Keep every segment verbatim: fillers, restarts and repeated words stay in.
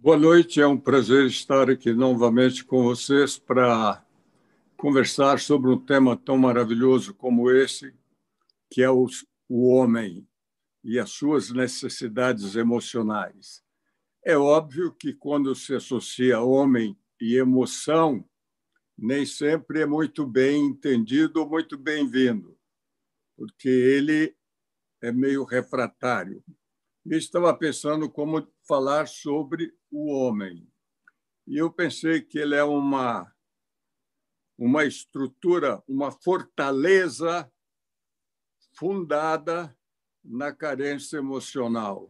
Boa noite, é um prazer estar aqui novamente com vocês para conversar sobre um tema tão maravilhoso como esse, que é o, o homem e as suas necessidades emocionais. É óbvio que quando se associa homem e emoção, nem sempre é muito bem entendido ou muito bem-vindo, porque ele é meio refratário. Eu estava pensando como falar sobre o homem. E eu pensei que ele é uma, uma estrutura, uma fortaleza fundada na carência emocional.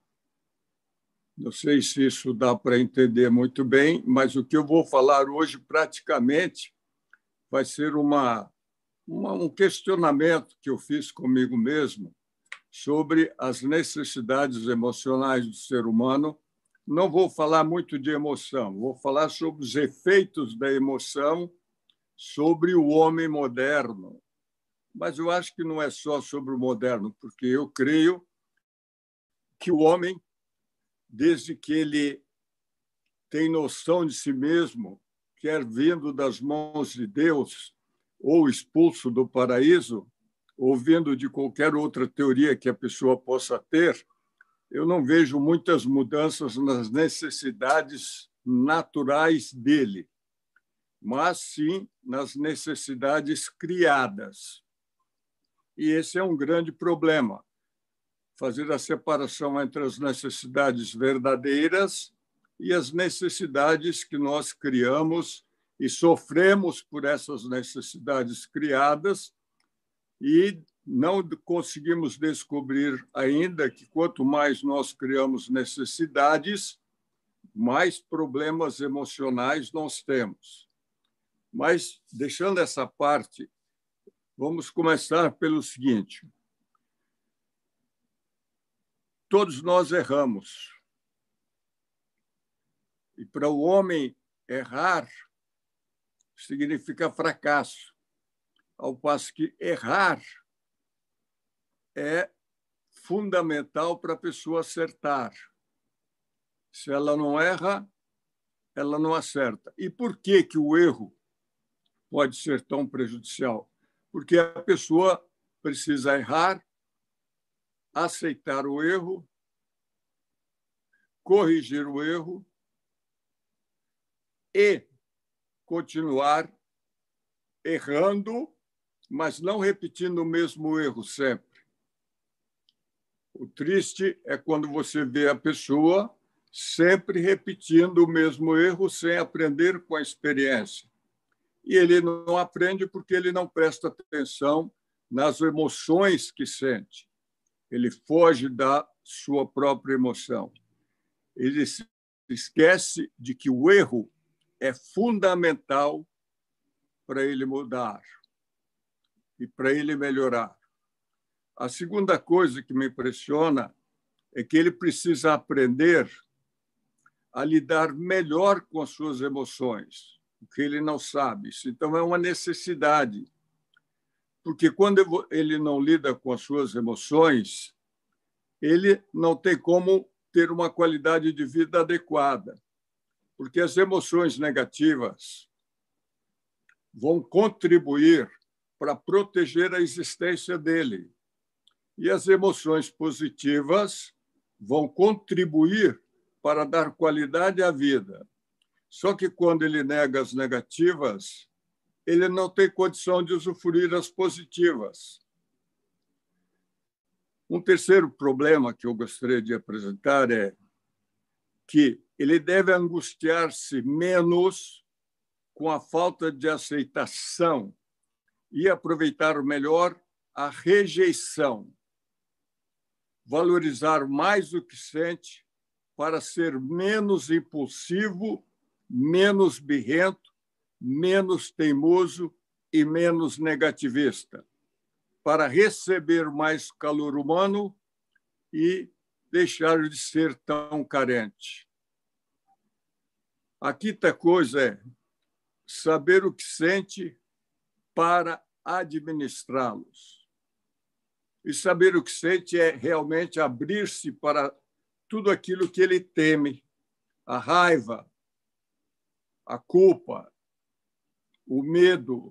Não sei se isso dá para entender muito bem, mas o que eu vou falar hoje, praticamente, vai ser uma, uma, um questionamento que eu fiz comigo mesmo sobre as necessidades emocionais do ser humano. Não vou falar muito de emoção, vou falar sobre os efeitos da emoção sobre o homem moderno. Mas eu acho que não é só sobre o moderno, porque eu creio que o homem, desde que ele tem noção de si mesmo, quer vindo das mãos de Deus ou expulso do paraíso, ou vindo de qualquer outra teoria que a pessoa possa ter, eu não vejo muitas mudanças nas necessidades naturais dele, mas sim nas necessidades criadas. E esse é um grande problema, fazer a separação entre as necessidades verdadeiras e as necessidades que nós criamos e sofremos por essas necessidades criadas e não conseguimos descobrir ainda que quanto mais nós criamos necessidades, mais problemas emocionais nós temos. Mas, deixando essa parte, vamos começar pelo seguinte. Todos nós erramos. E para o homem, errar significa fracasso, ao passo que errar é fundamental para a pessoa acertar. Se ela não erra, ela não acerta. E por que que o erro pode ser tão prejudicial? Porque a pessoa precisa errar, aceitar o erro, corrigir o erro e continuar errando, mas não repetindo o mesmo erro sempre. O triste é quando você vê a pessoa sempre repetindo o mesmo erro sem aprender com a experiência. E ele não aprende porque ele não presta atenção nas emoções que sente. Ele foge da sua própria emoção. Ele se esquece de que o erro é fundamental para ele mudar e para ele melhorar. A segunda coisa que me impressiona é que ele precisa aprender a lidar melhor com as suas emoções, o que ele não sabe. Isso, então, é uma necessidade, porque quando ele não lida com as suas emoções, ele não tem como ter uma qualidade de vida adequada, porque as emoções negativas vão contribuir para proteger a existência dele. E as emoções positivas vão contribuir para dar qualidade à vida. Só que quando ele nega as negativas, ele não tem condição de usufruir as positivas. Um terceiro problema que eu gostaria de apresentar é que ele deve angustiar-se menos com a falta de aceitação e aproveitar melhor a rejeição. Valorizar mais o que sente para ser menos impulsivo, menos birrento, menos teimoso e menos negativista, para receber mais calor humano e deixar de ser tão carente. A quinta coisa é saber o que sente para administrá-los. E saber o que sente é realmente abrir-se para tudo aquilo que ele teme, a raiva, a culpa, o medo,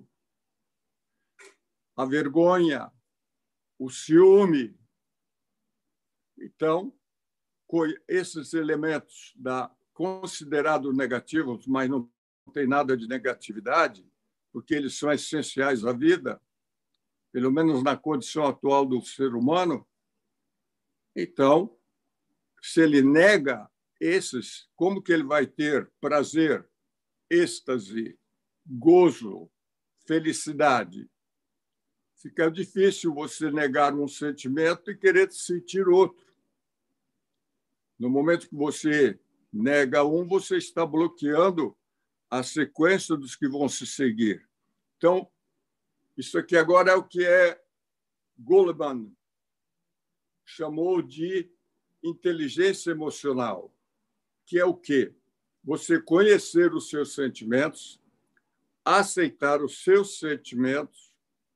a vergonha, o ciúme. Então, esses elementos da, considerados negativos, mas não tem nada de negatividade, porque eles são essenciais à vida, pelo menos na condição atual do ser humano. Então, se ele nega esses, como que ele vai ter prazer, êxtase, gozo, felicidade? Fica difícil você negar um sentimento e querer sentir outro. No momento que você nega um, você está bloqueando a sequência dos que vão se seguir. Então, isso aqui agora é o que é Goleman chamou de inteligência emocional, que é o quê? Você conhecer os seus sentimentos, aceitar os seus sentimentos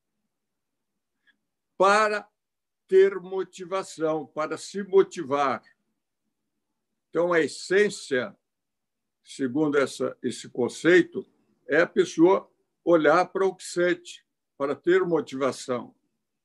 para ter motivação, para se motivar. Então, a essência, segundo essa, esse conceito, é a pessoa olhar para o que sente, para ter motivação.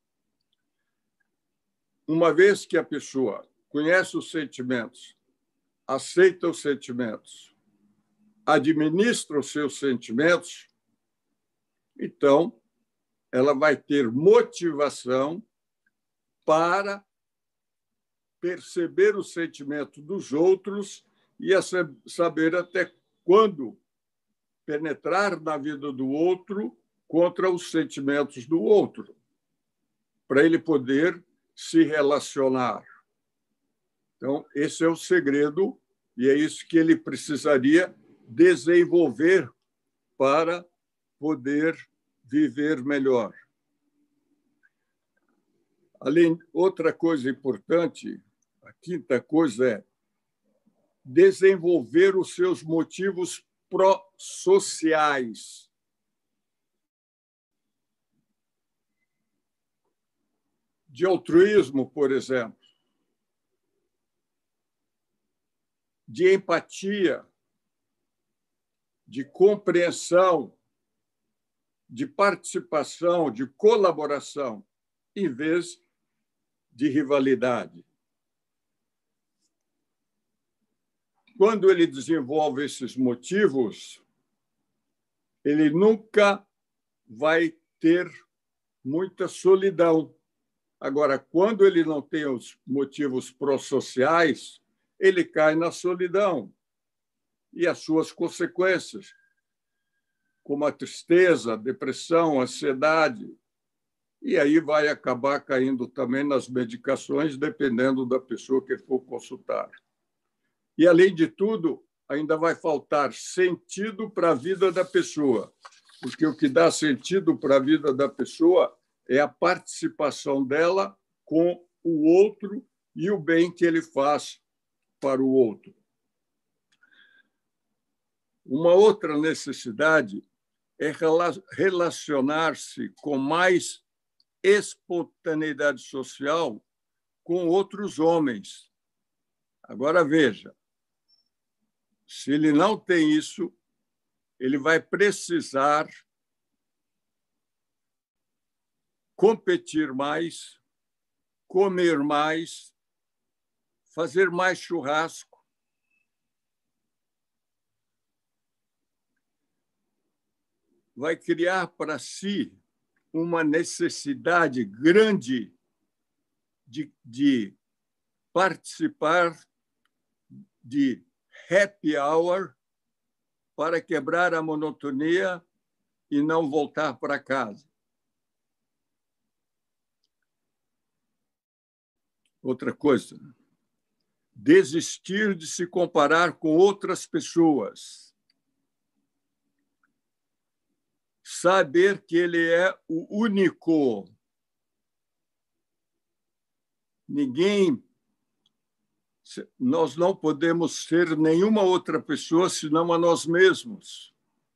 Uma vez que a pessoa conhece os sentimentos, aceita os sentimentos, administra os seus sentimentos, então ela vai ter motivação para perceber o sentimento dos outros e saber até quando penetrar na vida do outro contra os sentimentos do outro, para ele poder se relacionar. Então, esse é o segredo e é isso que ele precisaria desenvolver para poder viver melhor. Além, outra coisa importante, a quinta coisa é desenvolver os seus motivos pró-sociais. De altruísmo, por exemplo, de empatia, de compreensão, de participação, de colaboração, em vez de rivalidade. Quando ele desenvolve esses motivos, ele nunca vai ter muita solidão. Agora, quando ele não tem os motivos pró-sociais, ele cai na solidão e as suas consequências, como a tristeza, a depressão, a ansiedade. E aí vai acabar caindo também nas medicações, dependendo da pessoa que for consultar. E, além de tudo, ainda vai faltar sentido para a vida da pessoa, porque o que dá sentido para a vida da pessoa é a participação dela com o outro e o bem que ele faz para o outro. Uma outra necessidade é relacionar-se com mais espontaneidade social com outros homens. Agora, veja, se ele não tem isso, ele vai precisar competir mais, comer mais, fazer mais churrasco. Vai criar para si uma necessidade grande de, de participar de happy hour para quebrar a monotonia e não voltar para casa. Outra coisa, desistir de se comparar com outras pessoas. Saber que ele é o único. Ninguém... Nós não podemos ser nenhuma outra pessoa senão a nós mesmos.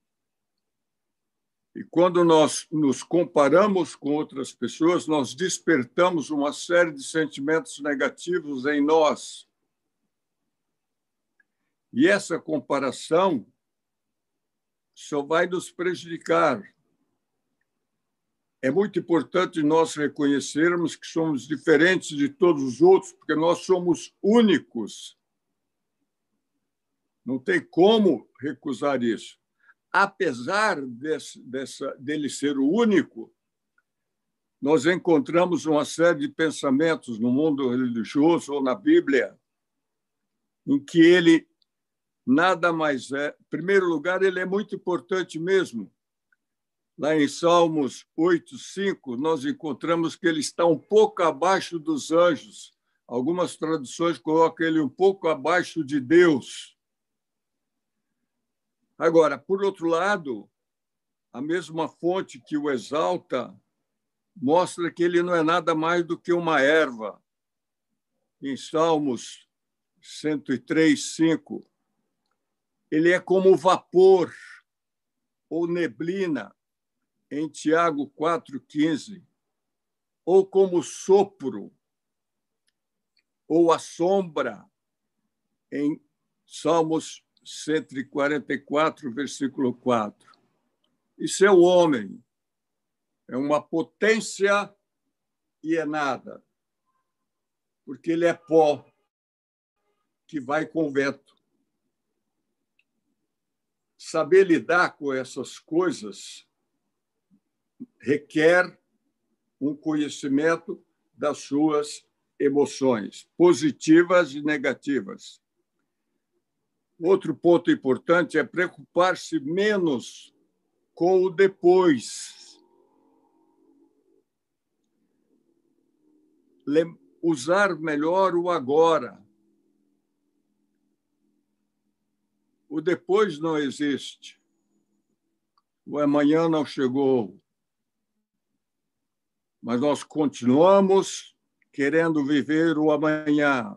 E quando nós nos comparamos com outras pessoas, nós despertamos uma série de sentimentos negativos em nós. E essa comparação só vai nos prejudicar. É muito importante nós reconhecermos que somos diferentes de todos os outros, porque nós somos únicos. Não tem como recusar isso. Apesar desse, dessa, dele ser o único, nós encontramos uma série de pensamentos no mundo religioso ou na Bíblia em que ele nada mais é. Em primeiro lugar, ele é muito importante mesmo. Lá em Salmos oito, cinco, nós encontramos que ele está um pouco abaixo dos anjos. Algumas traduções colocam ele um pouco abaixo de Deus. Agora, por outro lado, a mesma fonte que o exalta mostra que ele não é nada mais do que uma erva. Em Salmos cento e três, cinco, ele é como vapor ou neblina, em Tiago quatro, quinze, ou como sopro, ou a sombra, em Salmos cento e quarenta e quatro, versículo quatro. Isso é o homem, é uma potência e é nada, porque ele é pó que vai com o vento. Saber lidar com essas coisas requer um conhecimento das suas emoções, positivas e negativas. Outro ponto importante é preocupar-se menos com o depois. Usar melhor o agora. O depois não existe. O amanhã não chegou. Mas nós continuamos querendo viver o amanhã.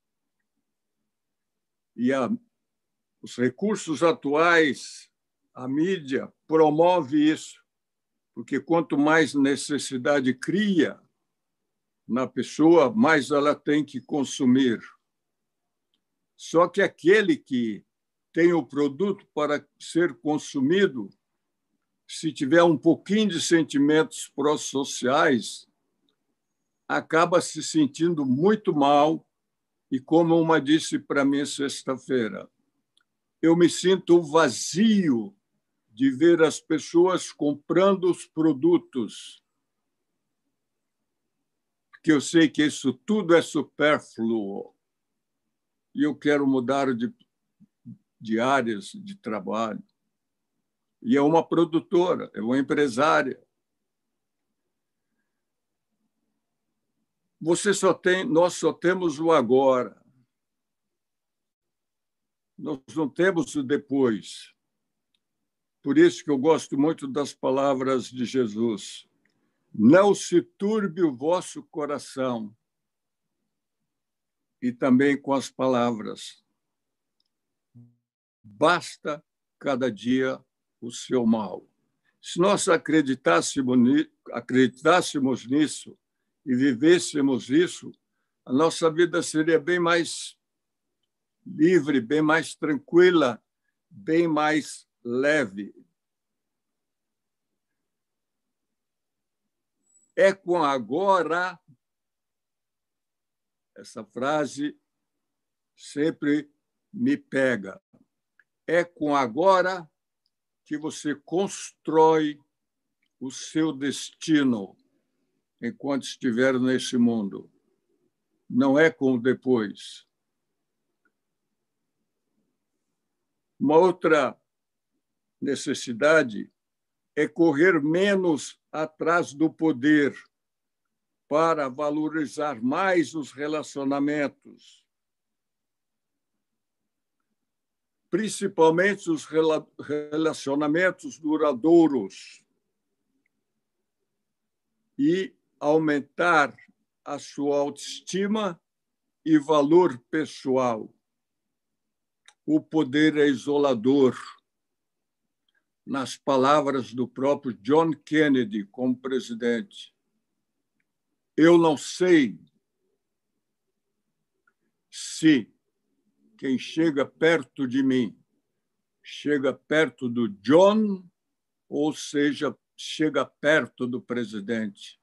E a, os recursos atuais, a mídia, promove isso, porque quanto mais necessidade cria na pessoa, mais ela tem que consumir. Só que aquele que tem o produto para ser consumido, se tiver um pouquinho de sentimentos pró-sociais, acaba se sentindo muito mal. E como uma disse para mim sexta-feira, eu me sinto vazio de ver as pessoas comprando os produtos, porque eu sei que isso tudo é supérfluo e eu quero mudar de, de áreas de trabalho. E é uma produtora, é uma empresária. Você só tem, nós só temos o agora. Nós não temos o depois. Por isso que eu gosto muito das palavras de Jesus. Não se turbe o vosso coração. E também com as palavras. Basta cada dia o seu mal. Se nós acreditássemos, acreditássemos nisso e vivêssemos isso, a nossa vida seria bem mais livre, bem mais tranquila, bem mais leve. É com agora, essa frase sempre me pega. É com agora que você constrói o seu destino enquanto estiver nesse mundo. Não é com o depois. Uma outra necessidade é correr menos atrás do poder para valorizar mais os relacionamentos, principalmente os relacionamentos duradouros, e aumentar a sua autoestima e valor pessoal. O poder é isolador. Nas palavras do próprio John Kennedy como presidente, eu não sei se quem chega perto de mim, chega perto do John, ou seja, chega perto do presidente?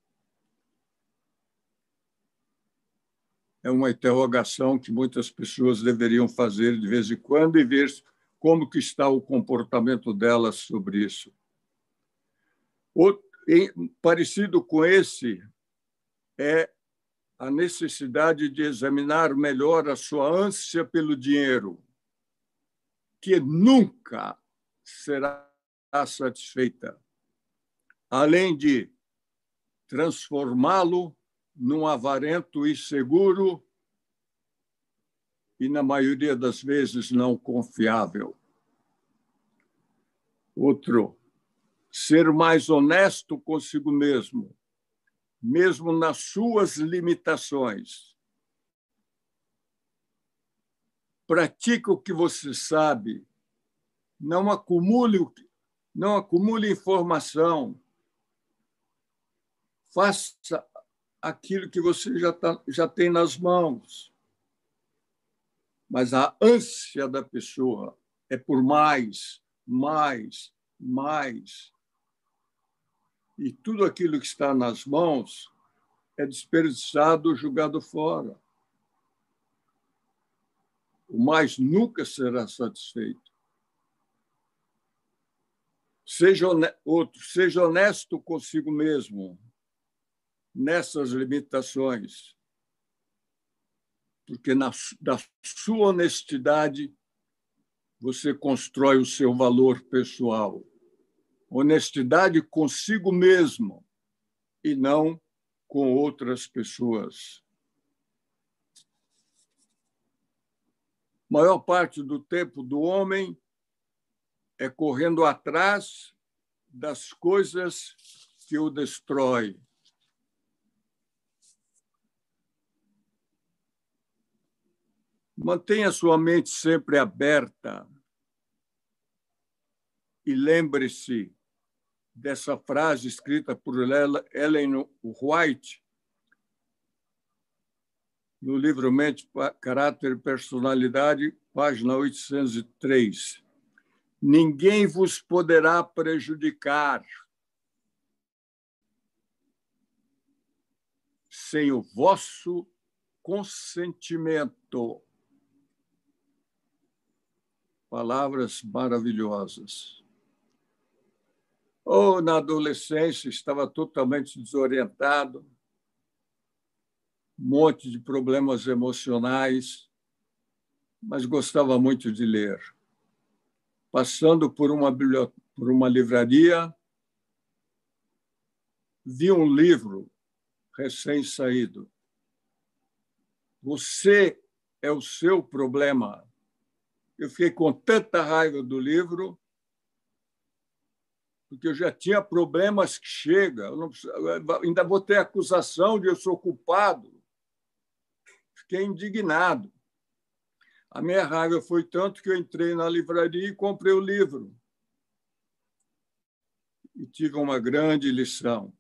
É uma interrogação que muitas pessoas deveriam fazer de vez em quando e ver como que está o comportamento delas sobre isso. Outro, parecido com esse é a necessidade de examinar melhor a sua ânsia pelo dinheiro, que nunca será satisfeita, além de transformá-lo num avarento inseguro e, na maioria das vezes, não confiável. Outro, ser mais honesto consigo mesmo, mesmo nas suas limitações. Pratique o que você sabe, não acumule, não acumule informação, faça aquilo que você já, tá, já tem nas mãos. Mas a ânsia da pessoa é por mais, mais, mais. E tudo aquilo que está nas mãos é desperdiçado, jogado fora. O mais nunca será satisfeito. Seja honesto, outro, seja honesto consigo mesmo nessas limitações, porque na, da sua honestidade você constrói o seu valor pessoal. Honestidade consigo mesmo e não com outras pessoas. A maior parte do tempo do homem é correndo atrás das coisas que o destrói. Mantenha sua mente sempre aberta e lembre-se dessa frase escrita por Ellen White no livro Mente, Caráter e Personalidade, página oitocentos e três. Ninguém vos poderá prejudicar sem o vosso consentimento. Palavras maravilhosas. Ou, na adolescência, estava totalmente desorientado, um monte de problemas emocionais, mas gostava muito de ler. Passando por uma, por uma livraria, vi um livro recém-saído. Você é o seu problema. Eu fiquei com tanta raiva do livro, porque eu já tinha problemas que chega, eu não preciso, ainda vou ter acusação de eu sou culpado. Fiquei indignado. A minha raiva foi tanto que eu entrei na livraria e comprei o livro. E tive uma grande lição.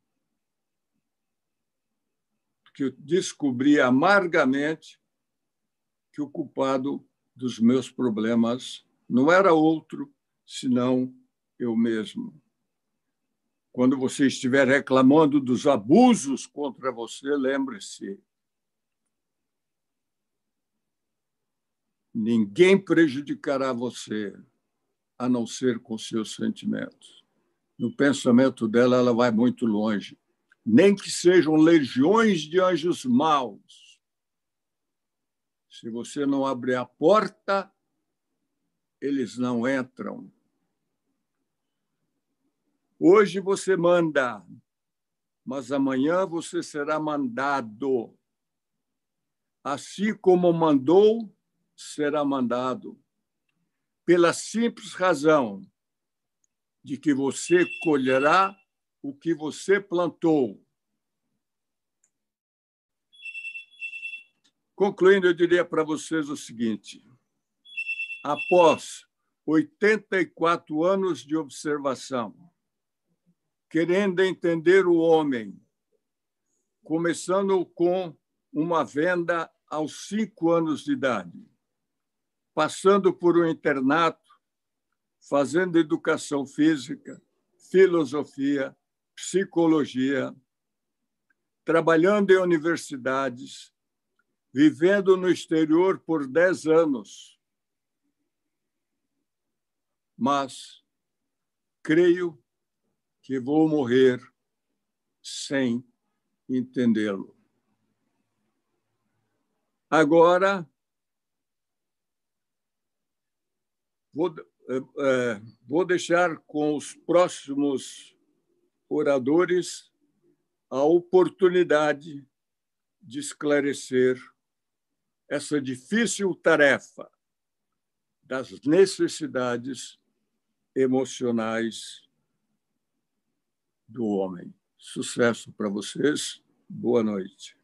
Porque eu descobri amargamente que o culpado dos meus problemas não era outro, senão eu mesmo. Quando você estiver reclamando dos abusos contra você, lembre-se, ninguém prejudicará você, a não ser com seus sentimentos. No pensamento dela, ela vai muito longe. Nem que sejam legiões de anjos maus. Se você não abrir a porta, eles não entram. Hoje você manda, mas amanhã você será mandado. Assim como mandou, será mandado. Pela simples razão de que você colherá o que você plantou. Concluindo, eu diria para vocês o seguinte: após oitenta e quatro anos de observação, querendo entender o homem, começando com uma venda aos cinco anos de idade, passando por um internato, fazendo educação física, filosofia, psicologia, trabalhando em universidades, vivendo no exterior por dez anos. Mas creio que vou morrer sem entendê-lo. Agora, vou, é, vou deixar com os próximos oradores a oportunidade de esclarecer essa difícil tarefa das necessidades emocionais do homem. Sucesso para vocês. Boa noite.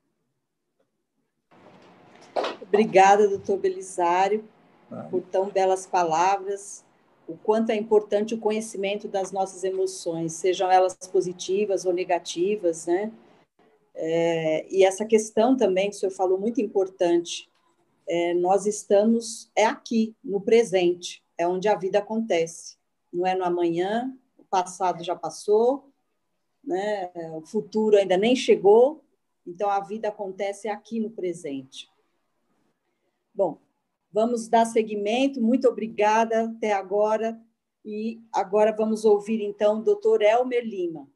Obrigada, doutor Belisário, ah. por tão belas palavras. O quanto é importante o conhecimento das nossas emoções, sejam elas positivas ou negativas, né? É, e essa questão também que o senhor falou, muito importante, é, nós estamos é aqui, no presente, é onde a vida acontece, não é no amanhã, o passado já passou, né? O futuro ainda nem chegou, então a vida acontece aqui no presente. Bom, vamos dar seguimento, muito obrigada até agora, e agora vamos ouvir, então, o doutor Elmer Lima.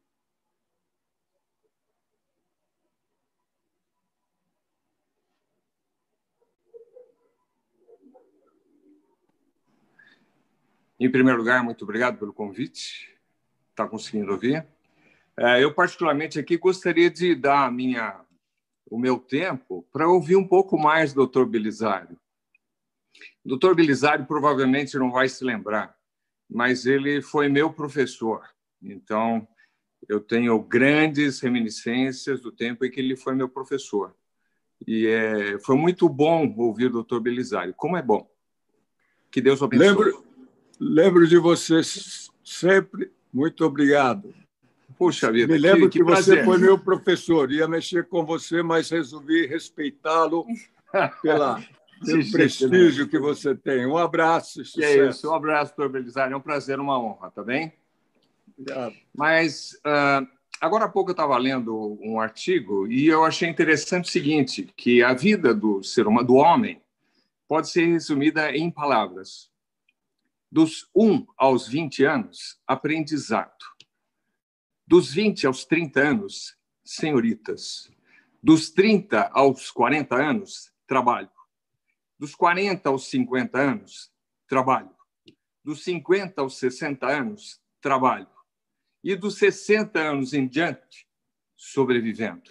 Em primeiro lugar, muito obrigado pelo convite. Está conseguindo ouvir? Eu, particularmente, aqui gostaria de dar a minha, o meu tempo para ouvir um pouco mais do doutor Belisário. O doutor Belisário provavelmente não vai se lembrar, mas ele foi meu professor. Então, eu tenho grandes reminiscências do tempo em que ele foi meu professor. E é, foi muito bom ouvir o doutor Belisário. Como é bom. Que Deus o abençoe. Lembro, lembro de vocês sempre. Muito obrigado. Puxa vida, Me lembro que, que, que você prazer. foi meu professor. Ia mexer com você, mas resolvi respeitá-lo pela... pelo prestígio que você tem. Um abraço e sucesso. É isso, um abraço, doutor Belisário. É um prazer, uma honra, tá bem? Obrigado. Mas, uh, agora há pouco eu estava lendo um artigo e eu achei interessante o seguinte, que a vida do ser humano, do homem, pode ser resumida em palavras. Dos um aos vinte anos, aprendizado. Dos vinte aos trinta anos, senhoritas. Dos trinta aos quarenta anos, trabalho. Dos quarenta aos cinquenta anos, trabalho. Dos cinquenta aos sessenta anos, trabalho. E dos sessenta anos em diante, sobrevivendo.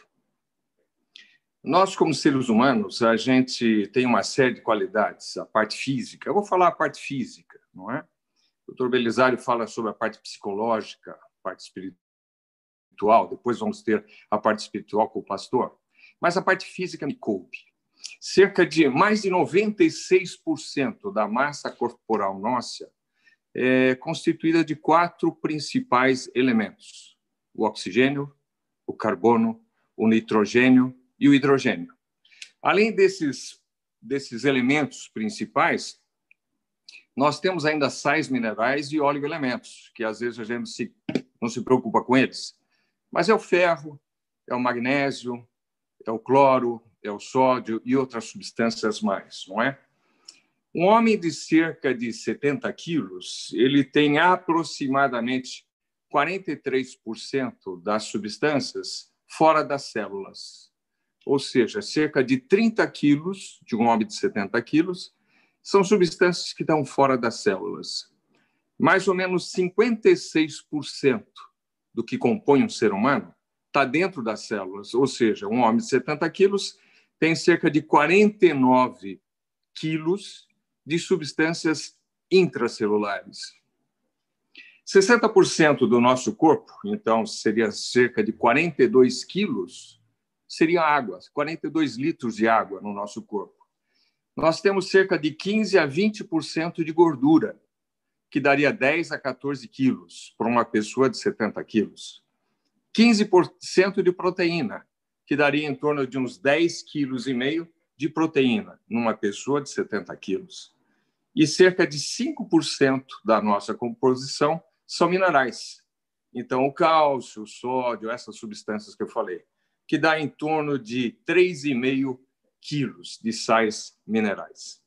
Nós, como seres humanos, a gente tem uma série de qualidades, a parte física. Eu vou falar a parte física, não é? O doutor Belisário fala sobre a parte psicológica, a parte espiritual. Depois vamos ter a parte espiritual com o pastor. Mas a parte física me coube. Cerca de mais de noventa e seis por cento da massa corporal nossa é constituída de quatro principais elementos: o oxigênio, o carbono, o nitrogênio e o hidrogênio. Além desses, desses elementos principais, nós temos ainda sais minerais e oligoelementos, que às vezes a gente se, não se preocupa com eles. Mas é o ferro, é o magnésio, é o cloro, é o sódio e outras substâncias mais, não é? Um homem de cerca de setenta quilos, ele tem aproximadamente quarenta e três por cento das substâncias fora das células. Ou seja, cerca de trinta quilos de um homem de setenta quilos são substâncias que estão fora das células. Mais ou menos cinquenta e seis por cento do que compõe um ser humano está dentro das células. Ou seja, um homem de setenta quilos tem cerca de quarenta e nove quilos de substâncias intracelulares. sessenta por cento do nosso corpo, então seria cerca de quarenta e dois quilos, seria água, quarenta e dois litros de água no nosso corpo. Nós temos cerca de quinze a vinte por cento de gordura, que daria dez a quatorze quilos para uma pessoa de setenta quilos. quinze por cento de proteína, que daria em torno de uns dez vírgula cinco quilos de proteína numa pessoa de setenta quilos. e cerca de cinco por cento da nossa composição são minerais. Então, o cálcio, o sódio, essas substâncias que eu falei, que dá em torno de três vírgula cinco quilos de sais minerais.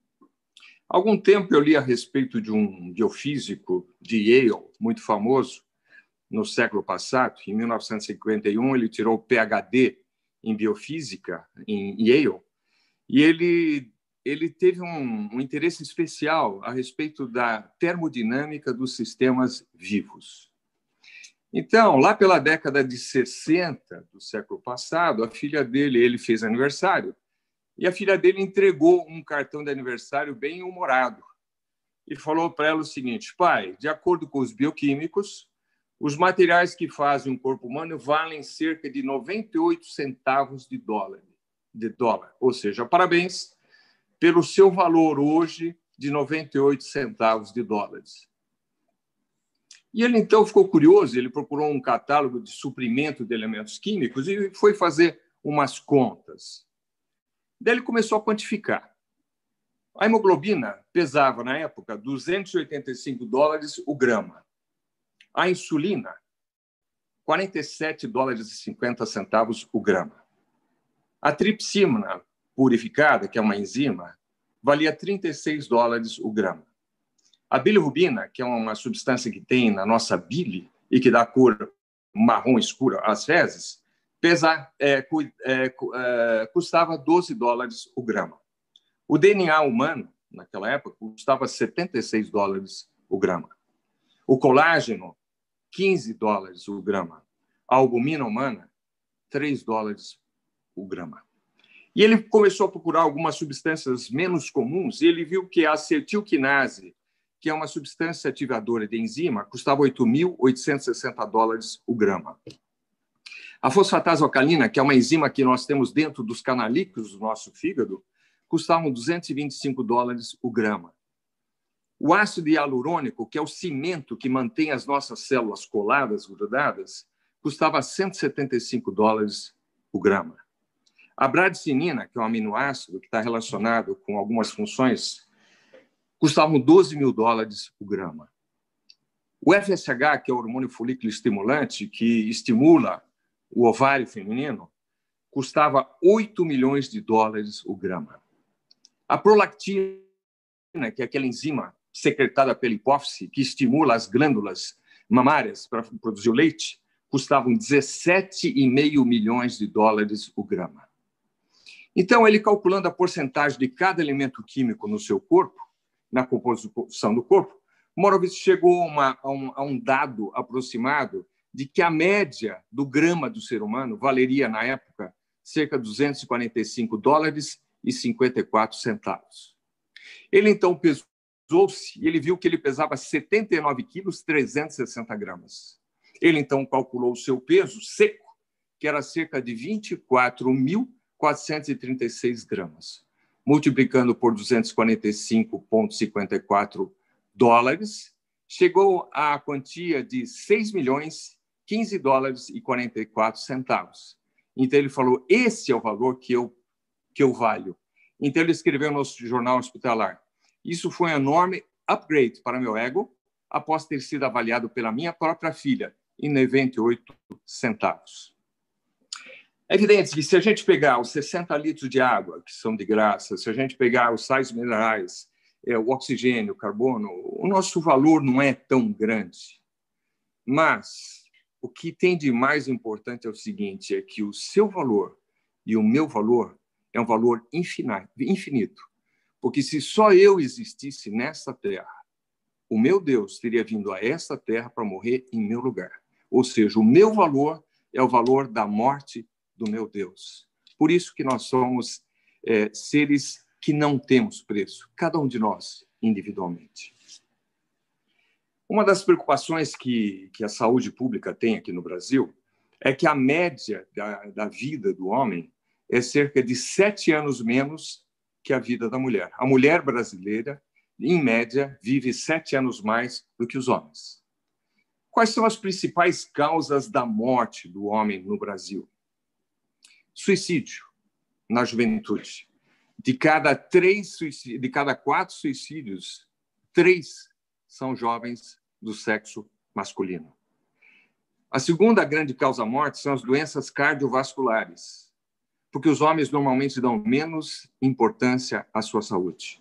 Há algum tempo eu li a respeito de um biofísico de Yale, muito famoso, no século passado. Em mil novecentos e cinquenta e um, ele tirou o P H D em biofísica, em Yale, e ele, ele teve um, um interesse especial a respeito da termodinâmica dos sistemas vivos. Então, lá pela década de sessenta do século passado, a filha dele, ele fez aniversário, e a filha dele entregou um cartão de aniversário bem humorado e falou para ela o seguinte: pai, de acordo com os bioquímicos, os materiais que fazem o corpo humano valem cerca de noventa e oito centavos de dólar, de dólar. Ou seja, parabéns pelo seu valor hoje de noventa e oito centavos de dólares. E ele, então, ficou curioso, ele procurou um catálogo de suprimento de elementos químicos e foi fazer umas contas. Daí ele começou a quantificar. A hemoglobina pesava, na época, duzentos e oitenta e cinco dólares o grama. A insulina, quarenta e sete dólares e cinquenta centavos o grama. A tripsina purificada, que é uma enzima, valia trinta e seis dólares o grama. A bilirrubina, que é uma substância que tem na nossa bile e que dá cor marrom escura às fezes, pesa, é, é, é, custava doze dólares o grama. O D N A humano, naquela época, custava setenta e seis dólares o grama. O colágeno, quinze dólares o grama. A albumina humana, três dólares o grama. E ele começou a procurar algumas substâncias menos comuns e ele viu que a acetilquinase, que é uma substância ativadora de enzima, custava oito mil oitocentos e sessenta dólares o grama. A fosfatase alcalina, que é uma enzima que nós temos dentro dos canalículos do nosso fígado, custava duzentos e vinte e cinco dólares o grama. O ácido hialurônico, que é o cimento que mantém as nossas células coladas, grudadas, custava cento e setenta e cinco dólares o grama. A bradicinina, que é um aminoácido que está relacionado com algumas funções, custavam doze mil dólares o grama. O F S H, que é o hormônio folículo estimulante, que estimula o ovário feminino, custava oito milhões de dólares o grama. A prolactina, que é aquela enzima secretada pela hipófise, que estimula as glândulas mamárias para produzir o leite, custavam dezessete vírgula cinco milhões de dólares o grama. Então, ele calculando a porcentagem de cada elemento químico no seu corpo, na composição do corpo, Morovitz chegou a, uma, a, um, a um dado aproximado de que a média do grama do ser humano valeria, na época, cerca de duzentos e quarenta e cinco dólares e cinquenta e quatro centavos. Ele, então, pesou-se e ele viu que ele pesava setenta e nove quilos, trezentos e sessenta gramas. Ele, então, calculou o seu peso seco, que era cerca de vinte e quatro mil quatrocentos e trinta e seis gramas. Multiplicando por duzentos e quarenta e cinco vírgula cinquenta e quatro dólares, chegou à quantia de seis milhões, quinze dólares e quarenta e quatro centavos. Então, ele falou, esse é o valor que eu, que eu valho. Então, ele escreveu no jornal hospitalar. Isso foi um enorme upgrade para meu ego, após ter sido avaliado pela minha própria filha, em noventa e oito centavos. É evidente que se a gente pegar os sessenta litros de água, que são de graça, se a gente pegar os sais minerais, o oxigênio, o carbono, o nosso valor não é tão grande. Mas o que tem de mais importante é o seguinte, é que o seu valor e o meu valor é um valor infinito. Porque se só eu existisse nessa terra, o meu Deus teria vindo a essa terra para morrer em meu lugar. Ou seja, o meu valor é o valor da morte do meu Deus. Por isso que nós somos é, seres que não temos preço, cada um de nós individualmente. Uma das preocupações que, que a saúde pública tem aqui no Brasil é que a média da, da vida do homem é cerca de sete anos menos que a vida da mulher. A mulher brasileira, em média, vive sete anos mais do que os homens. Quais são as principais causas da morte do homem no Brasil? Suicídio na juventude. de cada três suicídios, de cada quatro suicídios, três são jovens do sexo masculino. A segunda grande causa-morte são as doenças cardiovasculares, porque os homens normalmente dão menos importância à sua saúde.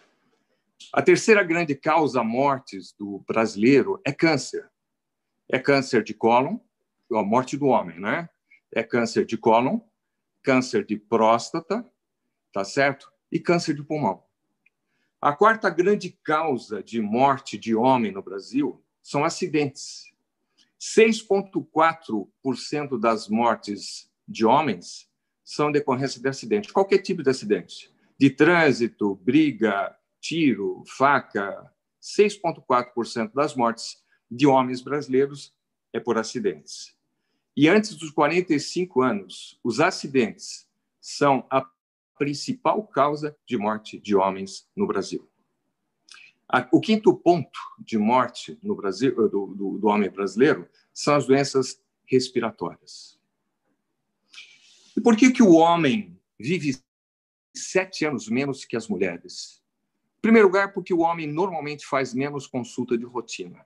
A terceira grande causa-mortes do brasileiro é câncer. É câncer de cólon, a morte do homem, né? É câncer de cólon, câncer de próstata, tá certo? E câncer de pulmão. A quarta grande causa de morte de homem no Brasil são acidentes. seis vírgula quatro por cento das mortes de homens são decorrência de acidente, qualquer tipo de acidente, de trânsito, briga, tiro, faca. seis vírgula quatro por cento das mortes de homens brasileiros é por acidentes. E antes dos quarenta e cinco anos, os acidentes são a principal causa de morte de homens no Brasil. O quinto ponto de morte no Brasil, do, do, do homem brasileiro são as doenças respiratórias. E por que que o homem vive sete anos menos que as mulheres? Em primeiro lugar, porque o homem normalmente faz menos consulta de rotina.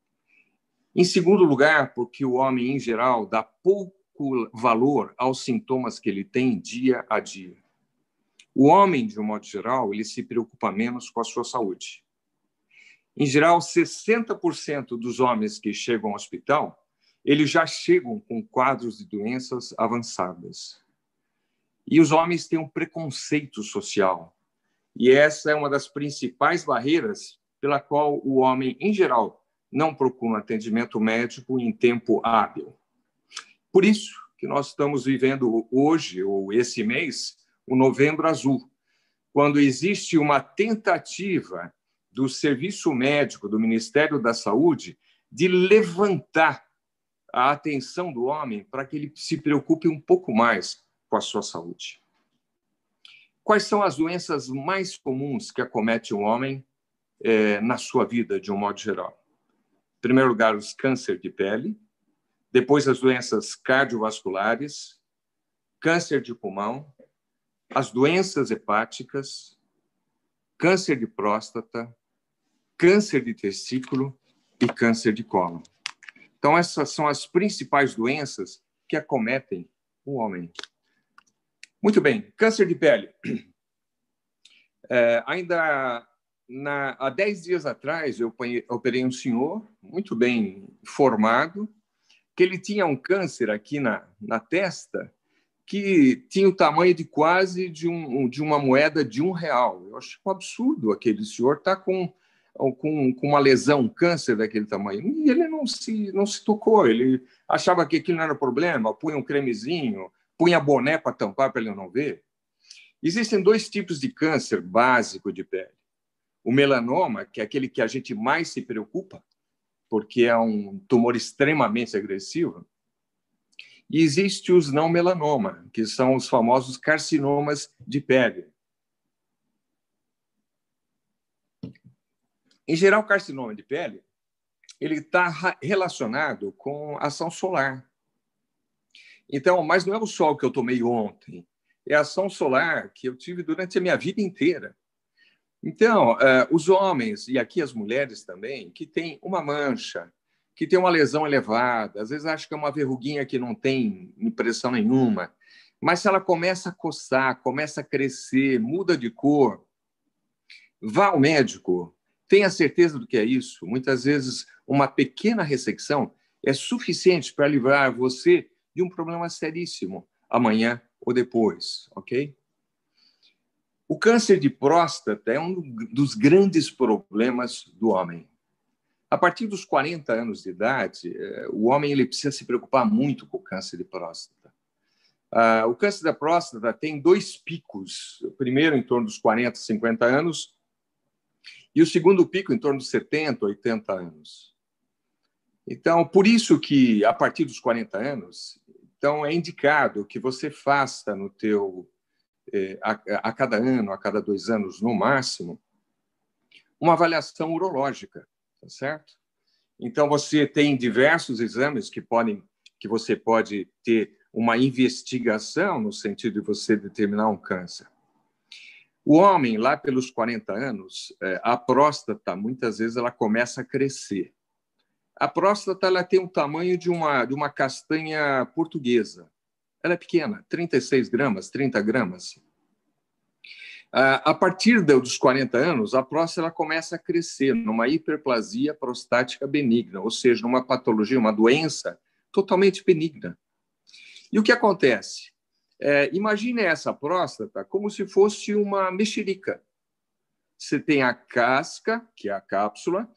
Em segundo lugar, porque o homem, em geral, dá pouco valor aos sintomas que ele tem dia a dia. O homem, de um modo geral, ele se preocupa menos com a sua saúde. Em geral, sessenta por cento dos homens que chegam ao hospital, eles já chegam com quadros de doenças avançadas. E os homens têm um preconceito social. E essa é uma das principais barreiras pela qual o homem, em geral, não procura um atendimento médico em tempo hábil. Por isso que nós estamos vivendo hoje, ou esse mês, o Novembro Azul, quando existe uma tentativa do Serviço Médico do Ministério da Saúde de levantar a atenção do homem para que ele se preocupe um pouco mais com a sua saúde. Quais são as doenças mais comuns que acometem o homem eh, na sua vida, de um modo geral? Em primeiro lugar, os câncer de pele, depois as doenças cardiovasculares, câncer de pulmão, as doenças hepáticas, câncer de próstata, câncer de testículo e câncer de cólon. Então, essas são as principais doenças que acometem o homem. Muito bem, câncer de pele. É, ainda na, há dez dias atrás, eu operei um senhor muito bem formado, que ele tinha um câncer aqui na, na testa, que tinha o tamanho de quase de, um, de uma moeda de um real. Eu acho um absurdo aquele senhor estar tá com, com, com uma lesão, um câncer daquele tamanho. E ele não se, não se tocou, ele achava que aquilo não era problema, punha um cremezinho, punha boné para tampar para ele não ver. Existem dois tipos de câncer básico de pele. O melanoma, que é aquele que a gente mais se preocupa, porque é um tumor extremamente agressivo. E existe os não melanoma, que são os famosos carcinomas de pele. Em geral, o carcinoma de pele ele está relacionado com a ação solar. Então, mas não é o sol que eu tomei ontem, é a ação solar que eu tive durante a minha vida inteira. Então, uh, os homens, e aqui as mulheres também, que têm uma mancha, que tem uma lesão elevada, às vezes acha que é uma verruguinha que não tem impressão nenhuma, mas se ela começa a coçar, começa a crescer, muda de cor, vá ao médico, tenha certeza do que é isso. Muitas vezes uma pequena ressecção é suficiente para livrar você de um problema seríssimo amanhã ou depois, ok? O câncer de próstata é um dos grandes problemas do homem. A partir dos quarenta anos de idade, o homem ele precisa se preocupar muito com o câncer de próstata. Ah, o câncer da próstata tem dois picos. O primeiro em torno dos quarenta, cinquenta anos e o segundo pico em torno dos setenta, oitenta anos. Então, por isso que, a partir dos quarenta anos, então, é indicado que você faça no teu, eh, a, a cada ano, a cada dois anos, no máximo, uma avaliação urológica. Tá certo? Então, você tem diversos exames que, podem, que você pode ter uma investigação no sentido de você determinar um câncer. O homem, lá pelos quarenta anos, a próstata, muitas vezes, ela começa a crescer. A próstata ela tem o tamanho de uma, de uma castanha portuguesa. Ela é pequena, trinta e seis gramas, trinta gramas. A partir dos quarenta anos, a próstata ela começa a crescer numa hiperplasia prostática benigna, ou seja, numa patologia, uma doença totalmente benigna. E o que acontece? É, imagine essa próstata como se fosse uma mexerica. Você tem a casca, que é a cápsula,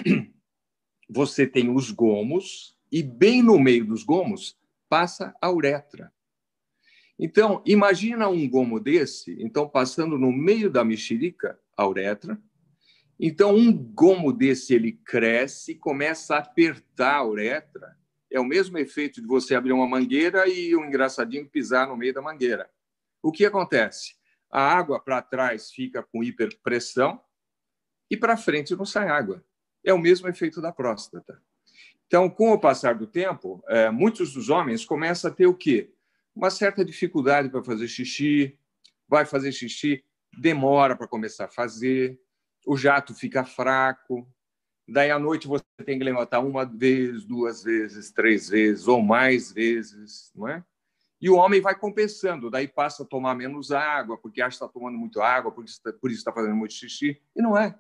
você tem os gomos, e bem no meio dos gomos passa a uretra. Então, imagina um gomo desse, então passando no meio da mexerica, a uretra. Então, um gomo desse, ele cresce, começa a apertar a uretra. É o mesmo efeito de você abrir uma mangueira e um engraçadinho pisar no meio da mangueira. O que acontece? A água para trás fica com hiperpressão e para frente não sai água. É o mesmo efeito da próstata. Então, com o passar do tempo, é, muitos dos homens começam a ter o quê? Uma certa dificuldade para fazer xixi, vai fazer xixi, demora para começar a fazer, o jato fica fraco, daí à noite você tem que levantar uma vez, duas vezes, três vezes ou mais vezes, não é? E o homem vai compensando, daí passa a tomar menos água, porque acha que está tomando muito água, por isso está fazendo muito xixi, e não é.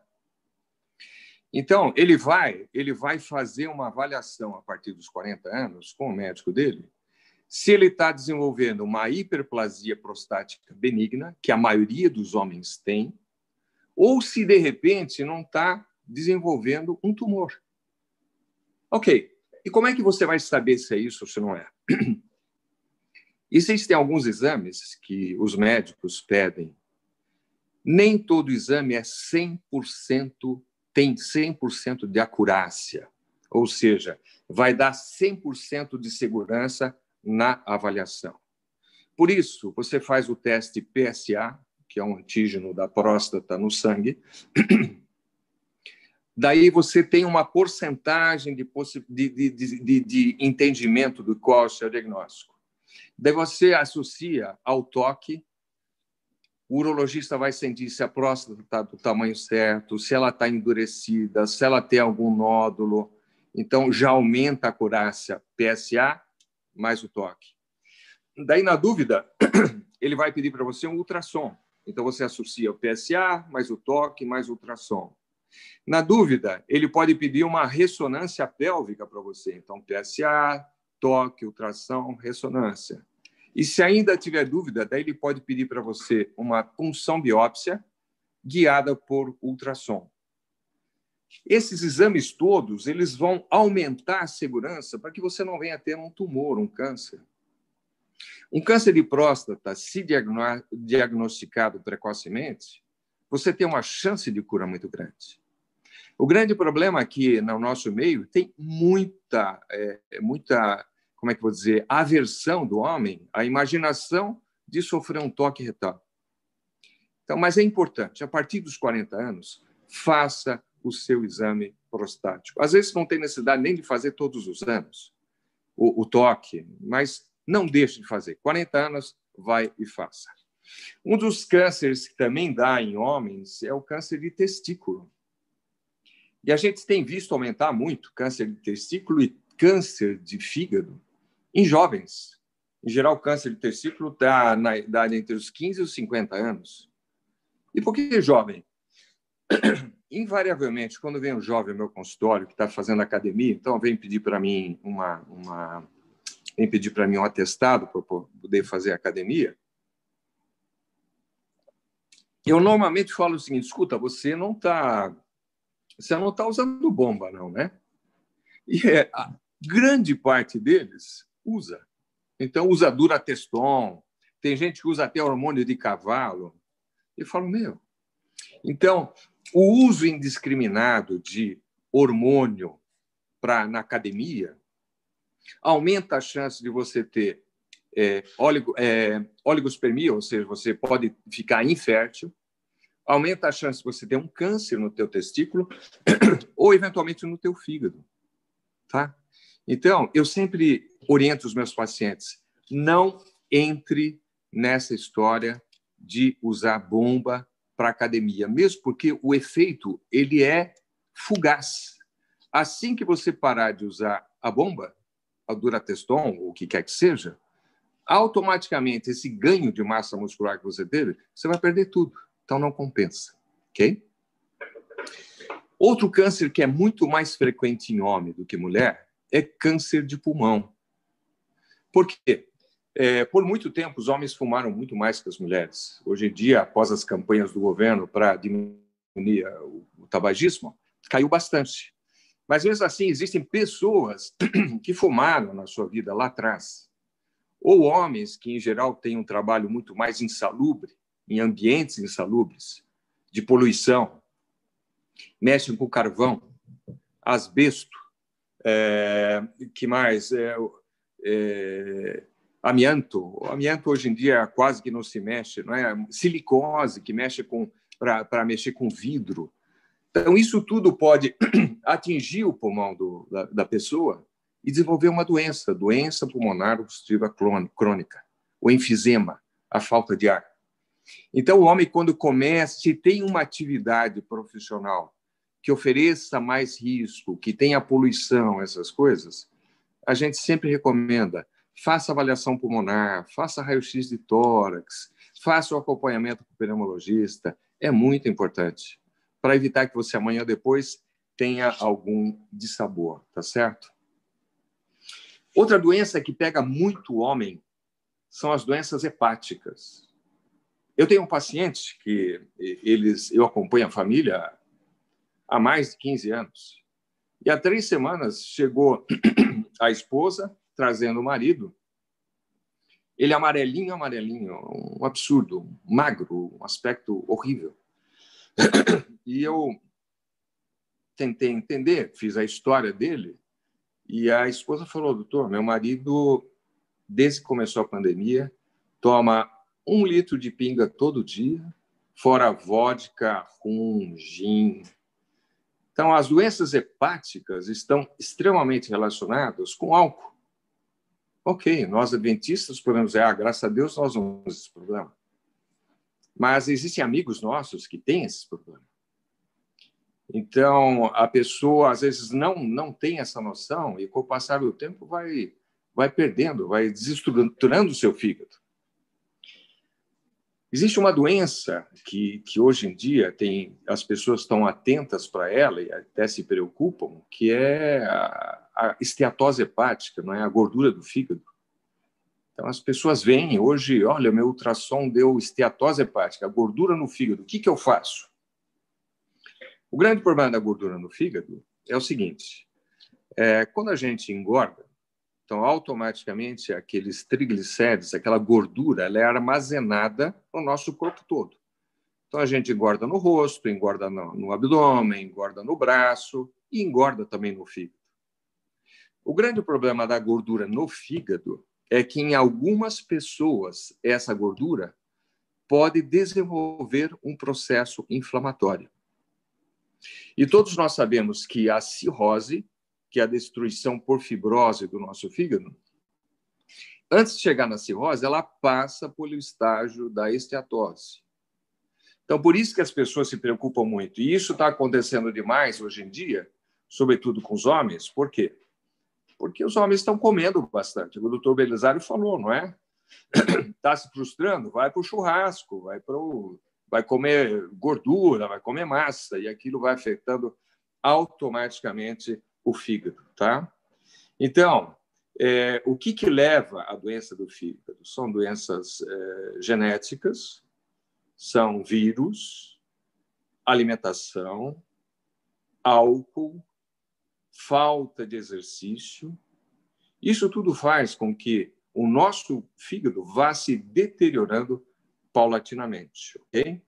Então, ele vai, ele vai fazer uma avaliação a partir dos quarenta anos com o médico dele, se ele está desenvolvendo uma hiperplasia prostática benigna, que a maioria dos homens tem, ou se, de repente, não está desenvolvendo um tumor. Ok, e como é que você vai saber se é isso ou se não é? Existem alguns exames que os médicos pedem. Nem todo exame é cem por cento, tem cem por cento de acurácia, ou seja, vai dar cem por cento de segurança na avaliação. Por isso, você faz o teste P S A, que é um antígeno da próstata no sangue. Daí você tem uma porcentagem de, de, de, de, de entendimento do qual é o seu diagnóstico. Daí você associa ao toque, o urologista vai sentir se a próstata está do tamanho certo, se ela está endurecida, se ela tem algum nódulo. Então, já aumenta a acurácia P S A mais o toque. Daí, na dúvida, ele vai pedir para você um ultrassom. Então, você associa o P S A mais o toque mais o ultrassom. Na dúvida, ele pode pedir uma ressonância pélvica para você. Então, P S A, toque, ultrassom, ressonância. E se ainda tiver dúvida, daí ele pode pedir para você uma punção biópsia guiada por ultrassom. Esses exames todos, eles vão aumentar a segurança para que você não venha ter um tumor, um câncer. Um câncer de próstata, se diagnosticado precocemente, você tem uma chance de cura muito grande. O grande problema aqui no nosso meio tem muita, é, muita, como é que eu vou dizer, aversão do homem, a imaginação de sofrer um toque retal. Então, mas é importante, a partir dos quarenta anos, faça o seu exame prostático. Às vezes não tem necessidade nem de fazer todos os anos o, o toque, mas não deixe de fazer. quarenta anos, vai e faça. Um dos cânceres que também dá em homens é o câncer de testículo. E a gente tem visto aumentar muito câncer de testículo e câncer de fígado em jovens. Em geral, o câncer de testículo está na idade entre os quinze e os cinquenta anos. E por que jovem? Invariavelmente, quando vem um jovem ao meu consultório que está fazendo academia, então vem pedir para mim uma, uma, vem pedir para mim um atestado para poder fazer academia. Eu normalmente falo o seguinte: escuta, você não está, você não está usando bomba, não, né? E é, a grande parte deles usa. Então usa Durateston. Tem gente que usa até hormônio de cavalo. Eu falo, meu. Então, o uso indiscriminado de hormônio pra, na academia aumenta a chance de você ter é, oligo, é, oligospermia, ou seja, você pode ficar infértil, aumenta a chance de você ter um câncer no teu testículo ou, eventualmente, no teu fígado. Tá? Então, eu sempre oriento os meus pacientes, não entre nessa história de usar bomba para a academia, mesmo porque o efeito ele é fugaz. Assim que você parar de usar a bomba, a Durateston, ou o que quer que seja, automaticamente esse ganho de massa muscular que você teve, você vai perder tudo. Então não compensa, ok? Outro câncer que é muito mais frequente em homem do que mulher é câncer de pulmão. Por quê? É, por muito tempo, os homens fumaram muito mais que as mulheres. Hoje em dia, após as campanhas do governo para diminuir o, o tabagismo, caiu bastante. Mas, mesmo assim, existem pessoas que fumaram na sua vida lá atrás. Ou homens que, em geral, têm um trabalho muito mais insalubre, em ambientes insalubres, de poluição, mexem com carvão, asbesto, é, que mais? É, é, amianto. O amianto, hoje em dia, quase que não se mexe, não é? Silicose, que mexe com para mexer com vidro. Então, isso tudo pode atingir o pulmão do, da, da pessoa e desenvolver uma doença, doença pulmonar obstrutiva crônica, o enfisema, a falta de ar. Então, o homem, quando começa, se tem uma atividade profissional que ofereça mais risco, que tenha poluição, essas coisas, a gente sempre recomenda, faça avaliação pulmonar, faça raio-x de tórax, faça o acompanhamento com o pneumologista, é muito importante, para evitar que você amanhã ou depois tenha algum dissabor, tá certo? Outra doença que pega muito o homem são as doenças hepáticas. Eu tenho um paciente que eles, eu acompanho a família há mais de quinze anos. E há três semanas chegou a esposa trazendo o marido. Ele é amarelinho, amarelinho, um absurdo, magro, um aspecto horrível. E eu tentei entender, fiz a história dele, e a esposa falou, doutor, meu marido, desde que começou a pandemia, toma um litro de pinga todo dia, fora vodka, rum, gin. Então, as doenças hepáticas estão extremamente relacionadas com álcool. Ok, nós adventistas podemos dizer, ah, graças a Deus nós não temos esse problema. Mas existem amigos nossos que têm esse problema. Então, a pessoa, às vezes, não, não tem essa noção e, com o passar do tempo, vai, vai perdendo, vai desestruturando o seu fígado. Existe uma doença que, que hoje em dia tem, as pessoas estão atentas para ela e até se preocupam, que é a, a esteatose hepática, não é? A gordura do fígado. Então, as pessoas veem hoje, olha, meu ultrassom deu esteatose hepática, gordura no fígado, o que, que eu faço? O grande problema da gordura no fígado é o seguinte, é, quando a gente engorda, então, automaticamente, aqueles triglicéridos, aquela gordura, ela é armazenada no nosso corpo todo. Então, a gente engorda no rosto, engorda no, no abdômen, engorda no braço e engorda também no fígado. O grande problema da gordura no fígado é que, em algumas pessoas, essa gordura pode desenvolver um processo inflamatório. E todos nós sabemos que a cirrose, que é a destruição por fibrose do nosso fígado, antes de chegar na cirrose, ela passa pelo estágio da esteatose. Então, por isso que as pessoas se preocupam muito. E isso está acontecendo demais hoje em dia, sobretudo com os homens. Por quê? Porque os homens estão comendo bastante. O doutor Belisário falou, não é? Está se frustrando? Vai para o churrasco, vai, pro... vai comer gordura, vai comer massa, e aquilo vai afetando automaticamente o fígado, tá? Então, é, o que, que leva à doença do fígado? São doenças é, genéticas, são vírus, alimentação, álcool, falta de exercício. Isso tudo faz com que o nosso fígado vá se deteriorando paulatinamente, ok?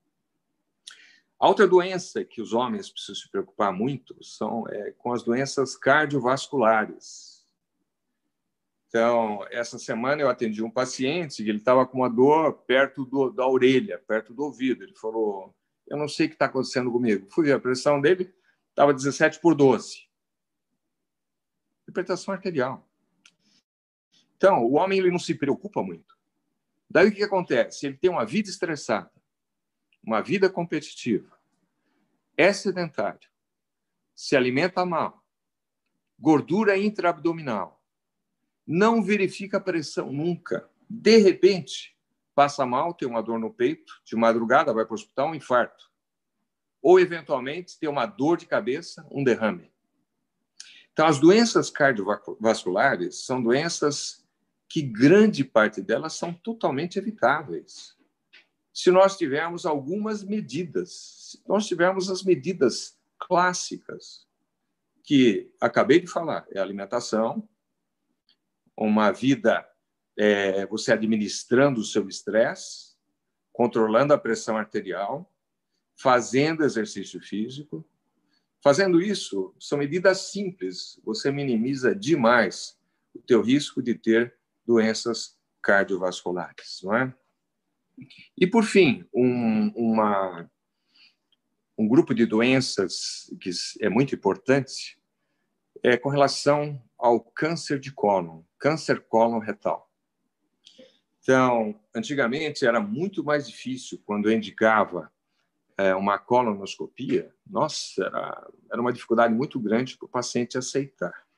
A outra doença que os homens precisam se preocupar muito são é, com as doenças cardiovasculares. Então, essa semana eu atendi um paciente que ele estava com uma dor perto do, da orelha, perto do ouvido. Ele falou, eu não sei o que está acontecendo comigo. Fui ver a pressão dele, estava dezessete por doze. Hipertensão arterial. Então, o homem ele não se preocupa muito. Daí o que acontece? Ele tem uma vida estressada, uma vida competitiva, é sedentário, se alimenta mal, gordura intraabdominal, não verifica a pressão nunca, de repente, passa mal, tem uma dor no peito, de madrugada vai para o hospital, um infarto. Ou, eventualmente, tem uma dor de cabeça, um derrame. Então, as doenças cardiovasculares são doenças que grande parte delas são totalmente evitáveis. Se nós tivermos algumas medidas, se nós tivermos as medidas clássicas, que acabei de falar, é a alimentação, uma vida, é, você administrando o seu estresse, controlando a pressão arterial, fazendo exercício físico. Fazendo isso, são medidas simples, você minimiza demais o teu risco de ter doenças cardiovasculares, não é? E, por fim, um, uma, um grupo de doenças que é muito importante é com relação ao câncer de cólon, câncer cólon-retal. Então, antigamente era muito mais difícil quando eu indicava é, uma colonoscopia. Nossa, era, era uma dificuldade muito grande para o paciente aceitar.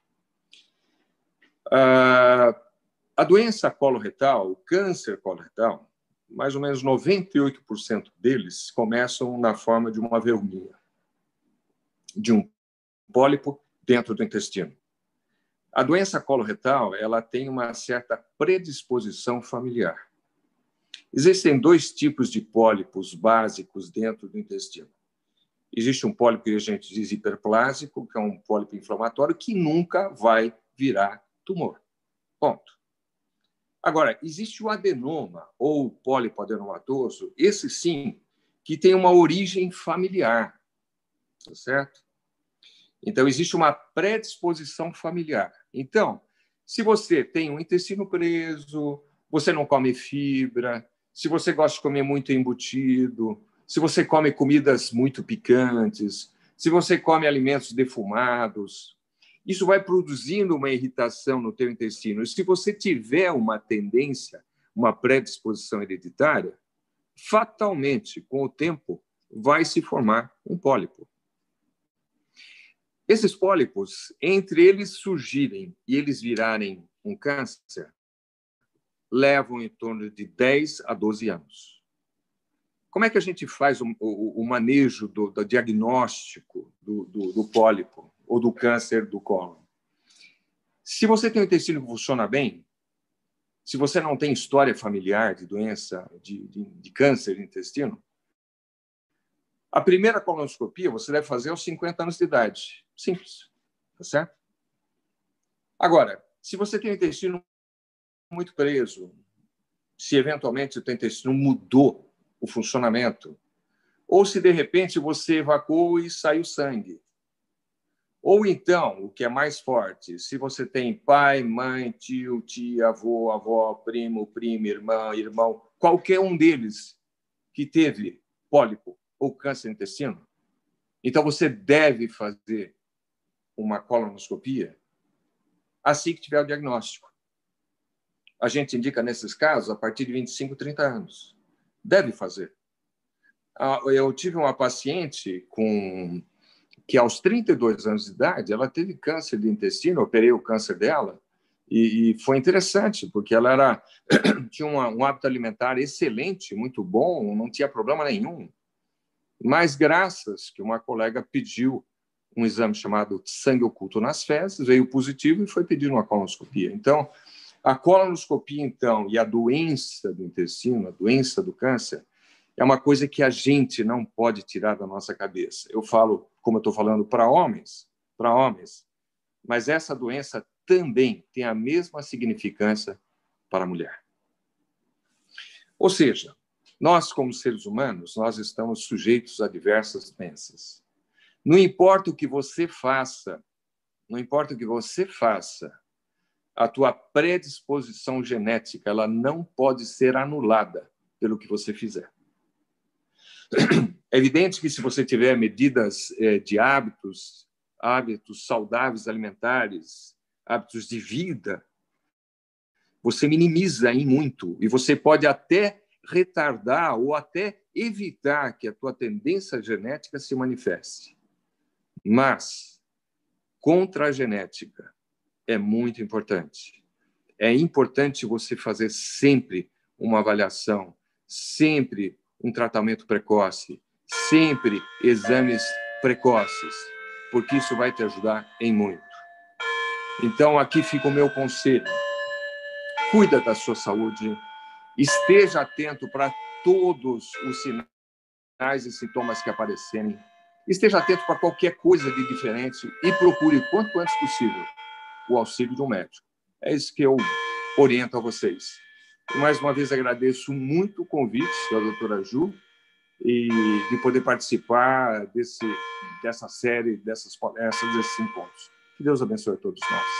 Ah, a doença coloretal, o câncer coloretal, mais ou menos noventa e oito por cento deles começam na forma de uma verruguinha, de um pólipo dentro do intestino. A doença coloretal, ela tem uma certa predisposição familiar. Existem dois tipos de pólipos básicos dentro do intestino. Existe um pólipo que a gente diz hiperplásico, que é um pólipo inflamatório que nunca vai virar tumor. Ponto. Agora, existe o adenoma, ou pólipo adenomatoso, esse sim, que tem uma origem familiar, tá certo? Então, existe uma predisposição familiar. Então, se você tem um intestino preso, você não come fibra, se você gosta de comer muito embutido, se você come comidas muito picantes, se você come alimentos defumados, isso vai produzindo uma irritação no teu intestino. E se você tiver uma tendência, uma predisposição hereditária, fatalmente, com o tempo, vai se formar um pólipo. Esses pólipos, entre eles surgirem e eles virarem um câncer, levam em torno de dez a doze anos. Como é que a gente faz o, o, o manejo do, do diagnóstico do, do, do pólipo ou do câncer do cólon? Se você tem um intestino que funciona bem, se você não tem história familiar de doença, de, de, de câncer de intestino, a primeira colonoscopia você deve fazer aos cinquenta anos de idade. Simples, tá certo? Agora, se você tem um intestino muito preso, se eventualmente o teu intestino mudou o funcionamento, ou se de repente você evacuou e saiu sangue, ou então, o que é mais forte, se você tem pai, mãe, tio, tia, avô, avó, primo, prima, irmã, irmão, qualquer um deles que teve pólipo ou câncer no intestino, então você deve fazer uma colonoscopia assim que tiver o diagnóstico. A gente indica, nesses casos, a partir de vinte e cinco, trinta anos. Deve fazer. Eu tive uma paciente com... que, aos trinta e dois anos de idade, ela teve câncer de intestino, eu operei o câncer dela, e, e foi interessante, porque ela era, tinha uma, um hábito alimentar excelente, muito bom, não tinha problema nenhum. Mas, graças que uma colega pediu um exame chamado sangue oculto nas fezes, veio positivo e foi pedir uma colonoscopia. Então, a colonoscopia, então, e a doença do intestino, a doença do câncer, é uma coisa que a gente não pode tirar da nossa cabeça. Eu falo, como eu estou falando, para homens, para homens, mas essa doença também tem a mesma significância para a mulher. Ou seja, nós, como seres humanos, nós estamos sujeitos a diversas doenças. Não importa o que você faça, não importa o que você faça, a tua predisposição genética, ela não pode ser anulada pelo que você fizer. É evidente que se você tiver medidas de hábitos, hábitos saudáveis alimentares, hábitos de vida, você minimiza em muito e você pode até retardar ou até evitar que a tua tendência genética se manifeste. Mas, contra a genética, é muito importante. É importante você fazer sempre uma avaliação, sempre um tratamento precoce, sempre exames precoces, porque isso vai te ajudar em muito. Então, aqui fica o meu conselho. Cuida da sua saúde, esteja atento para todos os sinais e sintomas que aparecerem, esteja atento para qualquer coisa de diferente e procure, quanto antes possível, o auxílio de um médico. É isso que eu oriento a vocês. E, mais uma vez, agradeço muito o convite da doutora Ju e de poder participar desse, dessa série, dessas palestras, desses encontros. Que Deus abençoe a todos nós.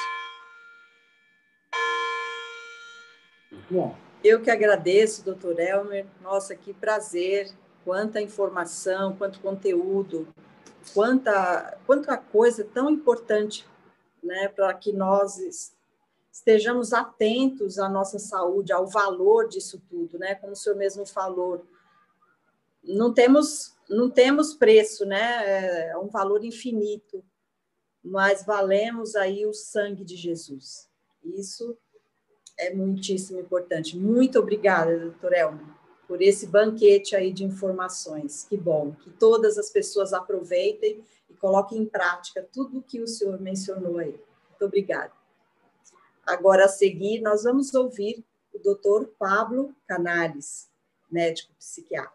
Bom, eu que agradeço, doutor Elmer. Nossa, que prazer, quanta informação, quanto conteúdo, quanta, quanta coisa tão importante, né, para que nós estejamos atentos à nossa saúde, ao valor disso tudo, né? Como o senhor mesmo falou, não temos, não temos preço, né? É um valor infinito, mas valemos aí o sangue de Jesus. Isso é muitíssimo importante. Muito obrigada, doutor Elmer, por esse banquete aí de informações. Que bom, que todas as pessoas aproveitem e coloquem em prática tudo o que o senhor mencionou aí. Muito obrigada. Agora, a seguir, nós vamos ouvir o doutor Pablo Canales, médico psiquiatra.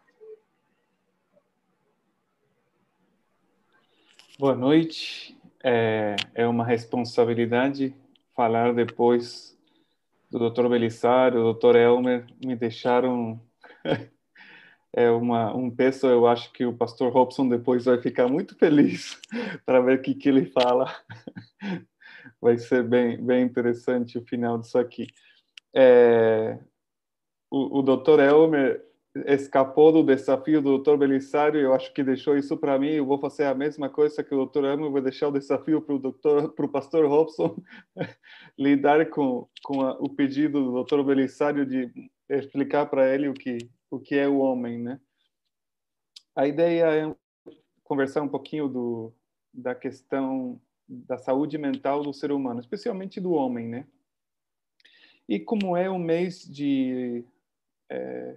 Boa noite. É, é uma responsabilidade falar depois do doutor Belisário, do doutor Elmer, me deixaram é uma, um peso. Eu acho que o pastor Robson depois vai ficar muito feliz para ver o que, que ele fala. Vai ser bem, bem interessante o final disso aqui. É, o, o doutor Elmer escapou do desafio do doutor Belisário, eu acho que deixou isso para mim. Eu vou fazer a mesma coisa que o doutor Elmer, vou deixar o desafio para o doutor, para o pastor Robson, lidar com, com a, o pedido do doutor Belisário de explicar para ele o que, o que é o homem, né? A ideia é conversar um pouquinho do, da questão da saúde mental do ser humano, especialmente do homem, né? E como é um mês de é,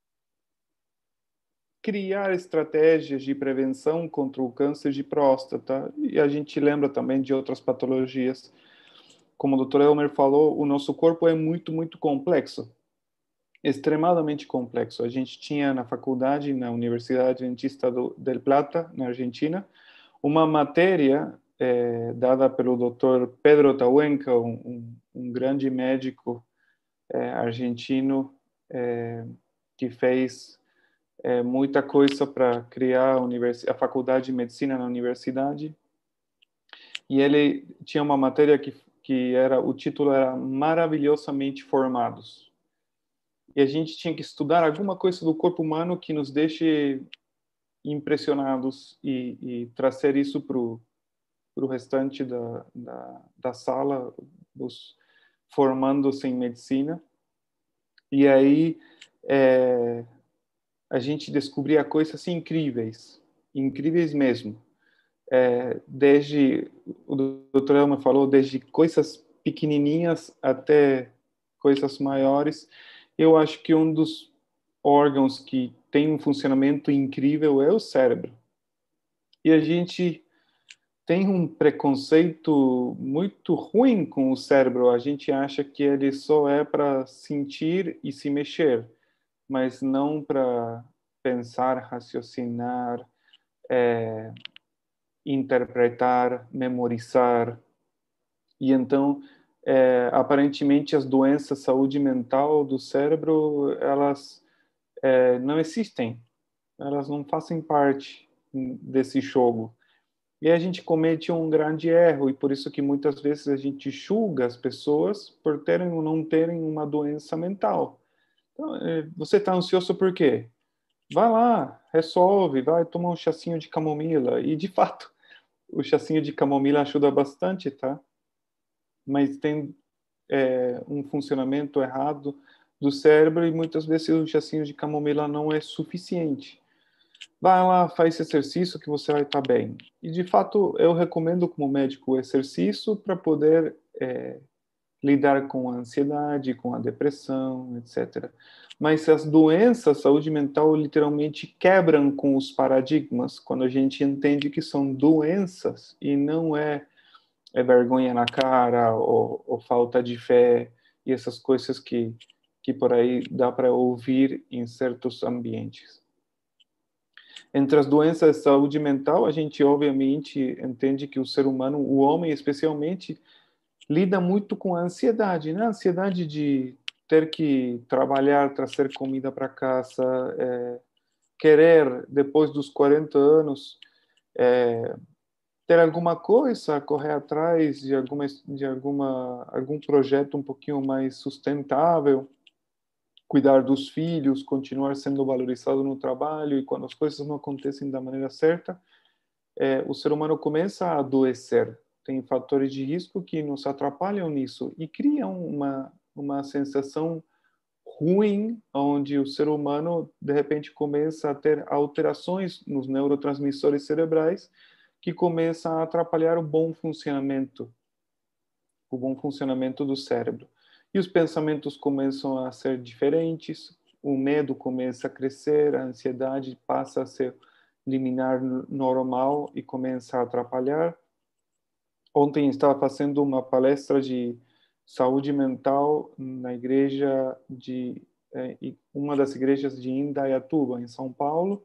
criar estratégias de prevenção contra o câncer de próstata, e a gente lembra também de outras patologias. Como o doutor Elmer falou, o nosso corpo é muito, muito complexo, extremadamente complexo. A gente tinha na faculdade, na Universidade Adventista do, del Plata, na Argentina, uma matéria é, dada pelo doutor Pedro Tahuenca, um, um, um grande médico é, argentino é, que fez é, muita coisa para criar a, univers... a faculdade de medicina na universidade. E ele tinha uma matéria que, que era, o título era Maravilhosamente Formados. E a gente tinha que estudar alguma coisa do corpo humano que nos deixe impressionados e, e trazer isso para o restante da, da, da sala, dos formandos em medicina. E aí é, a gente descobria coisas assim, incríveis, incríveis mesmo. É, desde, o doutor Elmer falou, desde coisas pequenininhas até coisas maiores. Eu acho que um dos órgãos que tem um funcionamento incrível é o cérebro. E a gente tem um preconceito muito ruim com o cérebro. A gente acha que ele só é para sentir e se mexer, mas não para pensar, raciocinar, é, interpretar, memorizar. E então, é, aparentemente, as doenças de saúde mental do cérebro, elas é, não existem. Elas não fazem parte desse jogo. E a gente comete um grande erro, e por isso que muitas vezes a gente julga as pessoas por terem ou não terem uma doença mental. Então, você está ansioso por quê? Vai lá, resolve, vai tomar um chazinho de camomila. E, de fato, o chazinho de camomila ajuda bastante, tá? Mas tem é, um funcionamento errado do cérebro e muitas vezes o chazinho de camomila não é suficiente. Vai lá, faz esse exercício que você vai estar bem. E, de fato, eu recomendo como médico o exercício para poder é, lidar com a ansiedade, com a depressão, etcétera. Mas as doenças, a saúde mental, literalmente quebram com os paradigmas quando a gente entende que são doenças e não é, é vergonha na cara ou, ou falta de fé e essas coisas que, que por aí dá para ouvir em certos ambientes. Entre as doenças de saúde mental, a gente obviamente entende que o ser humano, o homem especialmente, lida muito com a ansiedade, né? A ansiedade de ter que trabalhar, trazer comida para casa, é, querer, depois dos quarenta anos, é, ter alguma coisa, correr atrás de, alguma, de alguma, algum projeto um pouquinho mais sustentável, cuidar dos filhos, continuar sendo valorizado no trabalho, e quando as coisas não acontecem da maneira certa, é, o ser humano começa a adoecer. Tem fatores de risco que nos atrapalham nisso e criam uma, uma sensação ruim, onde o ser humano, de repente, começa a ter alterações nos neurotransmissores cerebrais que começam a atrapalhar o bom funcionamento, o bom funcionamento do cérebro. E os pensamentos começam a ser diferentes, o medo começa a crescer, a ansiedade passa a ser liminar normal e começa a atrapalhar. Ontem estava fazendo uma palestra de saúde mental na igreja de é, uma das igrejas de Indaiatuba, em São Paulo.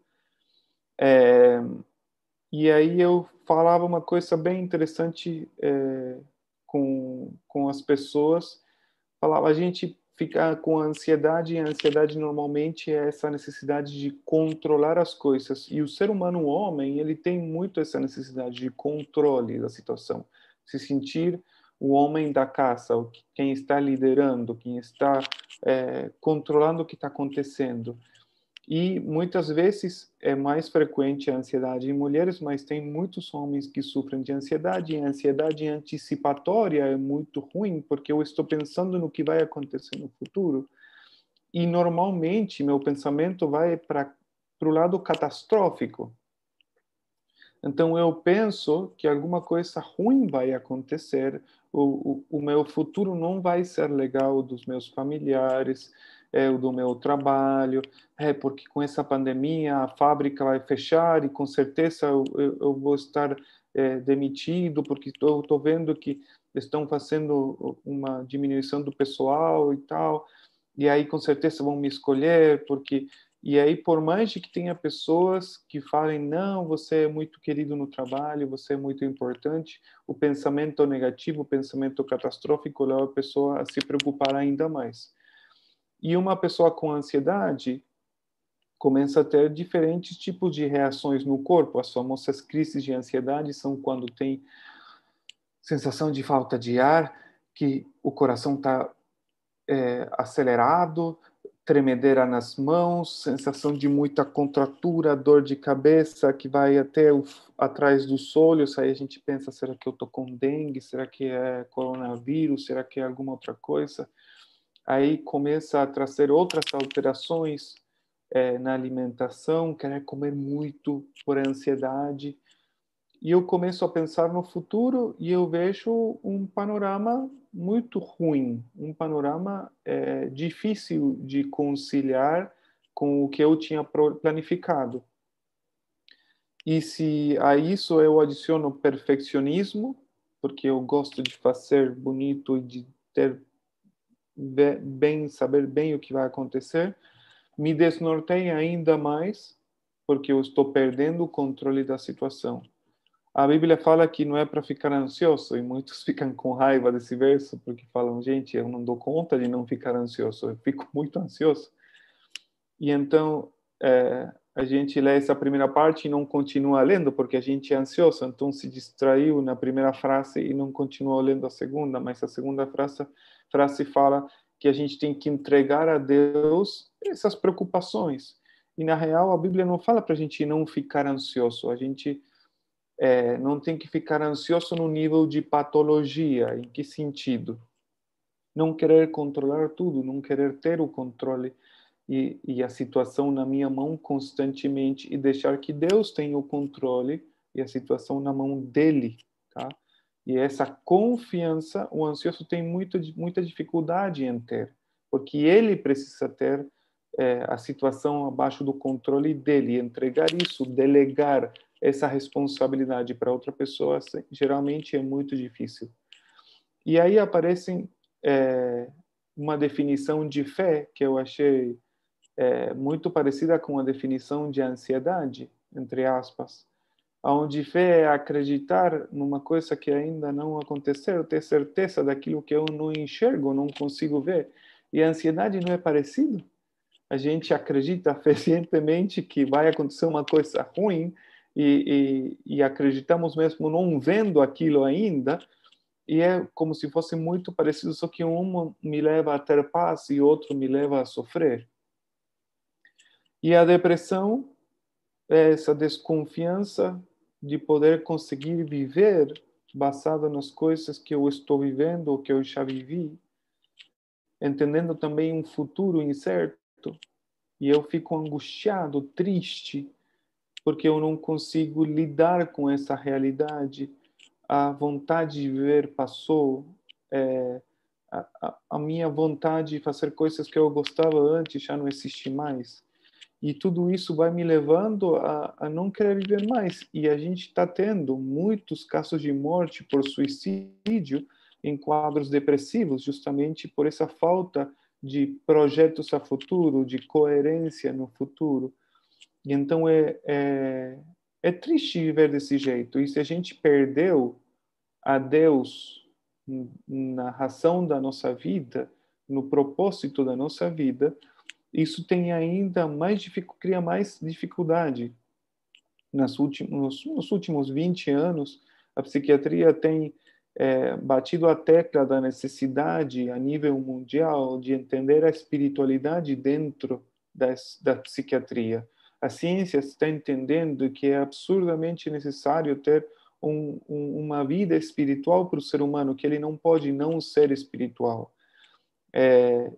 É, e aí eu falava uma coisa bem interessante é, com, com as pessoas. Falava, a gente fica com ansiedade, e a ansiedade normalmente é essa necessidade de controlar as coisas. E o ser humano, o homem, ele tem muito essa necessidade de controle da situação. Se sentir o homem da casa, quem está liderando, quem está é, controlando o que está acontecendo. E muitas vezes é mais frequente a ansiedade em mulheres, mas tem muitos homens que sofrem de ansiedade, e a ansiedade antecipatória é muito ruim, porque eu estou pensando no que vai acontecer no futuro, e normalmente meu pensamento vai para o lado catastrófico. Então eu penso que alguma coisa ruim vai acontecer, o, o, o meu futuro não vai ser legal, dos meus familiares, é, o do meu trabalho, é, porque com essa pandemia a fábrica vai fechar e com certeza eu, eu, eu vou estar é, demitido, porque estou vendo que estão fazendo uma diminuição do pessoal e tal, e aí com certeza vão me escolher, porque... E aí, por mais que tenha pessoas que falem, não, você é muito querido no trabalho, você é muito importante, o pensamento negativo, o pensamento catastrófico leva a pessoa a se preocupar ainda mais. E uma pessoa com ansiedade começa a ter diferentes tipos de reações no corpo. As famosas crises de ansiedade são quando tem sensação de falta de ar, que o coração está é, acelerado, tremedeira nas mãos, sensação de muita contratura, dor de cabeça que vai até o, atrás dos olhos. Aí a gente pensa, será que eu estou com dengue? Será que é coronavírus? Será que é alguma outra coisa? Aí começa a trazer outras alterações é, na alimentação, querer comer muito por ansiedade. E eu começo a pensar no futuro e eu vejo um panorama muito ruim, um panorama é, difícil de conciliar com o que eu tinha planificado. E se a isso eu adiciono perfeccionismo, porque eu gosto de fazer bonito e de ter bem, saber bem o que vai acontecer, me desnorteia ainda mais, porque eu estou perdendo o controle da situação. A Bíblia fala que não é para ficar ansioso, e muitos ficam com raiva desse verso, porque falam, gente, eu não dou conta de não ficar ansioso, eu fico muito ansioso. E então, é, a gente lê essa primeira parte e não continua lendo, porque a gente é ansioso, então se distraiu na primeira frase e não continuou lendo a segunda, mas a segunda frase, frase fala que a gente tem que entregar a Deus essas preocupações. E, na real, a Bíblia não fala para a gente não ficar ansioso, a gente... É, não tem que ficar ansioso no nível de patologia. Em que sentido? não querer controlar tudo, não querer ter o controle e, e a situação na minha mão constantemente e deixar que Deus tenha o controle e a situação na mão dele, tá? E essa confiança, o ansioso tem muito, muita dificuldade em ter, porque ele precisa ter é, a situação abaixo do controle dele, entregar isso, delegar essa responsabilidade para outra pessoa, geralmente é muito difícil. E aí aparece é, uma definição de fé que eu achei é, muito parecida com a definição de ansiedade, entre aspas, onde fé é acreditar numa coisa que ainda não aconteceu, ter certeza daquilo que eu não enxergo, não consigo ver. E a ansiedade não é parecido? A gente acredita fervientemente que vai acontecer uma coisa ruim e, e, e acreditamos mesmo não vendo aquilo ainda, e é como se fosse muito parecido, só que um me leva a ter paz e outro me leva a sofrer. E a depressão é essa desconfiança de poder conseguir viver baseada nas coisas que eu estou vivendo ou que eu já vivi, entendendo também um futuro incerto, e eu fico angustiado, triste, porque eu não consigo lidar com essa realidade. A vontade de viver passou, é, a, a minha vontade de fazer coisas que eu gostava antes já não existe mais. E tudo isso vai me levando a, a não querer viver mais. E a gente está tendo muitos casos de morte por suicídio em quadros depressivos, justamente por essa falta de projetos a futuro, de coerência no futuro. E então é, é, é triste viver desse jeito. E se a gente perdeu a Deus na razão da nossa vida, no propósito da nossa vida, isso tem ainda mais dific... cria mais dificuldade. Nas últimos, nos últimos vinte anos, a psiquiatria tem é, batido a tecla da necessidade a nível mundial de entender a espiritualidade dentro das, da psiquiatria. A ciência está entendendo que é absurdamente necessário ter um, um, uma vida espiritual para o ser humano, que ele não pode não ser espiritual. É,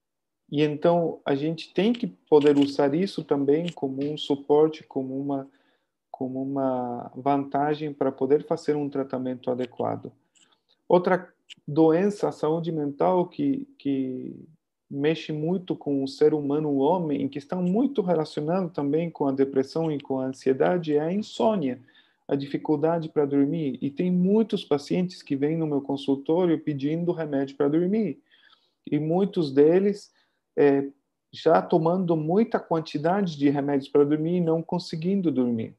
E então a gente tem que poder usar isso também como um suporte, como uma, como uma vantagem para poder fazer um tratamento adequado. Outra doença, a saúde mental, que, que mexe muito com o ser humano, o homem, e que está muito relacionado também com a depressão e com a ansiedade, é a insônia, a dificuldade para dormir. E tem muitos pacientes que vêm no meu consultório pedindo remédio para dormir. E muitos deles é, já tomando muita quantidade de remédios para dormir e não conseguindo dormir.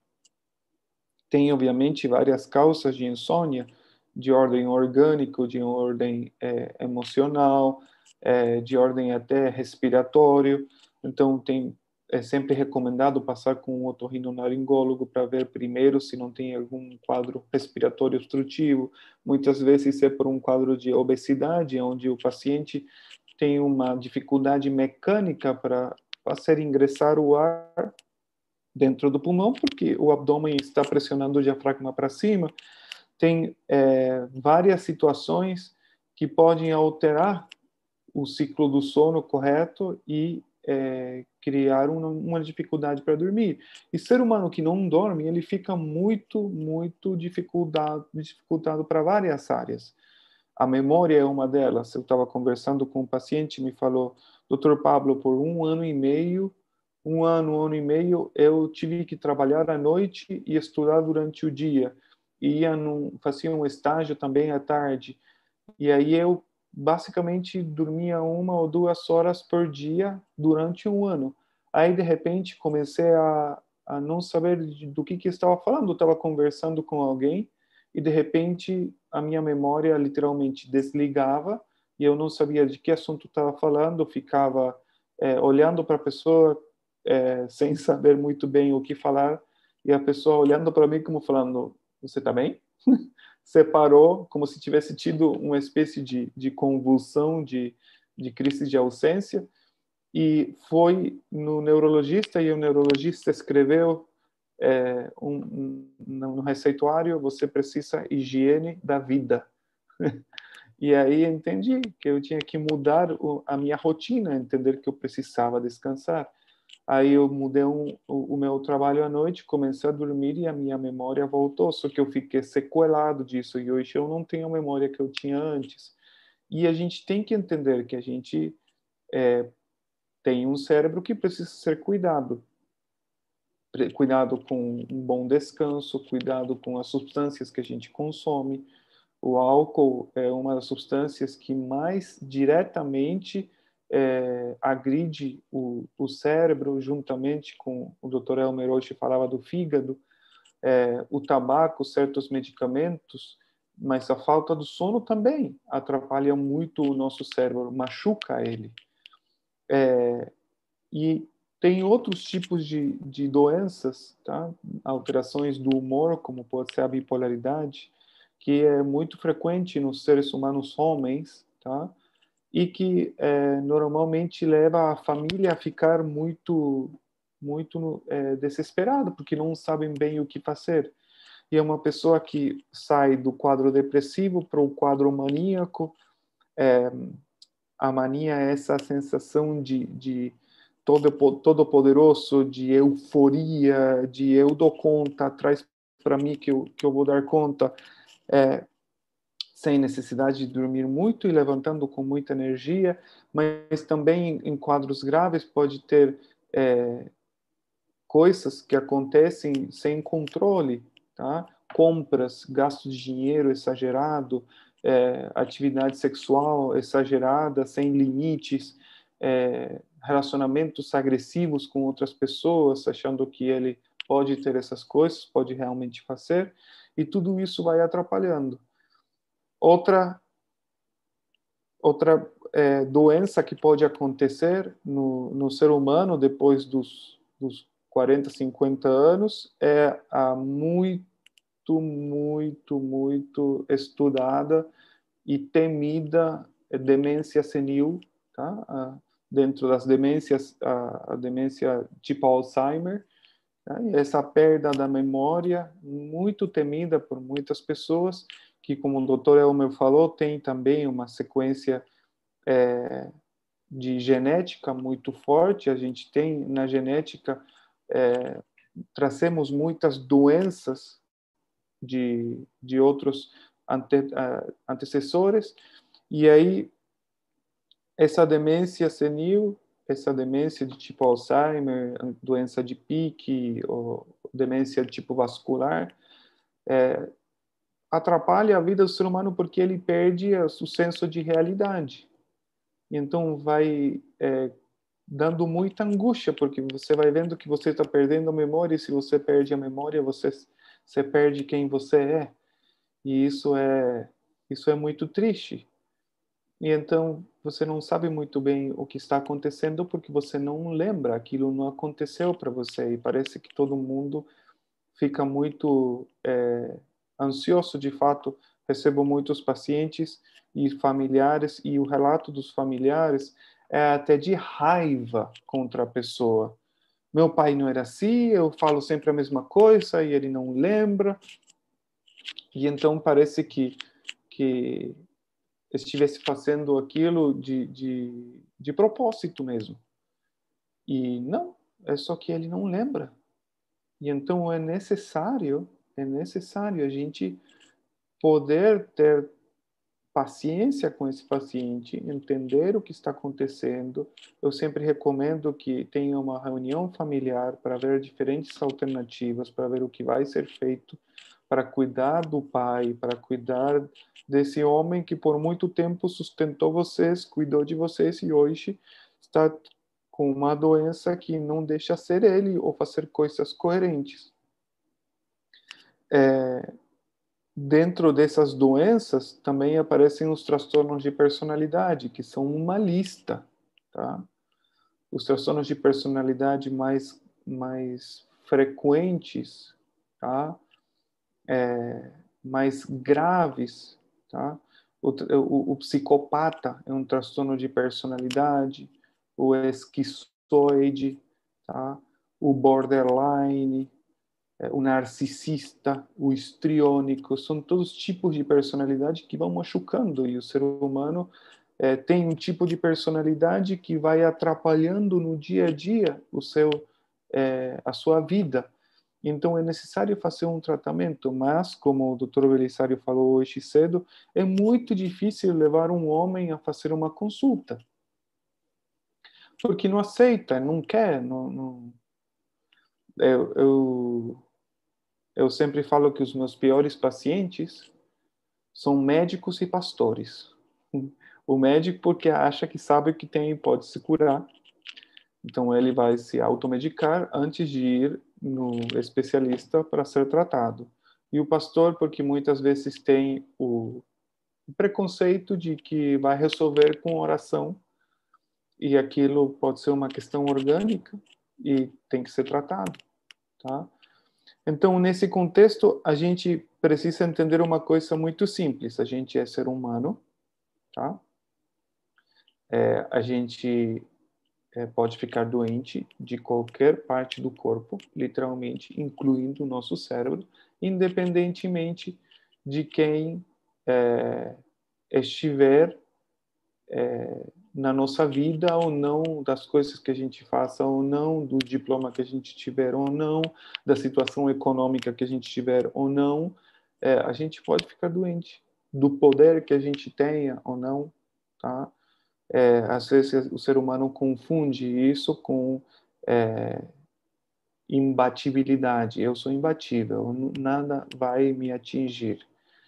Tem, obviamente, várias causas de insônia, de ordem orgânica, de ordem é, emocional, é, de ordem até respiratório. Então, tem, é sempre recomendado passar com um otorrinolaringólogo para ver primeiro se não tem algum quadro respiratório obstrutivo. Muitas vezes é por um quadro de obesidade, onde o paciente tem uma dificuldade mecânica para fazer ingressar o ar dentro do pulmão, porque o abdômen está pressionando o diafragma para cima. Tem é, várias situações que podem alterar o ciclo do sono correto e é, criar uma, uma dificuldade para dormir. E ser humano que não dorme, ele fica muito, muito dificultado, dificultado para várias áreas. A memória é uma delas. Eu estava conversando com um paciente, me falou, doutor Pablo, por um ano e meio, um ano, um ano e meio, eu tive que trabalhar à noite e estudar durante o dia. E ia num, fazia um estágio também à tarde. E aí eu basicamente dormia uma ou duas horas por dia durante um ano. Aí, de repente, comecei a, a não saber do que, que estava falando. Eu estava conversando com alguém e, de repente, a minha memória literalmente desligava e eu não sabia de que assunto estava falando. Eu ficava é, olhando para a pessoa é, sem saber muito bem o que falar e a pessoa olhando para mim como falando, você está bem? Separou, como se tivesse tido uma espécie de, de convulsão, de, de crise de ausência, e foi no neurologista, e o neurologista escreveu é, um, um, no receituário, você precisa higiene da vida. E aí entendi que eu tinha que mudar o, a minha rotina, entender que eu precisava descansar. Aí eu mudei um, o, o meu trabalho à noite, comecei a dormir e a minha memória voltou, só que eu fiquei sequelado disso e hoje eu não tenho a memória que eu tinha antes. E a gente tem que entender que a gente é, tem um cérebro que precisa ser cuidado. Cuidado com um bom descanso, cuidado com as substâncias que a gente consome. O álcool é uma das substâncias que mais diretamente é, agride o, o cérebro, juntamente com o doutor Elmer hoje falava do fígado, é, o tabaco, certos medicamentos, mas a falta do sono também atrapalha muito o nosso cérebro, machuca ele. É, e tem outros tipos de, de doenças, tá? Alterações do humor, como pode ser a bipolaridade, que é muito frequente nos seres humanos homens, tá? E que é, normalmente leva a família a ficar muito, muito é, desesperada, porque não sabem bem o que fazer. E é uma pessoa que sai do quadro depressivo para o quadro maníaco. É, a mania é essa sensação de, de todo, todo poderoso, de euforia, de eu dou conta, traz para mim que eu, que eu vou dar conta, é, sem necessidade de dormir muito e levantando com muita energia, mas também em quadros graves pode ter é, coisas que acontecem sem controle, tá? Compras, gasto de dinheiro exagerado, é, atividade sexual exagerada, sem limites, é, relacionamentos agressivos com outras pessoas, achando que ele pode ter essas coisas, pode realmente fazer, e tudo isso vai atrapalhando. Outra, outra é, doença que pode acontecer no, no ser humano depois dos, dos quarenta, cinquenta anos é a muito, muito, muito estudada e temida demência senil, tá? Ah, dentro das demências, a, a demência tipo Alzheimer, tá? E essa perda da memória, muito temida por muitas pessoas, que, como o doutor Elmer falou, tem também uma sequência é, de genética muito forte. A gente tem na genética, é, trazemos muitas doenças de, de outros ante, uh, antecessores, e aí essa demência senil, essa demência de tipo Alzheimer, doença de Pique, ou demência de tipo vascular, é, atrapalha a vida do ser humano porque ele perde o senso de realidade. Então vai é, dando muita angústia, porque você vai vendo que você está perdendo a memória, e se você perde a memória, você, você perde quem você é. E isso é, isso é muito triste. E então você não sabe muito bem o que está acontecendo porque você não lembra, aquilo não aconteceu para você. E parece que todo mundo fica muito é, ansioso, de fato. Recebo muitos pacientes e familiares, e o relato dos familiares é até de raiva contra a pessoa. Meu pai não era assim, eu falo sempre a mesma coisa e ele não lembra. E então parece que, que estivesse fazendo aquilo de, de, de propósito mesmo. E não, é só que ele não lembra. E então é necessário, é necessário a gente poder ter paciência com esse paciente, entender o que está acontecendo. Eu sempre recomendo que tenha uma reunião familiar para ver diferentes alternativas, para ver o que vai ser feito, para cuidar do pai, para cuidar desse homem que por muito tempo sustentou vocês, cuidou de vocês e hoje está com uma doença que não deixa ser ele ou fazer coisas coerentes. É, dentro dessas doenças também aparecem os transtornos de personalidade, que são uma lista, tá? Os transtornos de personalidade mais, mais frequentes, tá? É, mais graves, tá? O, o, o psicopata é um transtorno de personalidade, o esquizoide, tá? O borderline, o narcisista, o histriônico, são todos tipos de personalidade que vão machucando, e o ser humano é, tem um tipo de personalidade que vai atrapalhando no dia a dia o seu, é, a sua vida. Então é necessário fazer um tratamento, mas, como o doutor Belisário falou hoje cedo, é muito difícil levar um homem a fazer uma consulta, porque não aceita, não quer, não... não... Eu, eu Eu sempre falo que os meus piores pacientes são médicos e pastores. O médico porque acha que sabe o que tem e pode se curar. Então ele vai se automedicar antes de ir no especialista para ser tratado. E o pastor porque muitas vezes tem o preconceito de que vai resolver com oração, e aquilo pode ser uma questão orgânica e tem que ser tratado, tá? Então, nesse contexto, a gente precisa entender uma coisa muito simples. A gente é ser humano, tá? É, a gente é, pode ficar doente de qualquer parte do corpo, literalmente, incluindo o nosso cérebro, independentemente de quem é, estiver é, na nossa vida ou não, das coisas que a gente faça ou não, do diploma que a gente tiver ou não, da situação econômica que a gente tiver ou não, é, a gente pode ficar doente, do poder que a gente tenha ou não, tá? É, às vezes o ser humano confunde isso com é, imbatibilidade. Eu sou imbatível, nada vai me atingir.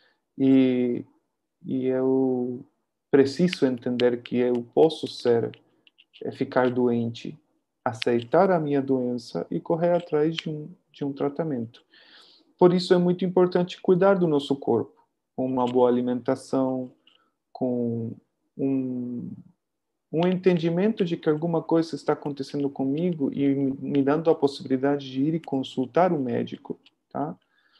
E, e eu preciso entender que eu posso ser, é, ficar doente, aceitar a minha doença e correr atrás de um, de um tratamento. Por isso é muito importante cuidar do nosso corpo, com uma boa alimentação, com um, um entendimento de que alguma coisa está acontecendo comigo e me dando a possibilidade de ir e consultar o médico, tá?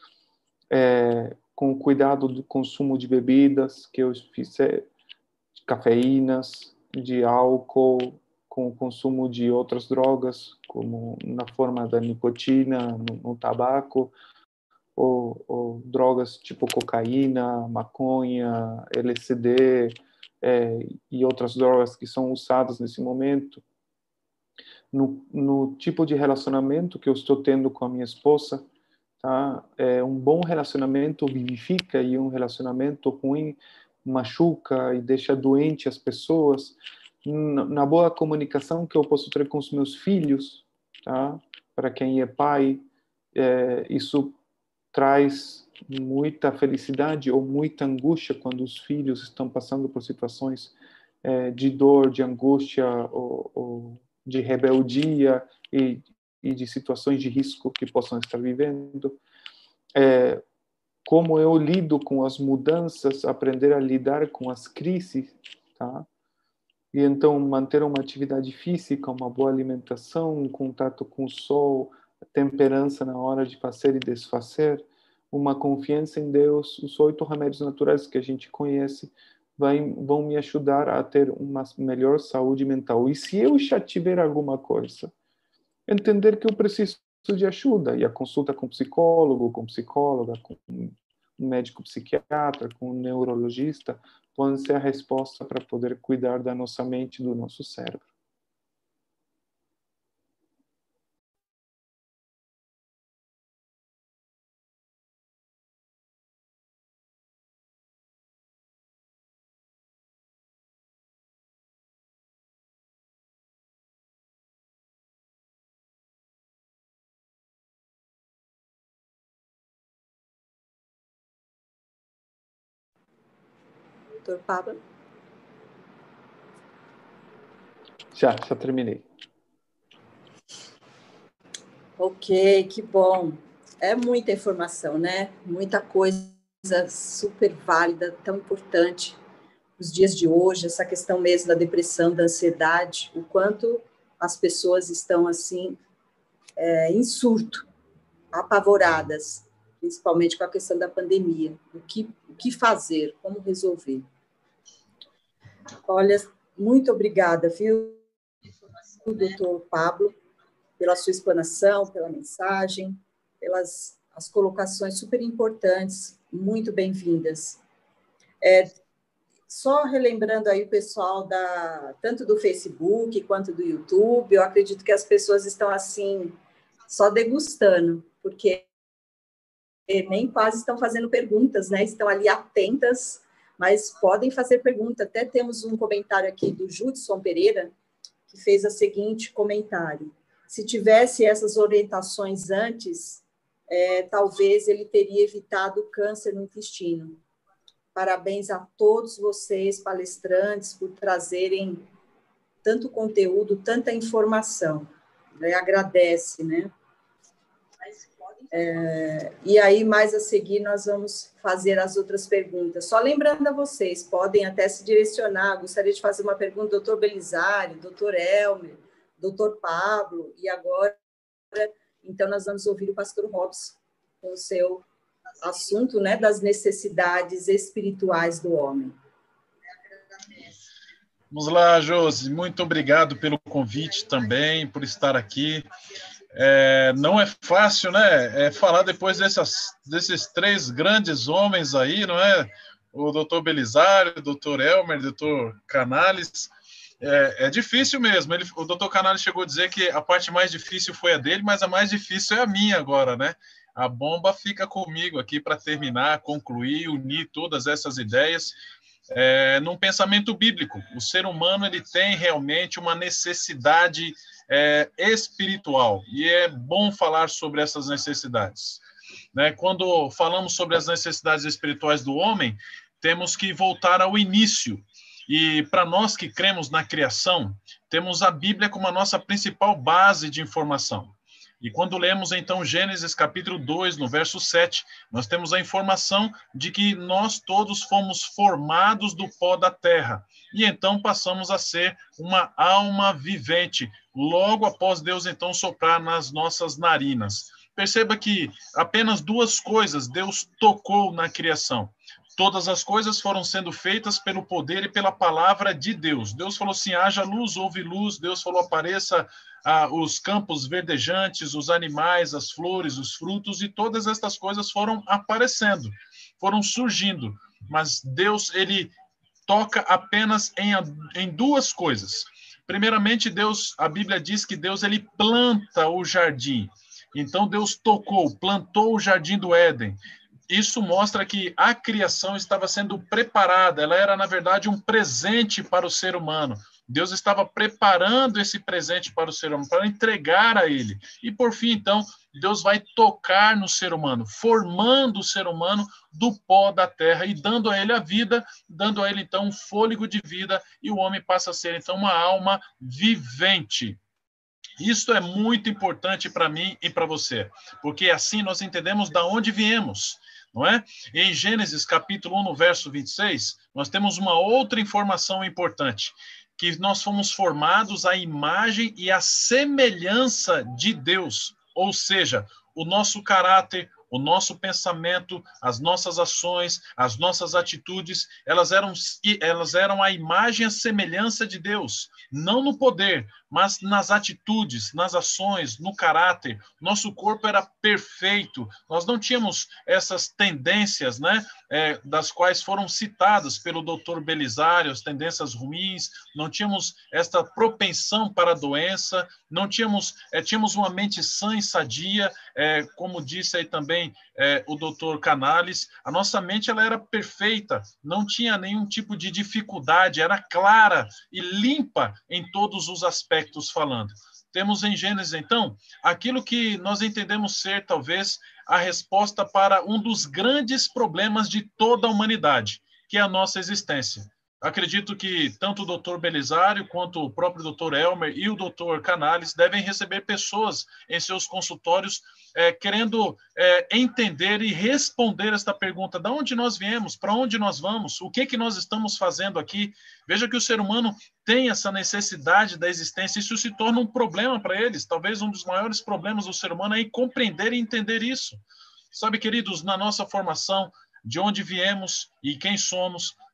É, com cuidado do consumo de bebidas, que eu fiz, de cafeínas, de álcool, com o consumo de outras drogas, como na forma da nicotina, no, no tabaco, ou, ou drogas tipo cocaína, maconha, L S D, é, e outras drogas que são usadas nesse momento. No, no tipo de relacionamento que eu estou tendo com a minha esposa, tá? É, um bom relacionamento vivifica, e um relacionamento ruim machuca e deixa doente as pessoas. Na, na boa comunicação que eu posso ter com os meus filhos, tá? Para quem é pai, é, isso traz muita felicidade ou muita angústia quando os filhos estão passando por situações é, de dor, de angústia ou, ou de rebeldia e, e de situações de risco que possam estar vivendo. É, como eu lido com as mudanças, aprender a lidar com as crises, tá? E então manter uma atividade física, uma boa alimentação, um contato com o sol, temperança na hora de fazer e desfazer, uma confiança em Deus, os oito remédios naturais que a gente conhece vai, vão me ajudar a ter uma melhor saúde mental. E se eu já tiver alguma coisa, entender que eu preciso de ajuda, e a consulta com psicólogo, com psicóloga, com um médico psiquiatra, com um neurologista, pode ser a resposta para poder cuidar da nossa mente e do nosso cérebro. doutor Pablo? Já, já terminei. Ok, que bom. É muita informação, né? Muita coisa super válida, tão importante nos dias de hoje, essa questão mesmo da depressão, da ansiedade, o quanto as pessoas estão, assim, é, em surto, apavoradas, principalmente com a questão da pandemia. O que, o que fazer, como resolver. Olha, muito obrigada, viu, doutor Pablo, pela sua explanação, pela mensagem. pelas as colocações super importantes, muito bem-vindas. É, só relembrando aí o pessoal da, tanto do Facebook quanto do YouTube, eu acredito que as pessoas estão assim, só degustando, porque nem quase estão fazendo perguntas, né? Estão ali atentas, mas podem fazer pergunta. Até temos um comentário aqui do Judson Pereira, que fez o seguinte comentário: se tivesse essas orientações antes, é, talvez ele teria evitado o câncer no intestino. Parabéns a todos vocês, palestrantes, por trazerem tanto conteúdo, tanta informação. Né? Agradece, né? É, e aí, mais a seguir, nós vamos fazer as outras perguntas. Só lembrando a vocês, podem até se direcionar. Gostaria de fazer uma pergunta ao doutor Belisário, doutor Elmer, doutor Pablo, e agora, então, nós vamos ouvir o pastor Robson com o seu assunto, né, das necessidades espirituais do homem. Vamos lá, Josi. Muito obrigado pelo convite também, por estar aqui. É, não é fácil, né? É falar depois dessas, desses três grandes homens aí, não é? O doutor Belisário, o doutor Elmer, o doutor Canales. É, é difícil mesmo. Ele, o doutor Canales chegou a dizer que a parte mais difícil foi a dele, mas a mais difícil é a minha agora, né? A bomba fica comigo aqui para terminar, concluir, unir todas essas ideias. É, num pensamento bíblico, o ser humano ele tem realmente uma necessidade é, espiritual, e é bom falar sobre essas necessidades. Né? Quando falamos sobre as necessidades espirituais do homem, temos que voltar ao início, e para nós que cremos na criação, temos a Bíblia como a nossa principal base de informação. E quando lemos, então, Gênesis capítulo dois, no verso sete, nós temos a informação de que nós todos fomos formados do pó da terra. E então passamos a ser uma alma vivente, logo após Deus, então, soprar nas nossas narinas. Perceba que apenas duas coisas Deus tocou na criação. Todas as coisas foram sendo feitas pelo poder e pela palavra de Deus. Deus falou assim, haja luz, houve luz. Deus falou, apareça ah, os campos verdejantes, os animais, as flores, os frutos, e todas estas coisas foram aparecendo, foram surgindo. Mas Deus, ele toca apenas em, em duas coisas. Primeiramente, Deus, a Bíblia diz que Deus, ele planta o jardim. Então, Deus tocou, plantou o jardim do Éden. Isso mostra que a criação estava sendo preparada, ela era, na verdade, um presente para o ser humano. Deus estava preparando esse presente para o ser humano, para entregar a ele. E, por fim, então, Deus vai tocar no ser humano, formando o ser humano do pó da terra e dando a ele a vida, dando a ele, então, um fôlego de vida, e o homem passa a ser, então, uma alma vivente. Isso é muito importante para mim e para você, porque assim nós entendemos de onde viemos. Não é? Em Gênesis capítulo um, no verso vinte e seis, nós temos uma outra informação importante, que nós fomos formados à imagem e à semelhança de Deus, ou seja, o nosso caráter, o nosso pensamento, as nossas ações, as nossas atitudes, elas eram, elas eram a imagem e a semelhança de Deus, não no poder, mas nas atitudes, nas ações, no caráter. Nosso corpo era perfeito, nós não tínhamos essas tendências, né, é, das quais foram citadas pelo doutor Belisário, as tendências ruins, não tínhamos esta propensão para a doença, não tínhamos, é, tínhamos uma mente sã e sadia, é, como disse aí também é, o doutor Canales, a nossa mente ela era perfeita, não tinha nenhum tipo de dificuldade, era clara e limpa em todos os aspectos falando. Temos em Gênesis, então, aquilo que nós entendemos ser, talvez, a resposta para um dos grandes problemas de toda a humanidade, que é a nossa existência. Acredito que tanto o doutor Belisário quanto o próprio doutor Elmer e o doutor Canales devem receber pessoas em seus consultórios é, querendo é, entender e responder esta pergunta: de onde nós viemos, para onde nós vamos, o que, que nós estamos fazendo aqui. Veja que o ser humano tem essa necessidade da existência, isso se torna um problema para eles. Talvez um dos maiores problemas do ser humano é em compreender e entender isso. Sabe, queridos, na nossa formação, de onde viemos e quem somos,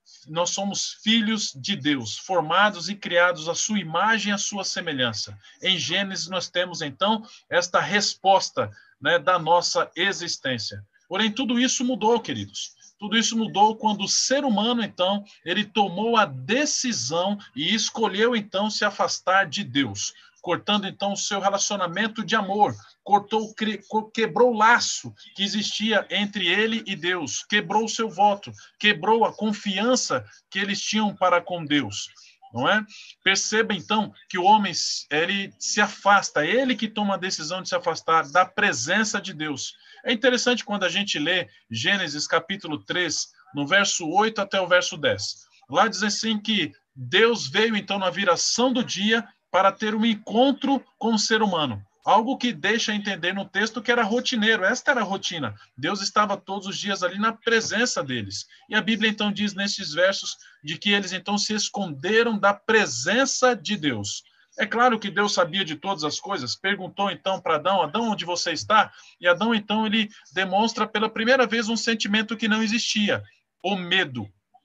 nós somos filhos de Deus, formados e criados à sua imagem e à sua semelhança. Em Gênesis nós temos, então, esta resposta, né, da nossa existência. Porém, tudo isso mudou, queridos. Tudo isso mudou quando o ser humano, então, ele tomou a decisão e escolheu, então, se afastar de Deus, cortando, então, o seu relacionamento de amor, cortou, quebrou o laço que existia entre ele e Deus, quebrou o seu voto, quebrou a confiança que eles tinham para com Deus. Não é? Perceba, então, que o homem ele se afasta, é ele que toma a decisão de se afastar da presença de Deus. É interessante quando a gente lê Gênesis capítulo três, no verso oito até o verso dez. Lá diz assim que Deus veio, então, na viração do dia para ter um encontro com o ser humano. Algo que deixa entender no texto que era rotineiro. Esta era a rotina. Deus estava todos os dias ali na presença deles. E a Bíblia, então, diz nesses versos de que eles, então, se esconderam da presença de Deus. É claro que Deus sabia de todas as coisas. Perguntou, então, para Adão, Adão, onde você está? E Adão, então, ele demonstra pela primeira vez um sentimento que não existia, o medo.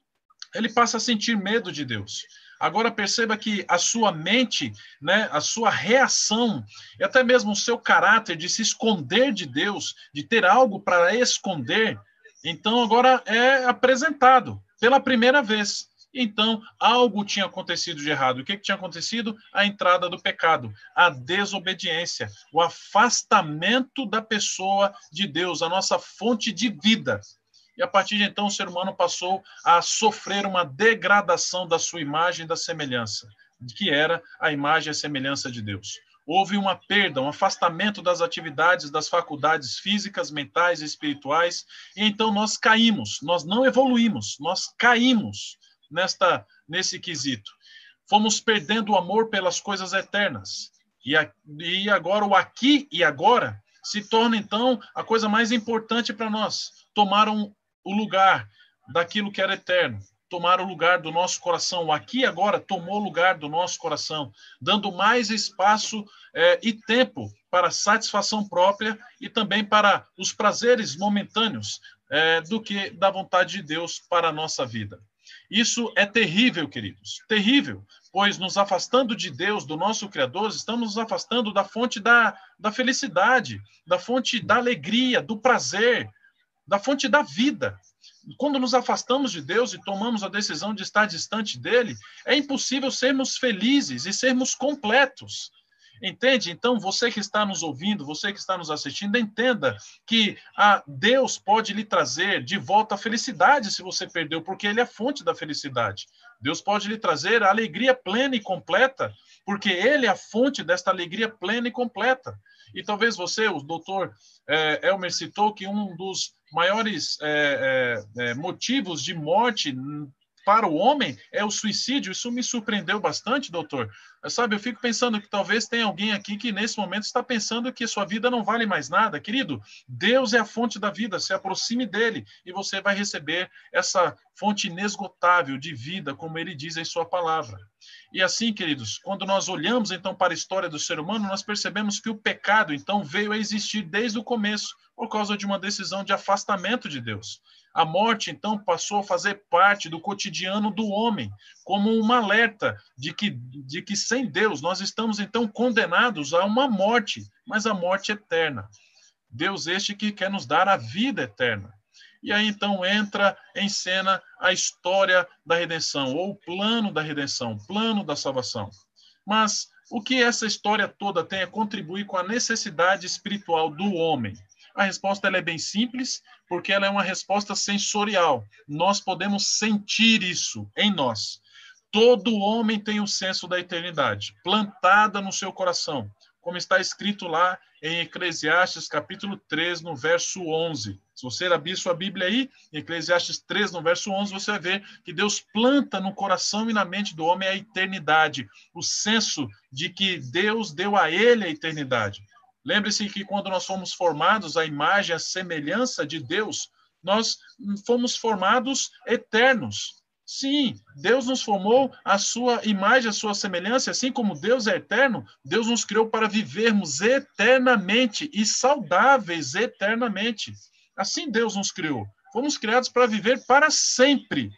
Ele passa a sentir medo de Deus. Agora perceba que a sua mente, né, a sua reação, e até mesmo o seu caráter de se esconder de Deus, de ter algo para esconder, então agora é apresentado pela primeira vez. Então, algo tinha acontecido de errado. O que, que tinha acontecido? A entrada do pecado, a desobediência, o afastamento da pessoa de Deus, a nossa fonte de vida. E a partir de então o ser humano passou a sofrer uma degradação da sua imagem e da semelhança, que era a imagem e a semelhança de Deus. Houve uma perda, um afastamento das atividades, das faculdades físicas, mentais e espirituais, e então nós caímos, nós não evoluímos, nós caímos nesta, nesse quesito. Fomos perdendo o amor pelas coisas eternas. E, a, e agora o aqui e agora se torna então a coisa mais importante para nós. Tomaram o lugar daquilo que era eterno, tomar o lugar do nosso coração. O aqui e agora tomou o lugar do nosso coração, dando mais espaço eh, e tempo para a satisfação própria e também para os prazeres momentâneos eh, do que da vontade de Deus para a nossa vida. Isso é terrível, queridos, terrível, pois nos afastando de Deus, do nosso Criador, estamos nos afastando da fonte da, da felicidade, da fonte da alegria, do prazer, da fonte da vida. Quando nos afastamos de Deus e tomamos a decisão de estar distante dele, é impossível sermos felizes e sermos completos. Entende? Então, você que está nos ouvindo, você que está nos assistindo, entenda que a Deus pode lhe trazer de volta a felicidade se você perdeu, porque ele é a fonte da felicidade. Deus pode lhe trazer a alegria plena e completa, porque ele é a fonte desta alegria plena e completa. E talvez você, o doutor é, Elmer citou que um dos maiores é, é, motivos de morte para o homem é o suicídio. Isso me surpreendeu bastante, doutor. Sabe, eu fico pensando que talvez tenha alguém aqui que nesse momento está pensando que sua vida não vale mais nada. Querido, Deus é a fonte da vida, se aproxime dele e você vai receber essa fonte inesgotável de vida, como ele diz em sua palavra. E assim, queridos, quando nós olhamos então para a história do ser humano, nós percebemos que o pecado então veio a existir desde o começo, por causa de uma decisão de afastamento de Deus. A morte, então, passou a fazer parte do cotidiano do homem, como um alerta de que, de que sem Deus nós estamos, então, condenados a uma morte, mas a morte eterna. Deus este que quer nos dar a vida eterna. E aí, então, entra em cena a história da redenção, ou o plano da redenção, o plano da salvação. Mas o que essa história toda tem a contribuir com a necessidade espiritual do homem? A resposta ela é bem simples, porque ela é uma resposta sensorial. Nós podemos sentir isso em nós. Todo homem tem o senso da eternidade, plantada no seu coração, como está escrito lá em Eclesiastes, capítulo três, no verso onze. Se você abrir sua Bíblia aí, em Eclesiastes três, no verso onze, você vai ver que Deus planta no coração e na mente do homem a eternidade, o senso de que Deus deu a ele a eternidade. Lembre-se que quando nós fomos formados à imagem, à semelhança de Deus, nós fomos formados eternos. Sim, Deus nos formou à sua imagem, à sua semelhança, assim como Deus é eterno, Deus nos criou para vivermos eternamente e saudáveis eternamente. Assim Deus nos criou. Fomos criados para viver para sempre.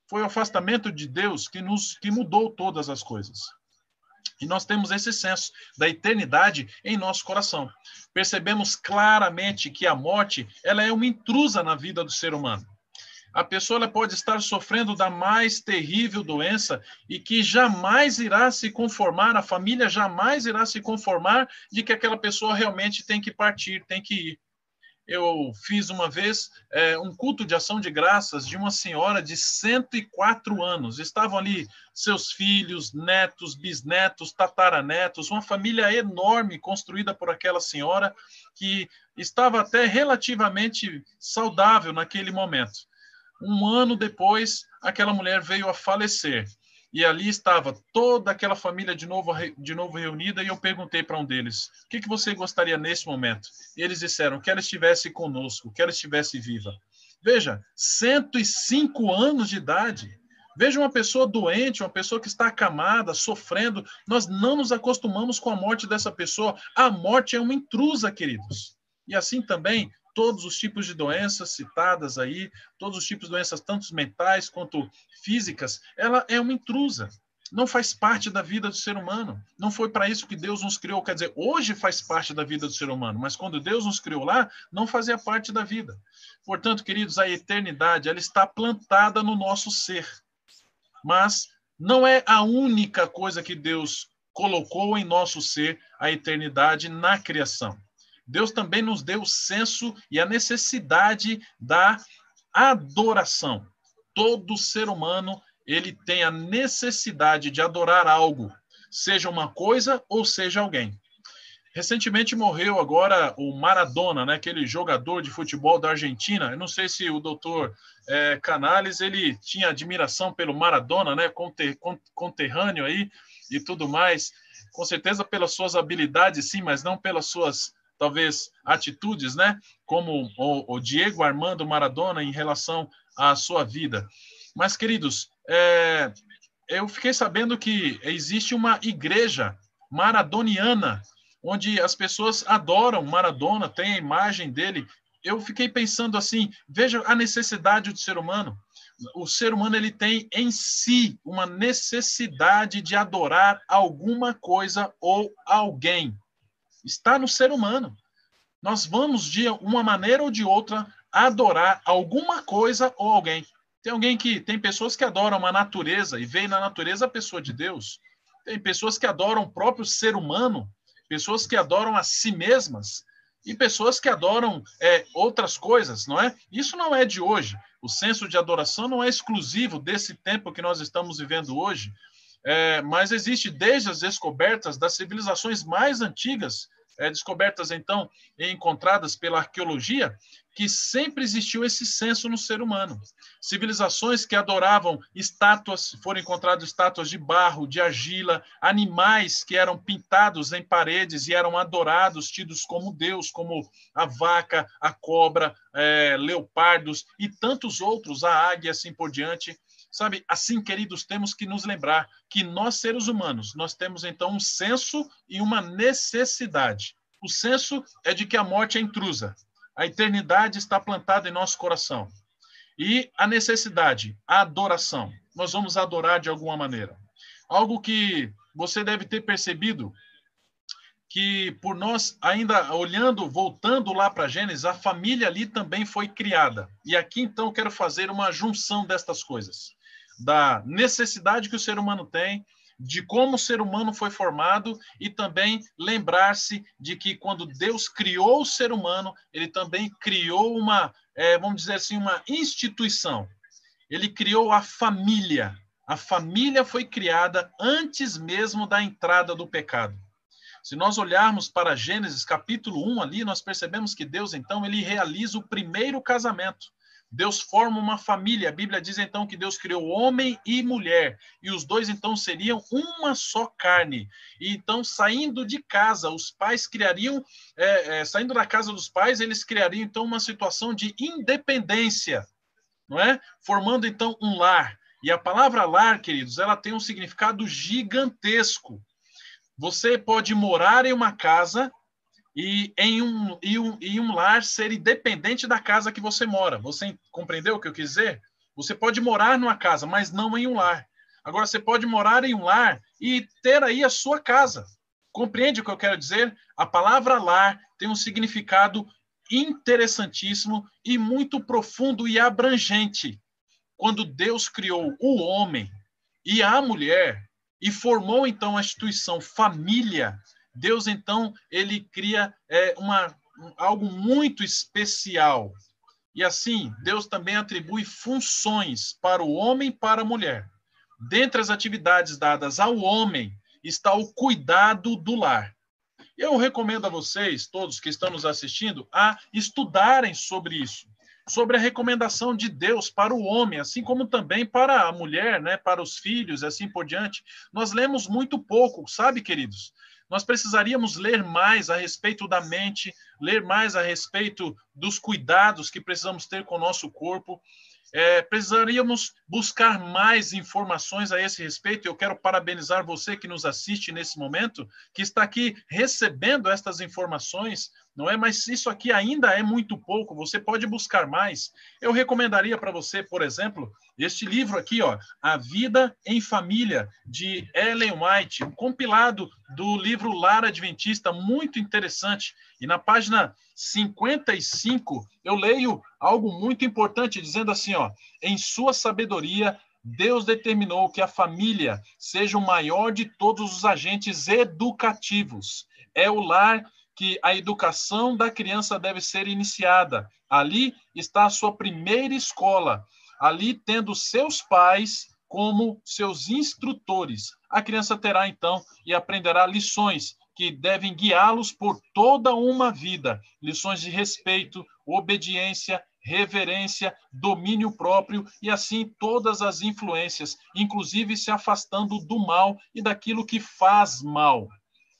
Foi o afastamento de Deus que nos que mudou todas as coisas. E nós temos esse senso da eternidade em nosso coração. Percebemos claramente que a morte, ela é uma intrusa na vida do ser humano. A pessoa ela pode estar sofrendo da mais terrível doença e que jamais irá se conformar, a família jamais irá se conformar de que aquela pessoa realmente tem que partir, tem que ir. Eu fiz uma vez é, um culto de ação de graças de uma senhora de cento e quatro anos. Estavam ali seus filhos, netos, bisnetos, tataranetos, uma família enorme construída por aquela senhora que estava até relativamente saudável naquele momento. Um ano depois, aquela mulher veio a falecer. E ali estava toda aquela família de novo, de novo reunida, e eu perguntei para um deles, o que, que você gostaria nesse momento? E eles disseram que ela estivesse conosco, que ela estivesse viva. Veja, cento e cinco anos de idade. Veja uma pessoa doente, uma pessoa que está acamada, sofrendo. Nós não nos acostumamos com a morte dessa pessoa. A morte é uma intrusa, queridos. E assim também, todos os tipos de doenças citadas aí, todos os tipos de doenças, tanto mentais quanto físicas, ela é uma intrusa. Não faz parte da vida do ser humano. Não foi para isso que Deus nos criou. Quer dizer, hoje faz parte da vida do ser humano, mas quando Deus nos criou lá, não fazia parte da vida. Portanto, queridos, a eternidade, ela está plantada no nosso ser. Mas não é a única coisa que Deus colocou em nosso ser, a eternidade na criação. Deus também nos deu o senso e a necessidade da adoração. Todo ser humano, ele tem a necessidade de adorar algo, seja uma coisa ou seja alguém. Recentemente morreu agora o Maradona, né, aquele jogador de futebol da Argentina. Eu não sei se o doutor é, Canales, ele tinha admiração pelo Maradona, né, conter, conterrâneo aí e tudo mais. Com certeza pelas suas habilidades, sim, mas não pelas suas talvez atitudes, né? Como o, o Diego Armando Maradona em relação à sua vida. Mas, queridos, é, eu fiquei sabendo que existe uma igreja maradoniana, onde as pessoas adoram Maradona, tem a imagem dele. Eu fiquei pensando assim, veja a necessidade do ser humano. O ser humano ele tem em si uma necessidade de adorar alguma coisa ou alguém. Está no ser humano. Nós vamos, de uma maneira ou de outra, adorar alguma coisa ou alguém. Tem alguém que tem pessoas que adoram a natureza e veem na natureza a pessoa de Deus. Tem pessoas que adoram o próprio ser humano, pessoas que adoram a si mesmas e pessoas que adoram é, outras coisas, não é? Isso não é de hoje. O senso de adoração não é exclusivo desse tempo que nós estamos vivendo hoje, é, mas existe desde as descobertas das civilizações mais antigas, É, descobertas, então, e encontradas pela arqueologia, que sempre existiu esse senso no ser humano. Civilizações que adoravam estátuas, foram encontradas estátuas de barro, de argila, animais que eram pintados em paredes e eram adorados, tidos como Deus, como a vaca, a cobra, é, leopardos e tantos outros, a águia, assim por diante. Sabe, assim, queridos, temos que nos lembrar que nós, seres humanos, nós temos, então, um senso e uma necessidade. O senso é de que a morte é intrusa. A eternidade está plantada em nosso coração. E a necessidade, a adoração. Nós vamos adorar de alguma maneira. Algo que você deve ter percebido, que por nós, ainda olhando, voltando lá para Gênesis, a família ali também foi criada. E aqui, então, eu quero fazer uma junção destas coisas. Da necessidade que o ser humano tem, de como o ser humano foi formado e também lembrar-se de que quando Deus criou o ser humano, ele também criou uma, é, vamos dizer assim, uma instituição. Ele criou a família. A família foi criada antes mesmo da entrada do pecado. Se nós olharmos para Gênesis capítulo um ali, nós percebemos que Deus, então, ele realiza o primeiro casamento. Deus forma uma família. A Bíblia diz, então, que Deus criou homem e mulher. E os dois, então, seriam uma só carne. E, então, saindo de casa, os pais criariam, é, é, saindo da casa dos pais, eles criariam, então, uma situação de independência, não é? Formando, então, um lar. E a palavra lar, queridos, ela tem um significado gigantesco. Você pode morar em uma casa e em um, em um, em um lar ser independente da casa que você mora. Você compreendeu o que eu quis dizer? Você pode morar numa casa, mas não em um lar. Agora, você pode morar em um lar e ter aí a sua casa. Compreende o que eu quero dizer? A palavra lar tem um significado interessantíssimo e muito profundo e abrangente. Quando Deus criou o homem e a mulher e formou, então, a instituição família, Deus, então, ele cria é, uma, algo muito especial. E assim, Deus também atribui funções para o homem e para a mulher. Dentre as atividades dadas ao homem está o cuidado do lar. Eu recomendo a vocês, todos que estão nos assistindo, a estudarem sobre isso, sobre a recomendação de Deus para o homem, assim como também para a mulher, né, para os filhos, assim por diante. Nós lemos muito pouco, sabe, queridos? Nós precisaríamos ler mais a respeito da mente, ler mais a respeito dos cuidados que precisamos ter com o nosso corpo. É, precisaríamos buscar mais informações a esse respeito. Eu quero parabenizar você que nos assiste nesse momento, que está aqui recebendo estas informações, não é? Mas isso aqui ainda é muito pouco, você pode buscar mais. Eu recomendaria para você, por exemplo, este livro aqui, ó, A Vida em Família, de Ellen White, um compilado do livro Lar Adventista, muito interessante. E na página cinquenta e cinco, eu leio algo muito importante, dizendo assim, ó, em sua sabedoria, Deus determinou que a família seja o maior de todos os agentes educativos. É o lar que a educação da criança deve ser iniciada. Ali está a sua primeira escola. Ali, tendo seus pais como seus instrutores. A criança terá, então, e aprenderá lições que devem guiá-los por toda uma vida. Lições de respeito, obediência, reverência, domínio próprio e assim todas as influências, inclusive se afastando do mal e daquilo que faz mal.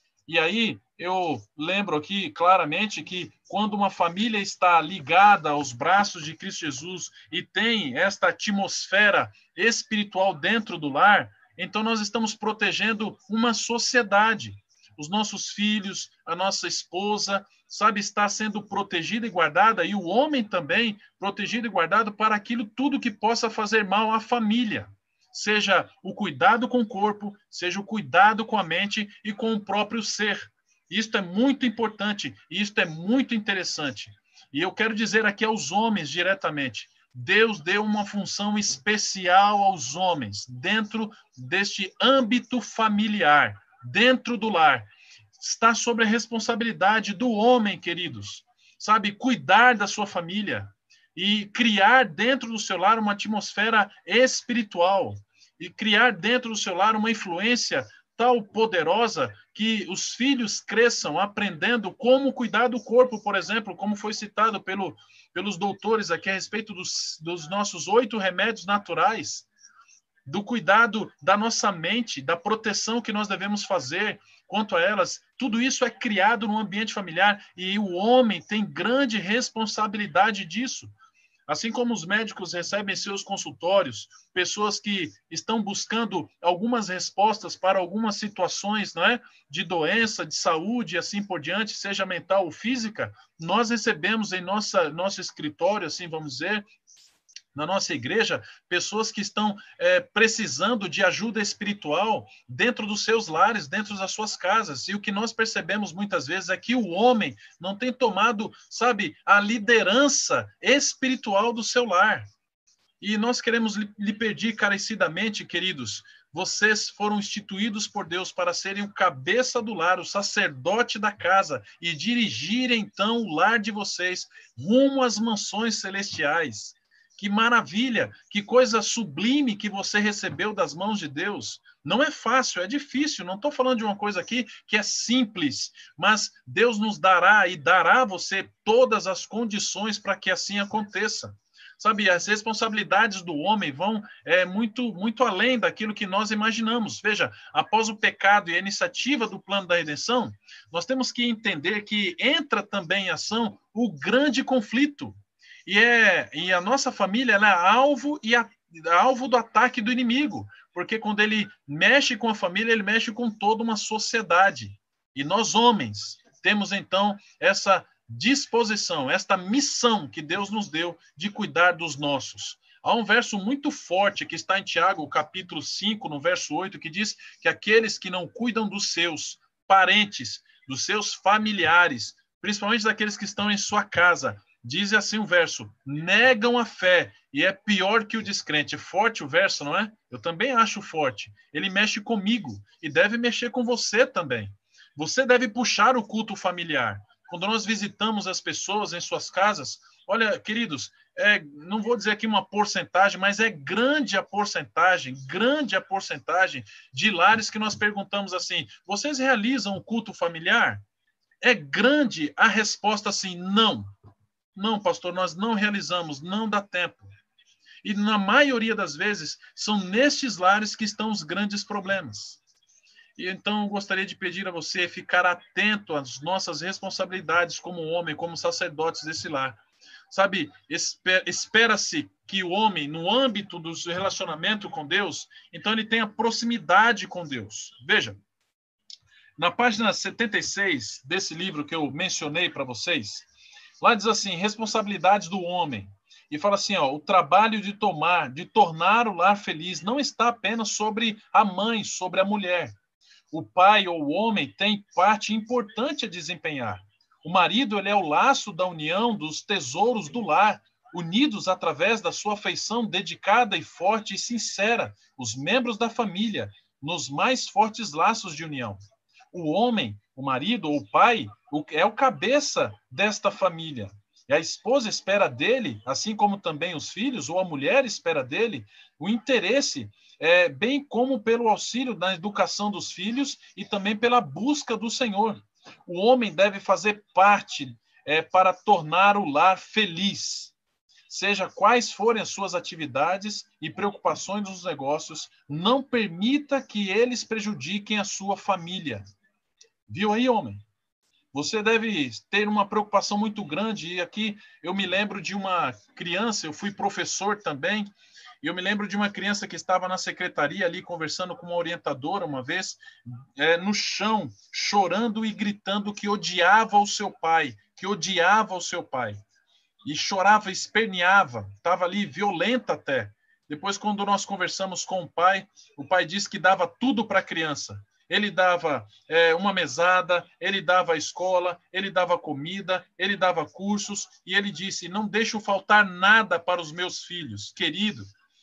E aí, eu lembro aqui claramente que quando uma família está ligada aos braços de Cristo Jesus e tem esta atmosfera espiritual dentro do lar, então nós estamos protegendo uma sociedade. Os nossos filhos, a nossa esposa, sabe, está sendo protegida e guardada, e o homem também protegido e guardado para aquilo tudo que possa fazer mal à família. Seja o cuidado com o corpo, seja o cuidado com a mente e com o próprio ser. Isto é muito importante, e isto é muito interessante. E eu quero dizer aqui aos homens diretamente, Deus deu uma função especial aos homens, dentro deste âmbito familiar, dentro do lar. Está sobre a responsabilidade do homem, queridos. Sabe, cuidar da sua família e criar dentro do seu lar uma atmosfera espiritual e criar dentro do seu lar uma influência tal poderosa que os filhos cresçam aprendendo como cuidar do corpo, por exemplo, como foi citado pelo, pelos doutores aqui a respeito dos, dos nossos oito remédios naturais, do cuidado da nossa mente, da proteção que nós devemos fazer quanto a elas. Tudo isso é criado no ambiente familiar e o homem tem grande responsabilidade disso. Assim como os médicos recebem seus consultórios, pessoas que estão buscando algumas respostas para algumas situações, não é? De doença, de saúde e assim por diante, seja mental ou física, nós recebemos em nossa, nosso escritório, assim vamos dizer, na nossa igreja, pessoas que estão é, precisando de ajuda espiritual dentro dos seus lares, dentro das suas casas. E o que nós percebemos muitas vezes é que o homem não tem tomado, sabe, a liderança espiritual do seu lar. E nós queremos lhe, lhe pedir carecidamente, queridos, vocês foram instituídos por Deus para serem o cabeça do lar, o sacerdote da casa e dirigir então o lar de vocês rumo às mansões celestiais. Que maravilha, que coisa sublime que você recebeu das mãos de Deus. Não é fácil, é difícil, não estou falando de uma coisa aqui que é simples, mas Deus nos dará e dará a você todas as condições para que assim aconteça. Sabe, as responsabilidades do homem vão é, muito, muito além daquilo que nós imaginamos. Veja, após o pecado e a iniciativa do plano da redenção, nós temos que entender que entra também em ação o grande conflito. E, é, e a nossa família ela é alvo, e a, alvo do ataque do inimigo, porque quando ele mexe com a família, ele mexe com toda uma sociedade. E nós, homens, temos então essa disposição, esta missão que Deus nos deu de cuidar dos nossos. Há um verso muito forte que está em Tiago, capítulo cinco, no verso oito, que diz que aqueles que não cuidam dos seus parentes, dos seus familiares, principalmente daqueles que estão em sua casa, diz assim o verso, negam a fé, e é pior que o descrente. É forte o verso, não é? Eu também acho forte. Ele mexe comigo e deve mexer com você também. Você deve puxar o culto familiar. Quando nós visitamos as pessoas em suas casas, olha, queridos, é, não vou dizer aqui uma porcentagem, mas é grande a porcentagem, grande a porcentagem de lares que nós perguntamos assim, vocês realizam o culto familiar? É grande a resposta assim, não. Não, pastor, nós não realizamos, não dá tempo. E na maioria das vezes, são nestes lares que estão os grandes problemas. E então, eu gostaria de pedir a você ficar atento às nossas responsabilidades como homem, como sacerdotes desse lar. Sabe, espera-se que o homem, no âmbito do seu relacionamento com Deus, então ele tenha proximidade com Deus. Veja, na página setenta e seis desse livro que eu mencionei para vocês, lá diz assim, responsabilidades do homem. E fala assim, ó, o trabalho de tomar, de tornar o lar feliz não está apenas sobre a mãe, sobre a mulher. O pai ou o homem tem parte importante a desempenhar. O marido, ele é o laço da união dos tesouros do lar, unidos através da sua afeição dedicada e forte e sincera, os membros da família, nos mais fortes laços de união. O homem, o marido ou o pai, é o cabeça desta família. E a esposa espera dele, assim como também os filhos, ou a mulher espera dele, o interesse, é, bem como pelo auxílio na educação dos filhos e também pela busca do Senhor. O homem deve fazer parte é, para tornar o lar feliz. Seja quais forem as suas atividades e preocupações nos negócios, não permita que eles prejudiquem a sua família. Viu aí, homem? Você deve ter uma preocupação muito grande. E aqui eu me lembro de uma criança, eu fui professor também, e eu me lembro de uma criança que estava na secretaria ali conversando com uma orientadora uma vez, é, no chão, chorando e gritando que odiava o seu pai, que odiava o seu pai. E chorava, esperneava, estava ali violenta até. Depois, quando nós conversamos com o pai, o pai disse que dava tudo para a criança. Ele dava é, uma mesada, ele dava escola, ele dava comida, ele dava cursos, e ele disse, não deixo faltar nada para os meus filhos. Querido,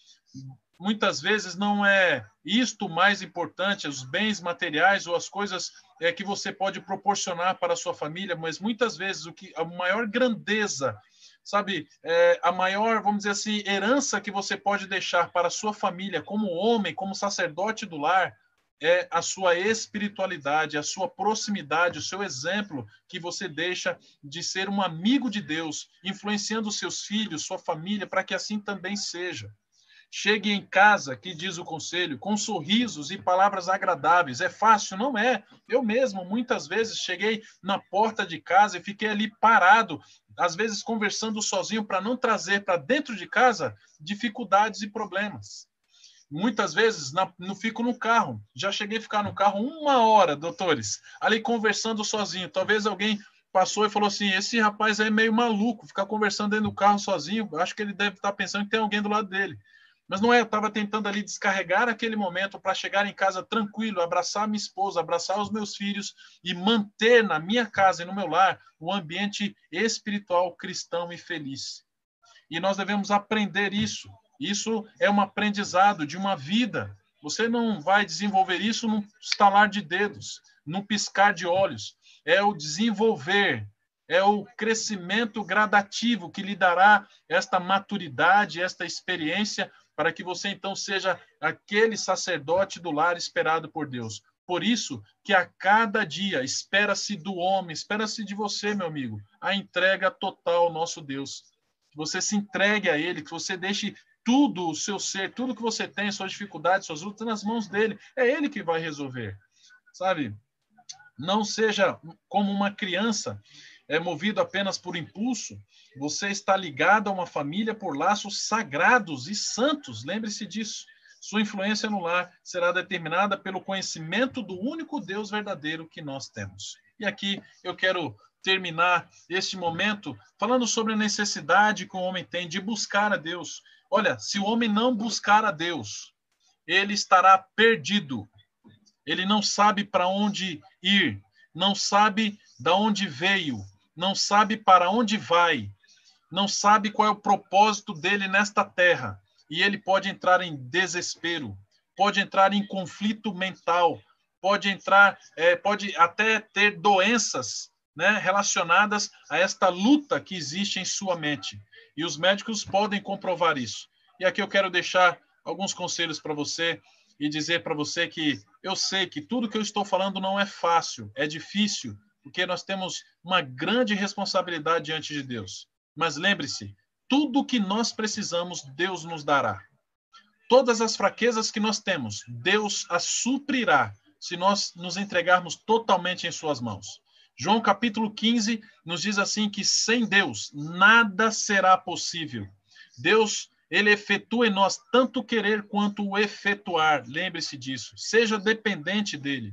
muitas vezes não é isto o mais importante, os bens materiais ou as coisas é, que você pode proporcionar para a sua família, mas muitas vezes o que, a maior grandeza, sabe, é, a maior, vamos dizer assim, herança que você pode deixar para a sua família como homem, como sacerdote do lar, é a sua espiritualidade, a sua proximidade, o seu exemplo que você deixa de ser um amigo de Deus, influenciando seus filhos, sua família, para que assim também seja. Chegue em casa, que diz o conselho, com sorrisos e palavras agradáveis. É fácil? Não é. Eu mesmo, muitas vezes, cheguei na porta de casa e fiquei ali parado, às vezes conversando sozinho, para não trazer para dentro de casa dificuldades e problemas. Muitas vezes na, não fico no carro. Já cheguei a ficar no carro uma hora, doutores, ali conversando sozinho. Talvez alguém passou e falou assim, esse rapaz aí é meio maluco, ficar conversando dentro do carro sozinho. Acho que ele deve estar pensando que tem alguém do lado dele. Mas não é, eu estava tentando ali descarregar aquele momento para chegar em casa tranquilo, abraçar minha esposa, abraçar os meus filhos e manter na minha casa e no meu lar o ambiente espiritual, cristão e feliz. E nós devemos aprender isso. Isso é um aprendizado de uma vida. Você não vai desenvolver isso num estalar de dedos, num piscar de olhos. É o desenvolver, é o crescimento gradativo que lhe dará esta maturidade, esta experiência, para que você então seja aquele sacerdote do lar esperado por Deus. Por isso que a cada dia espera-se do homem, espera-se de você, meu amigo, a entrega total ao nosso Deus. Que você se entregue a Ele, que você deixe tudo o seu ser, tudo que você tem, suas dificuldades, suas lutas, nas mãos dele. É ele que vai resolver, sabe? Não seja como uma criança, é movido apenas por impulso. Você está ligado a uma família por laços sagrados e santos. Lembre-se disso. Sua influência no lar será determinada pelo conhecimento do único Deus verdadeiro que nós temos. E aqui eu quero terminar este momento falando sobre a necessidade que o homem tem de buscar a Deus. Olha, se o homem não buscar a Deus, ele estará perdido. Ele não sabe para onde ir, não sabe de onde veio, não sabe para onde vai, não sabe qual é o propósito dele nesta terra. E ele pode entrar em desespero, pode entrar em conflito mental, pode entrar, é, pode até ter doenças, né, relacionadas a esta luta que existe em sua mente. E os médicos podem comprovar isso. E aqui eu quero deixar alguns conselhos para você e dizer para você que eu sei que tudo que eu estou falando não é fácil, é difícil, porque nós temos uma grande responsabilidade diante de Deus. Mas lembre-se, tudo que nós precisamos, Deus nos dará. Todas as fraquezas que nós temos, Deus as suprirá se nós nos entregarmos totalmente em suas mãos. João capítulo quinze nos diz assim que sem Deus nada será possível. Deus, ele efetua em nós tanto o querer quanto o efetuar. Lembre-se disso. Seja dependente dele.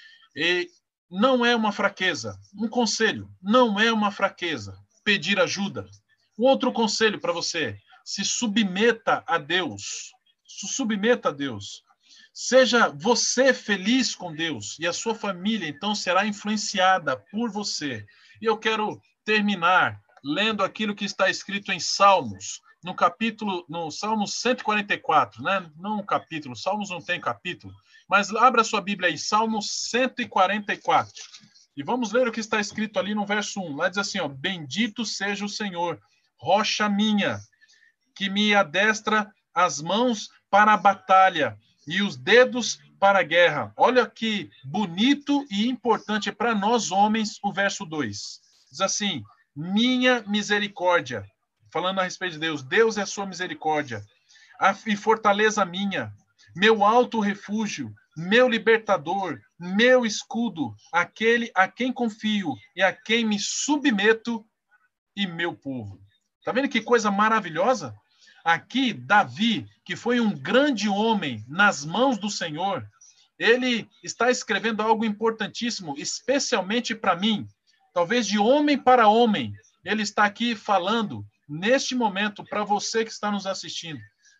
E não é uma fraqueza. Um conselho, não é uma fraqueza pedir ajuda. Um outro conselho para você, se submeta a Deus. Se submeta a Deus. Seja você feliz com Deus e a sua família, então, será influenciada por você. E eu quero terminar lendo aquilo que está escrito em Salmos, no capítulo, no Salmo cento e quarenta e quatro, né? Não um capítulo, Salmos não tem capítulo, mas abra sua Bíblia aí, Salmo cento e quarenta e quatro. E vamos ler o que está escrito ali no verso um. Lá diz assim, ó, bendito seja o Senhor, rocha minha, que me adestra as mãos para a batalha e os dedos para a guerra. Olha que bonito e importante para nós homens o verso dois. Diz assim, minha misericórdia, falando a respeito de Deus, Deus é a sua misericórdia, e fortaleza minha, meu alto refúgio, meu libertador, meu escudo, aquele a quem confio e a quem me submeto, e meu povo. Tá vendo que coisa maravilhosa? Aqui, Davi, que foi um grande homem nas mãos do Senhor, ele está escrevendo algo importantíssimo, especialmente para mim, talvez de homem para homem. Ele está aqui falando, neste momento, para você que está nos assistindo.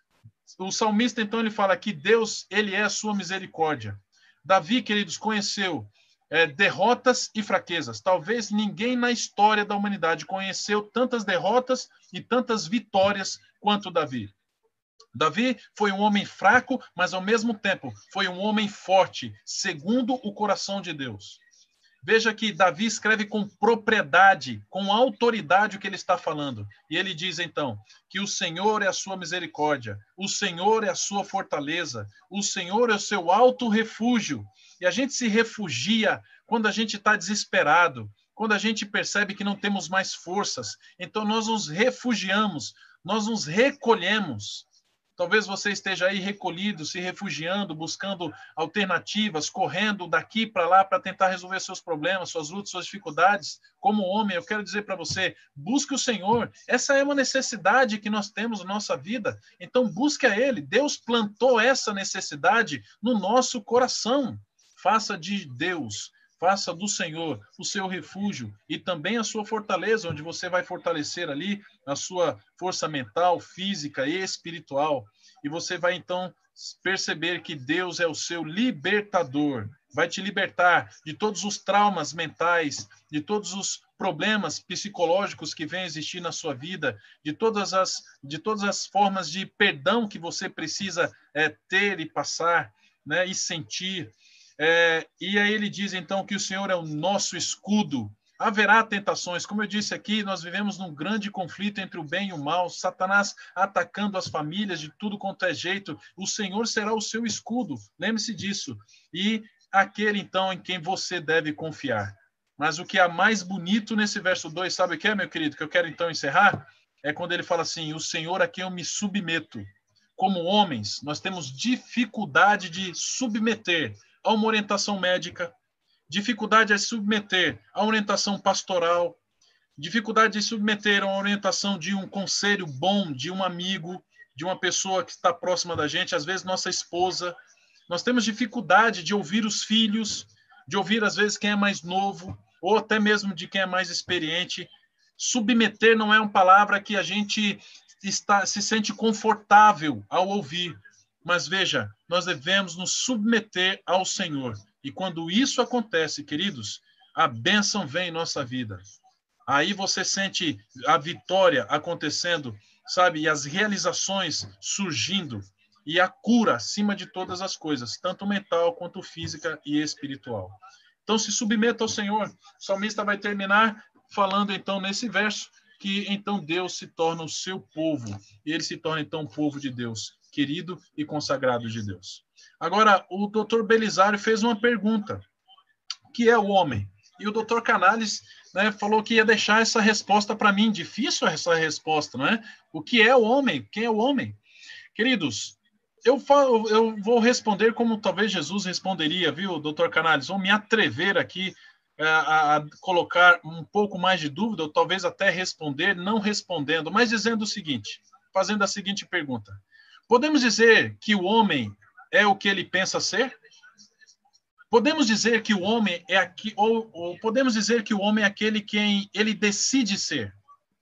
O salmista, então, ele fala que Deus, ele é a sua misericórdia. Davi, queridos, conheceu é, derrotas e fraquezas. Talvez ninguém na história da humanidade conheceu tantas derrotas e tantas vitórias quanto Davi. Davi foi um homem fraco, mas ao mesmo tempo foi um homem forte, segundo o coração de Deus. Veja que Davi escreve com propriedade, com autoridade o que ele está falando. E ele diz então que o Senhor é a sua misericórdia, o Senhor é a sua fortaleza, o Senhor é o seu alto refúgio. E a gente se refugia quando a gente está desesperado, quando a gente percebe que não temos mais forças. Então nós nos refugiamos, nós nos recolhemos. Talvez você esteja aí recolhido, se refugiando, buscando alternativas, correndo daqui para lá para tentar resolver seus problemas, suas lutas, suas dificuldades. Como homem, eu quero dizer para você, busque o Senhor. Essa é uma necessidade que nós temos na nossa vida. Então, busque a Ele. Deus plantou essa necessidade no nosso coração. Faça de Deus, faça do Senhor o seu refúgio e também a sua fortaleza, onde você vai fortalecer ali a sua força mental, física e espiritual. E você vai, então, perceber que Deus é o seu libertador. Vai te libertar de todos os traumas mentais, de todos os problemas psicológicos que vêm existir na sua vida, de todas as, de todas as formas de perdão que você precisa é, ter e passar, né, e sentir. É, e aí ele diz, então, que o Senhor é o nosso escudo. Haverá tentações. Como eu disse aqui, nós vivemos num grande conflito entre o bem e o mal, Satanás atacando as famílias de tudo quanto é jeito. O Senhor será o seu escudo. Lembre-se disso. E aquele, então, em quem você deve confiar. Mas o que é mais bonito nesse verso dois, sabe o que é, meu querido? Que eu quero, então, encerrar? É quando ele fala assim, o Senhor a quem eu me submeto. Como homens, nós temos dificuldade de submeter a uma orientação médica, dificuldade de submeter a orientação pastoral, dificuldade de submeter a uma orientação de um conselho bom, de um amigo, de uma pessoa que está próxima da gente, às vezes nossa esposa. Nós temos dificuldade de ouvir os filhos, de ouvir às vezes quem é mais novo, ou até mesmo de quem é mais experiente. Submeter não é uma palavra que a gente está, se sente confortável ao ouvir. Mas veja, nós devemos nos submeter ao Senhor. E quando isso acontece, queridos, a bênção vem em nossa vida. Aí você sente a vitória acontecendo, sabe? E as realizações surgindo. E a cura acima de todas as coisas, tanto mental quanto física e espiritual. Então, se submeta ao Senhor. O salmista vai terminar falando, então, nesse verso, que então Deus se torna o seu povo. E ele se torna, então, o povo de Deus, querido e consagrado de Deus. Agora, o doutor Belisário fez uma pergunta. O que é o homem? E o doutor Canales, né, falou que ia deixar essa resposta para mim. Difícil essa resposta, não é? O que é o homem? Quem é o homem? Queridos, eu, falo, eu vou responder como talvez Jesus responderia, viu, doutor Canales? Vou me atrever aqui a, a colocar um pouco mais de dúvida, ou talvez até responder, não respondendo, mas dizendo o seguinte, fazendo a seguinte pergunta. Podemos dizer que o homem é o que ele pensa ser? Podemos dizer que o homem é aqui, ou, ou podemos dizer que o homem é aquele quem ele decide ser?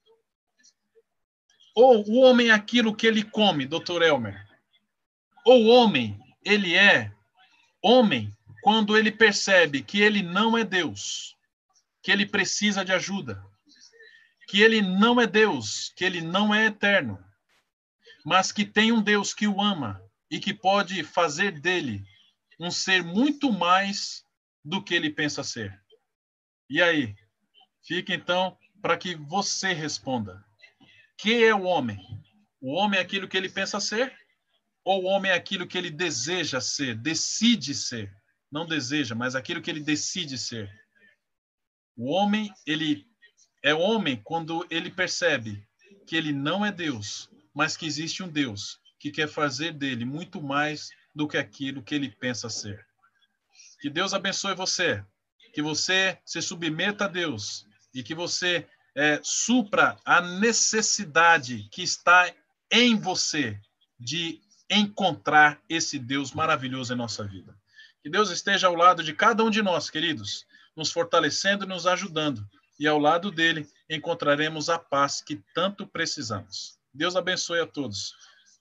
Ou o homem é aquilo que ele come, doutor Elmer? Ou o homem, ele é homem quando ele percebe que ele não é Deus, que ele precisa de ajuda, que ele não é Deus, que ele não é eterno, mas que tem um Deus que o ama e que pode fazer dele um ser muito mais do que ele pensa ser. E aí? Fica então para que você responda. Que é o homem? O homem é aquilo que ele pensa ser? Ou o homem é aquilo que ele deseja ser, decide ser? Não deseja, mas aquilo que ele decide ser. O homem, ele é homem quando ele percebe que ele não é Deus, mas que existe um Deus que quer fazer dele muito mais do que aquilo que ele pensa ser. Que Deus abençoe você, que você se submeta a Deus e que você é, supra a necessidade que está em você de encontrar esse Deus maravilhoso em nossa vida. Que Deus esteja ao lado de cada um de nós, queridos, nos fortalecendo e nos ajudando. E ao lado dele encontraremos a paz que tanto precisamos. Deus abençoe a todos.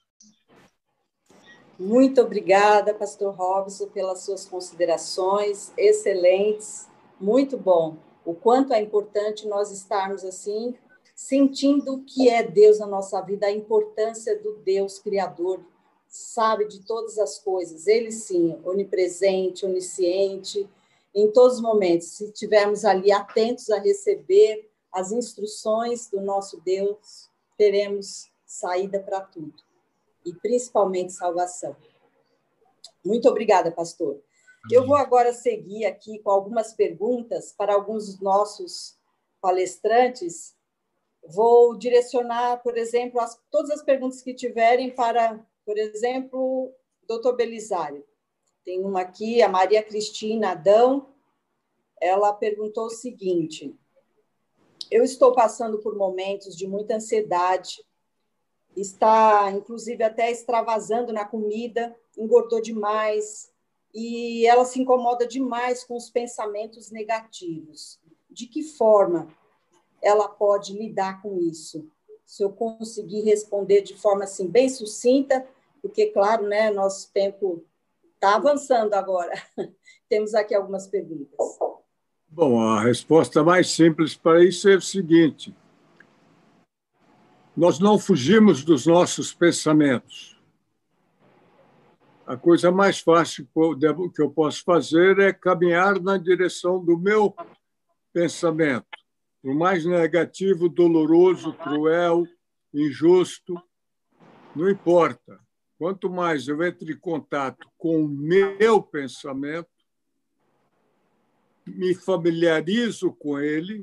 Muito obrigada, pastor Robson, pelas suas considerações excelentes. Muito bom. O quanto é importante nós estarmos assim, sentindo o que é Deus na nossa vida, a importância do Deus Criador, sabe de todas as coisas. Ele, sim, onipresente, onisciente, em todos os momentos. Se estivermos ali atentos a receber as instruções do nosso Deus, teremos saída para tudo. E principalmente salvação. Muito obrigada, pastor. Eu vou agora seguir aqui com algumas perguntas para alguns dos nossos palestrantes. Vou direcionar, por exemplo, as, todas as perguntas que tiverem para, por exemplo, doutor Belisário. Tem uma aqui, a Maria Cristina Adão. Ela perguntou o seguinte: eu estou passando por momentos de muita ansiedade, está, inclusive, até extravasando na comida, engordou demais, e ela se incomoda demais com os pensamentos negativos. De que forma ela pode lidar com isso? Se eu conseguir responder de forma assim, bem sucinta, porque, claro, né, nosso tempo está avançando agora. Temos aqui algumas perguntas. Bom, a resposta mais simples para isso é o seguinte: nós não fugimos dos nossos pensamentos. A coisa mais fácil que eu posso fazer é caminhar na direção do meu pensamento, por mais negativo, doloroso, cruel, injusto, não importa. Quanto mais eu entro em contato com o meu pensamento, me familiarizo com ele,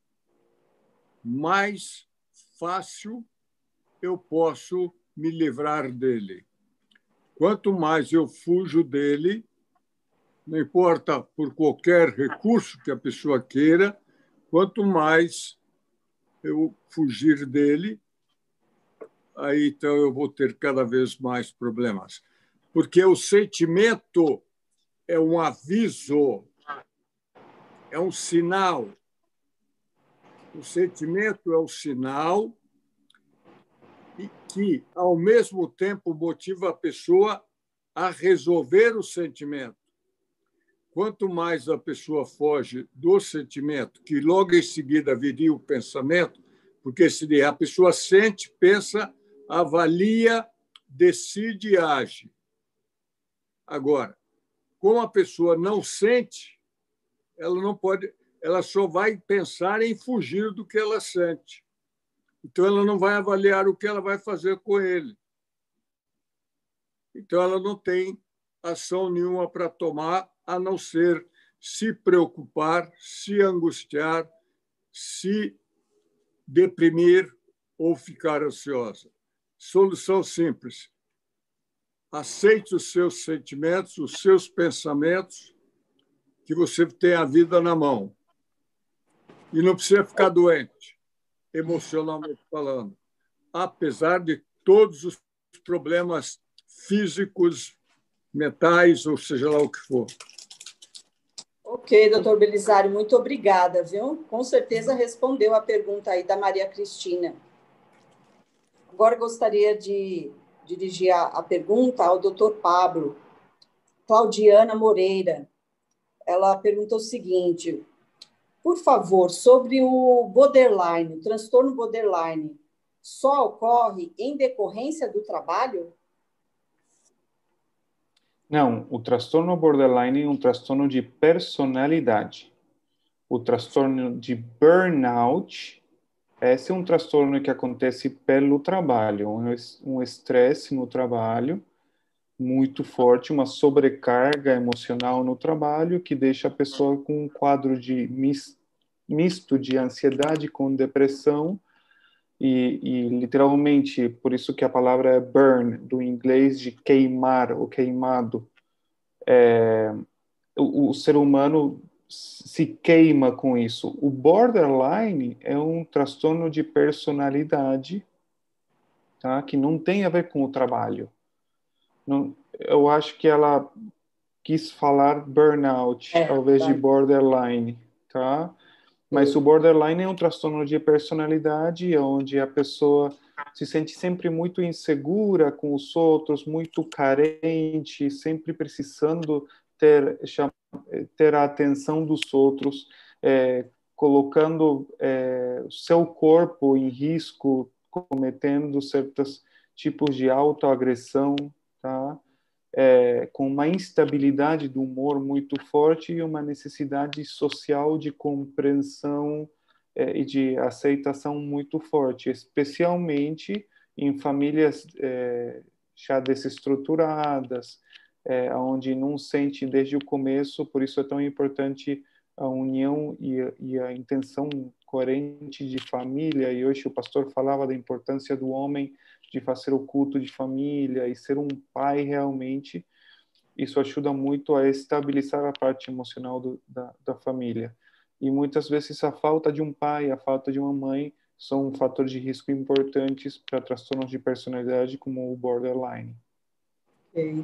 mais fácil eu posso me livrar dele. Quanto mais eu fujo dele, não importa por qualquer recurso que a pessoa queira, quanto mais eu fugir dele, aí então eu vou ter cada vez mais problemas. Porque o sentimento é um aviso, é um sinal. O sentimento é o sinal que, ao mesmo tempo, motiva a pessoa a resolver o sentimento. Quanto mais a pessoa foge do sentimento, que logo em seguida viria o pensamento, porque se a pessoa sente, pensa, avalia, decide e age. Agora, como a pessoa não sente, ela não pode, ela só vai pensar em fugir do que ela sente. Então, ela não vai avaliar o que ela vai fazer com ele. Então, ela não tem ação nenhuma para tomar, a não ser se preocupar, se angustiar, se deprimir ou ficar ansiosa. Solução simples. Aceite os seus sentimentos, os seus pensamentos, que você tem a vida na mão. E não precisa ficar doente, emocionalmente falando, apesar de todos os problemas físicos, mentais, ou seja lá o que for. Ok, doutor Belisário, muito obrigada, viu? Com certeza respondeu a pergunta aí da Maria Cristina. Agora gostaria de dirigir a, a pergunta ao doutor Pablo. Claudiana Moreira, ela perguntou o seguinte: por favor, sobre o borderline, o transtorno borderline, só ocorre em decorrência do trabalho? Não, o transtorno borderline é um transtorno de personalidade. O transtorno de burnout, esse é um transtorno que acontece pelo trabalho, um estresse no trabalho muito forte, uma sobrecarga emocional no trabalho que deixa a pessoa com um quadro de misto de ansiedade com depressão e, e literalmente, por isso que a palavra é burn, do inglês de queimar ou queimado. É, o, o ser humano se queima com isso. O borderline é um transtorno de personalidade, tá? Que não tem a ver com o trabalho. Não, eu acho que ela quis falar burnout, É, ao invés vai. de borderline, tá? Mas Sim. o borderline é um transtorno de personalidade, onde a pessoa se sente sempre muito insegura com os outros, muito carente, sempre precisando ter, ter a atenção dos outros, é, colocando é, o seu corpo em risco, cometendo certos tipos de autoagressão, tá? É, com uma instabilidade do humor muito forte e uma necessidade social de compreensão é, e de aceitação muito forte, especialmente em famílias é, já desestruturadas, é, onde não sente desde o começo, por isso é tão importante a união e a, e a intenção coerente de família, e hoje o pastor falava da importância do homem de fazer o culto de família e ser um pai realmente. Isso ajuda muito a estabilizar a parte emocional do, da, da família. E muitas vezes a falta de um pai, a falta de uma mãe são fatores de risco importantes para transtornos de personalidade como o borderline. Ok,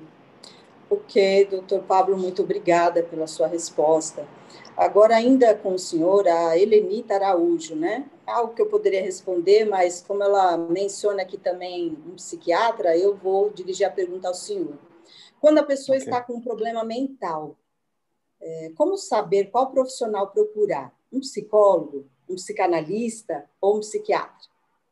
ok, doutor Pablo, muito obrigada pela sua resposta. Agora, ainda com o senhor, a Helenita Araújo, né? Algo que eu poderia responder, mas como ela menciona aqui também um psiquiatra, eu vou dirigir a pergunta ao senhor. Quando a pessoa Okay. está com um problema mental, é, como saber qual profissional procurar? Um psicólogo, um psicanalista ou um psiquiatra?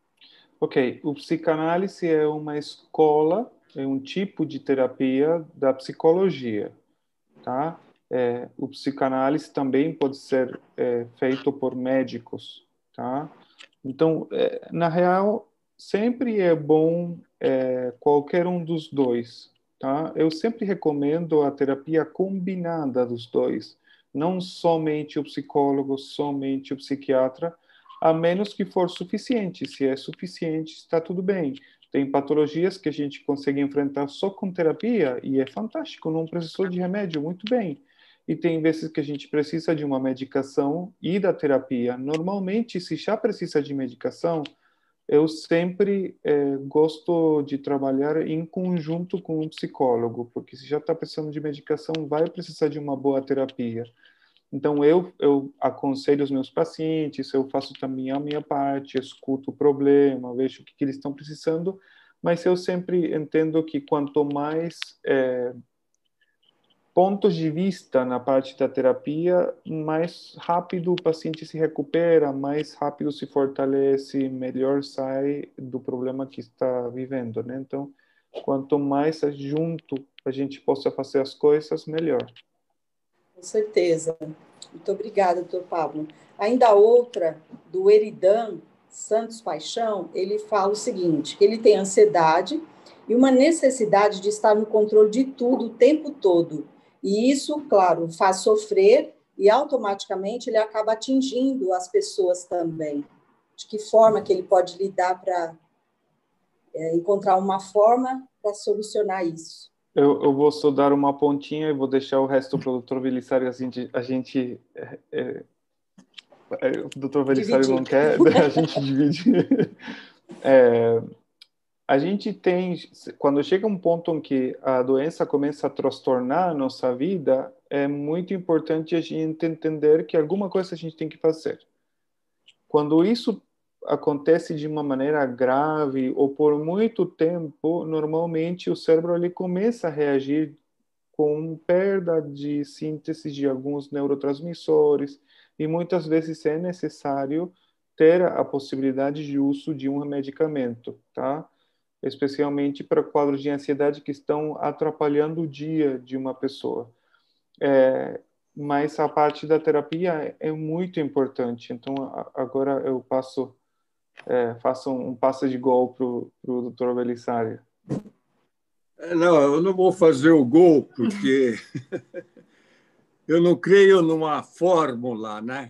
Ok, o psicanálise é uma escola, é um tipo de terapia da psicologia, tá? É, o psicanálise também pode ser é, feito por médicos, tá? Então, é, na real, sempre é bom é, qualquer um dos dois, tá? Eu sempre recomendo a terapia combinada dos dois, não somente o psicólogo, somente o psiquiatra, a menos que for suficiente. Se é suficiente, está tudo bem. Tem patologias que a gente consegue enfrentar só com terapia e é fantástico, não precisou de remédio, muito bem. E tem vezes que a gente precisa de uma medicação e da terapia. Normalmente, se já precisa de medicação, eu sempre eh, gosto de trabalhar em conjunto com um psicólogo, porque se já está precisando de medicação, vai precisar de uma boa terapia. Então, eu, eu aconselho os meus pacientes, eu faço também a minha parte, escuto o problema, vejo o que, que eles estão precisando, mas eu sempre entendo que quanto mais é, pontos de vista na parte da terapia, mais rápido o paciente se recupera, mais rápido se fortalece, melhor sai do problema que está vivendo, né? Então, quanto mais junto a gente possa fazer as coisas, melhor. Com certeza. Muito obrigada, doutor Pablo. Ainda outra, do Eridan Santos Paixão, ele fala o seguinte, que ele tem ansiedade e uma necessidade de estar no controle de tudo o tempo todo. E isso, claro, faz sofrer e automaticamente ele acaba atingindo as pessoas também. De que forma que ele pode lidar para é, encontrar uma forma para solucionar isso? Eu, eu vou só dar uma pontinha e vou deixar o resto para o doutor Belisário. A gente, a gente é, é, o doutor Belisário não quer, a gente divide. É, a gente tem, quando chega um ponto em que a doença começa a transtornar a nossa vida, é muito importante a gente entender que alguma coisa a gente tem que fazer. Quando isso acontece de uma maneira grave ou por muito tempo, normalmente o cérebro ele começa a reagir com perda de síntese de alguns neurotransmissores e muitas vezes é necessário ter a possibilidade de uso de um medicamento, tá? Especialmente para quadros de ansiedade que estão atrapalhando o dia de uma pessoa. É, mas a parte da terapia é muito importante. Então, agora eu passo, é, faço um passo de gol para o doutor Belisário. Não, eu não vou fazer o gol, porque eu não creio numa fórmula, né?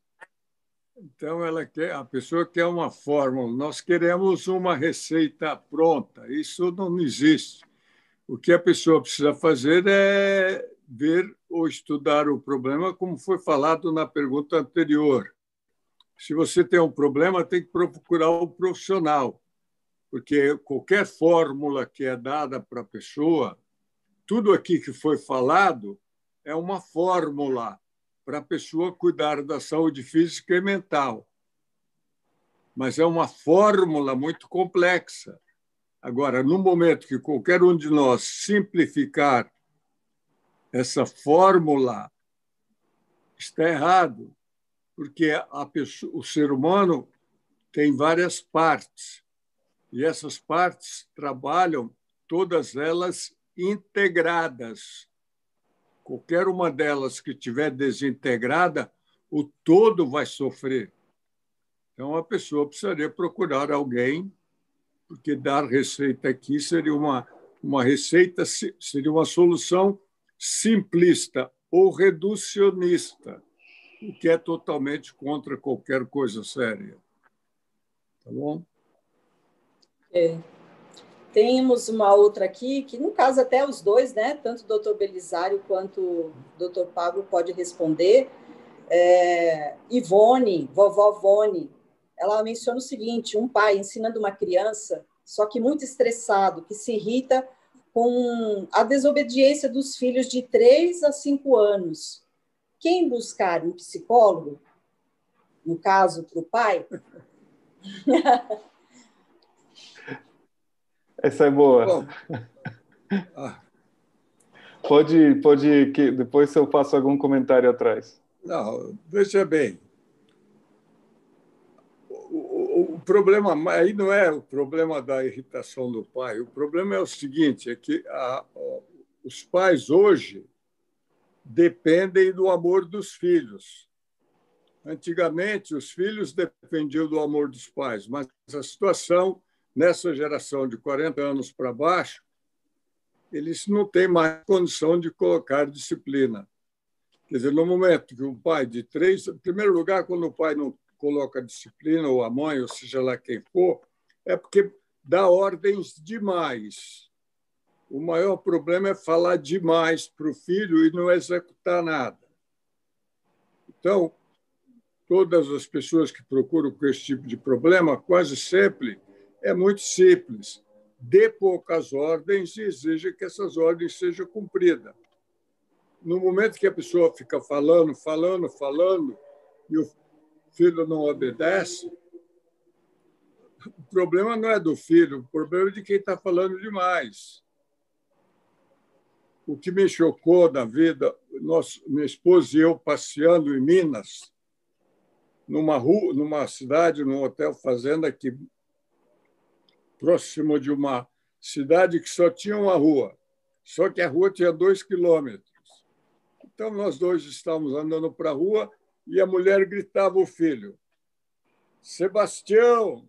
Então, ela quer, a pessoa quer uma fórmula. Nós queremos uma receita pronta. Isso não existe. O que a pessoa precisa fazer é ver ou estudar o problema, como foi falado na pergunta anterior. Se você tem um problema, tem que procurar um profissional, porque qualquer fórmula que é dada para a pessoa, tudo aqui que foi falado é uma fórmula para a pessoa cuidar da saúde física e mental. Mas é uma fórmula muito complexa. Agora, no momento que qualquer um de nós simplificar essa fórmula, está errado, porque a pessoa, o ser humano tem várias partes, e essas partes trabalham, todas elas integradas. Qualquer uma delas que estiver desintegrada, o todo vai sofrer. Então, a pessoa precisaria procurar alguém, porque dar receita aqui seria uma, uma receita, seria uma solução simplista ou reducionista, o que é totalmente contra qualquer coisa séria. Tá bom? É. Temos uma outra aqui, que no caso até os dois, né? Tanto o doutor Belisário quanto o doutor Pablo pode responder. É, Ivone, vovó Ivone, ela menciona o seguinte, um pai ensinando uma criança, só que muito estressado, que se irrita com a desobediência dos filhos de três a cinco anos. Quem buscar um psicólogo, no caso, para o pai... Essa é boa. Bom, ah, pode, pode que depois eu faço algum comentário atrás. não, veja bem. O, o, o problema aí não é o problema da irritação do pai. O problema é o seguinte, é que a, os pais hoje dependem do amor dos filhos. Antigamente, os filhos dependiam do amor dos pais, mas a situação, nessa geração de quarenta anos para baixo, eles não têm mais condição de colocar disciplina. Quer dizer, no momento que um pai de três... Em primeiro lugar, quando o pai não coloca disciplina, ou a mãe, ou seja lá quem for, é porque dá ordens demais. O maior problema é falar demais para o filho e não executar nada. Então, todas as pessoas que procuram com esse tipo de problema, quase sempre, é muito simples. Dê poucas ordens e exija que essas ordens sejam cumpridas. No momento que a pessoa fica falando, falando, falando, e o filho não obedece, o problema não é do filho, o problema é de quem está falando demais. O que me chocou na vida, nós, minha esposa e eu passeando em Minas, numa rua, numa cidade, num hotel fazenda aqui, próximo de uma cidade que só tinha uma rua, só que a rua tinha dois quilômetros. Então, nós dois estávamos andando para a rua e a mulher gritava ao filho, Sebastião,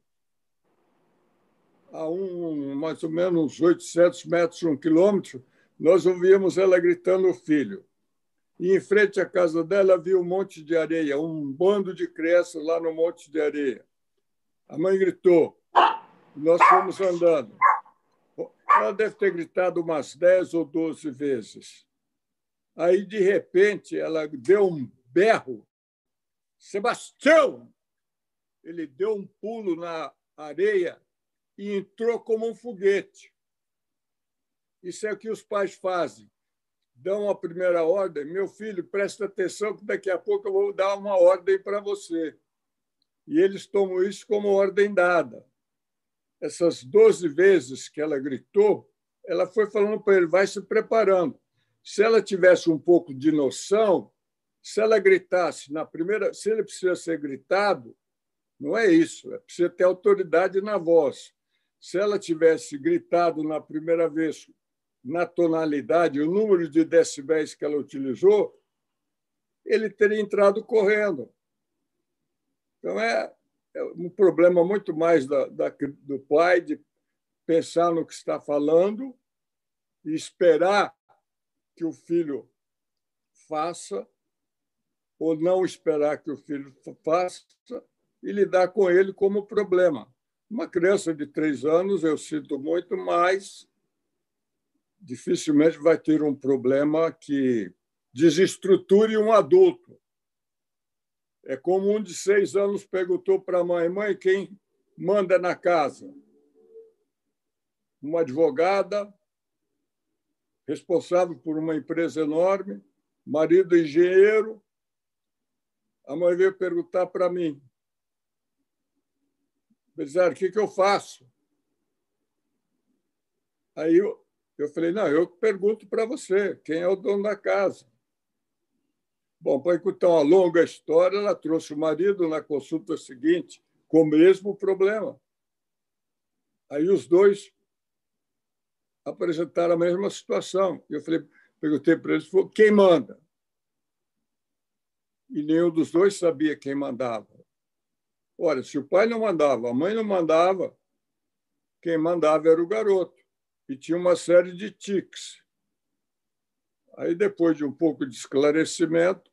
a um, mais ou menos oitocentos metros, um quilômetro, nós ouvíamos ela gritando ao filho. E em frente à casa dela havia um monte de areia, um bando de crianças lá no monte de areia. A mãe gritou, nós fomos andando. Ela deve ter gritado umas dez ou doze vezes. Aí, de repente, ela deu um berro. Sebastião! Ele deu um pulo na areia e entrou como um foguete. Isso é o que os pais fazem. Dão a primeira ordem. Meu filho, presta atenção que daqui a pouco eu vou dar uma ordem para você. E eles tomam isso como ordem dada. Essas doze vezes que ela gritou, ela foi falando para ele, vai se preparando. Se ela tivesse um pouco de noção, se ela gritasse na primeira... Se ele precisa ser gritado, não é isso. É precisa ter autoridade na voz. Se ela tivesse gritado na primeira vez na tonalidade, o número de decibéis que ela utilizou, ele teria entrado correndo. Então, é, é um problema muito mais da, da, do pai de pensar no que está falando e esperar que o filho faça ou não esperar que o filho faça e lidar com ele como problema. Uma criança de três anos, eu sinto muito mais, dificilmente vai ter um problema que desestruture um adulto. É como um de seis anos perguntou para a mãe, mãe, quem manda na casa? Uma advogada, responsável por uma empresa enorme, marido engenheiro. A mãe veio perguntar para mim, Belisário, o que, que eu faço? Aí eu, eu falei, não, eu pergunto para você, quem é o dono da casa? Bom, para encurtar uma longa história, ela trouxe o marido na consulta seguinte com o mesmo problema. Aí os dois apresentaram a mesma situação. Eu falei, perguntei para eles, quem manda? E nenhum dos dois sabia quem mandava. Olha, se o pai não mandava, a mãe não mandava, quem mandava era o garoto. E tinha uma série de tiques. Aí, depois de um pouco de esclarecimento,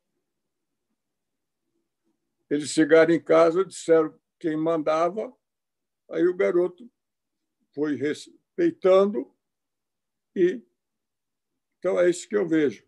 eles chegaram em casa, disseram quem mandava, aí o garoto foi respeitando e... Então, é isso que eu vejo.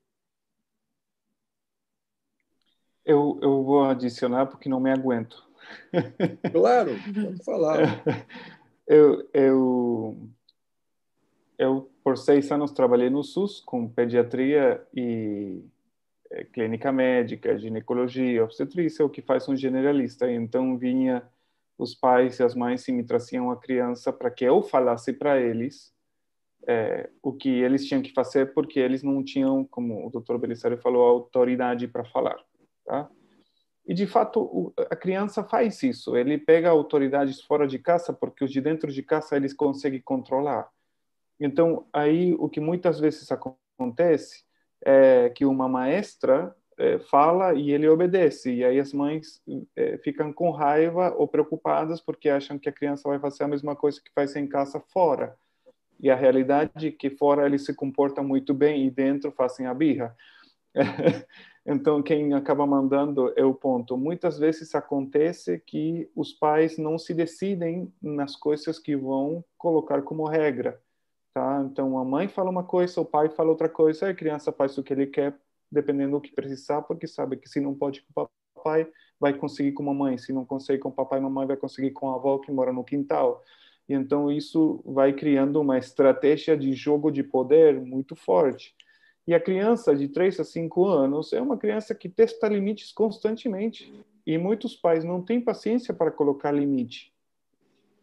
Eu, eu vou adicionar porque não me aguento. Claro, pode falar. Eu, eu, eu, por seis anos, trabalhei no SUS com pediatria e é, clínica médica, ginecologia, obstetrícia, o que faz um generalista. Então, vinha os pais e as mães e me traziam a criança para que eu falasse para eles é, o que eles tinham que fazer, porque eles não tinham, como o doutor Belisário falou, autoridade para falar. Tá? E, de fato, a criança faz isso. Ele pega autoridades fora de casa, porque os de dentro de casa eles conseguem controlar. Então, aí, o que muitas vezes acontece é que uma maestra é, fala e ele obedece. E aí as mães é, ficam com raiva ou preocupadas porque acham que a criança vai fazer a mesma coisa que faz em casa fora. E a realidade é que fora eles se comportam muito bem e dentro fazem a birra. Então, quem acaba mandando é o ponto. Muitas vezes acontece que os pais não se decidem nas coisas que vão colocar como regra. Tá? Então, a mãe fala uma coisa, o pai fala outra coisa, a criança faz o que ele quer, dependendo do que precisar, porque sabe que se não pode com o papai, vai conseguir com a mamãe. Se não consegue com o papai e mamãe, vai conseguir com a avó que mora no quintal. E então, isso vai criando uma estratégia de jogo de poder muito forte. E a criança de três a cinco anos é uma criança que testa limites constantemente. E muitos pais não têm paciência para colocar limite.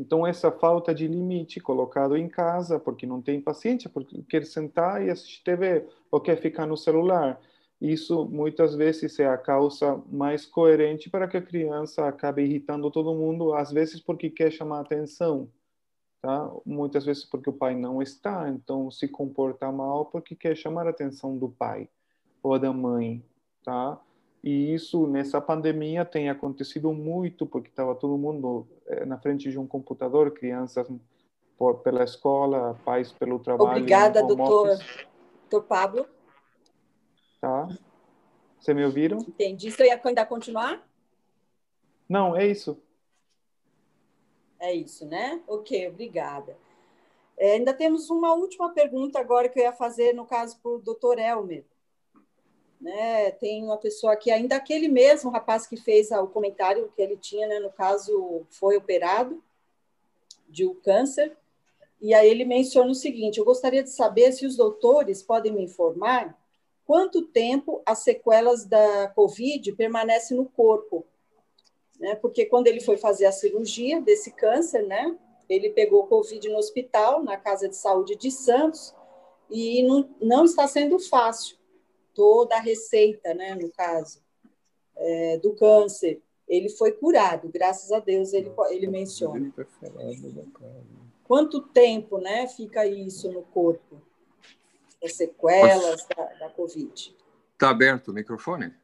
Então, essa falta de limite colocado em casa, porque não tem paciência, porque quer sentar e assistir T V, ou quer ficar no celular. Isso, muitas vezes, é a causa mais coerente para que a criança acabe irritando todo mundo, às vezes porque quer chamar atenção, tá? Muitas vezes porque o pai não está, então se comporta mal porque quer chamar a atenção do pai ou da mãe, tá? E isso, nessa pandemia, tem acontecido muito, porque estava todo mundo eh, na frente de um computador, crianças por, pela escola, pais pelo trabalho. Obrigada, no home doutor, office. doutor Pablo. Tá? Vocês me ouviram? Entendi. Você ia ainda continuar? Não, é isso. É isso, né? Ok, obrigada. É, ainda temos uma última pergunta agora que eu ia fazer, no caso, para o doutor Elmer. Né, tem uma pessoa aqui, ainda aquele mesmo rapaz que fez o comentário que ele tinha, né, no caso, foi operado de um câncer, e aí ele menciona o seguinte: eu gostaria de saber se os doutores podem me informar quanto tempo as sequelas da Covid permanecem no corpo, né, porque quando ele foi fazer a cirurgia desse câncer, né, ele pegou Covid no hospital, na Casa de Saúde de Santos, e não, não está sendo fácil. Toda a receita, né, no caso, é, do câncer, ele foi curado, graças a Deus, ele, ele menciona. Quanto tempo, né, fica isso no corpo, as sequelas da, da Covid? Está aberto o microfone?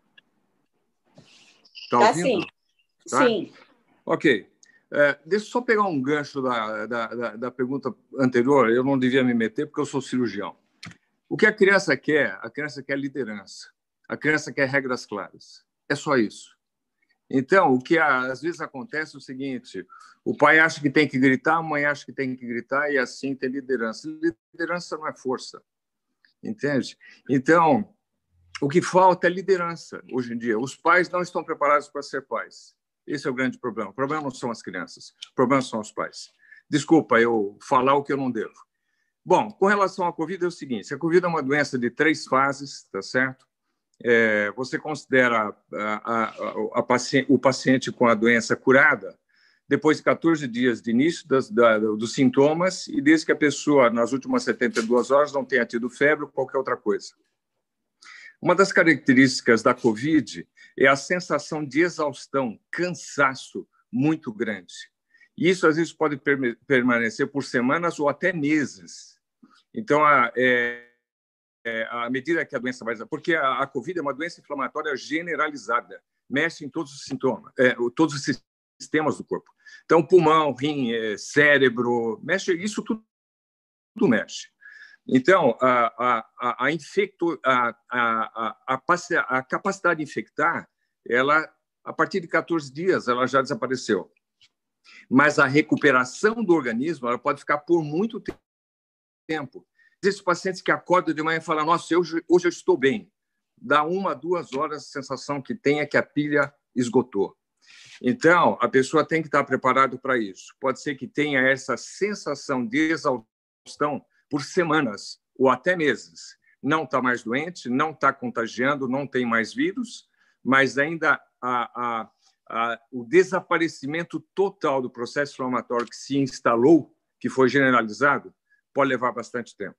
Está Tá, ouvindo? sim. Tá? Sim. Ok. É, deixa eu só pegar um gancho da, da, da, da pergunta anterior. Eu não devia me meter porque eu sou cirurgião. O que a criança quer? A criança quer liderança. A criança quer regras claras. É só isso. Então, o que às vezes acontece é o seguinte: o pai acha que tem que gritar, a mãe acha que tem que gritar, e assim tem liderança. Liderança não é força. Entende? Então, o que falta é liderança hoje em dia. Os pais não estão preparados para ser pais. Esse é o grande problema. O problema não são as crianças. O problema são os pais. Desculpa eu falar o que eu não devo. Bom, com relação à Covid, é o seguinte: a Covid é uma doença de três fases, tá certo? É, você considera a, a, a paciente, o paciente com a doença curada depois de quatorze dias de início das, da, dos sintomas e desde que a pessoa, nas últimas setenta e duas horas, não tenha tido febre ou qualquer outra coisa. Uma das características da Covid é a sensação de exaustão, cansaço muito grande. E isso, às vezes, pode permanecer por semanas ou até meses. Então, a, é, é, à medida que a doença vai... Porque a, a Covid é uma doença inflamatória generalizada, mexe em todos os sintomas, é, todos os sistemas do corpo. Então, pulmão, rim, é, cérebro, mexe, isso tudo, tudo mexe. Então, a, a, a, infecto, a, a, a, a capacidade de infectar, ela, a partir de quatorze dias, ela já desapareceu. Mas a recuperação do organismo ela pode ficar por muito tempo. Existem pacientes que acordam de manhã e falam: nossa, hoje, hoje eu estou bem. Dá uma, duas horas, a sensação que tem é que a pilha esgotou. Então, a pessoa tem que estar preparada para isso. Pode ser que tenha essa sensação de exaustão por semanas ou até meses. Não está mais doente, não está contagiando, não tem mais vírus, mas ainda a, a, a, o desaparecimento total do processo inflamatório que se instalou, que foi generalizado, pode levar bastante tempo.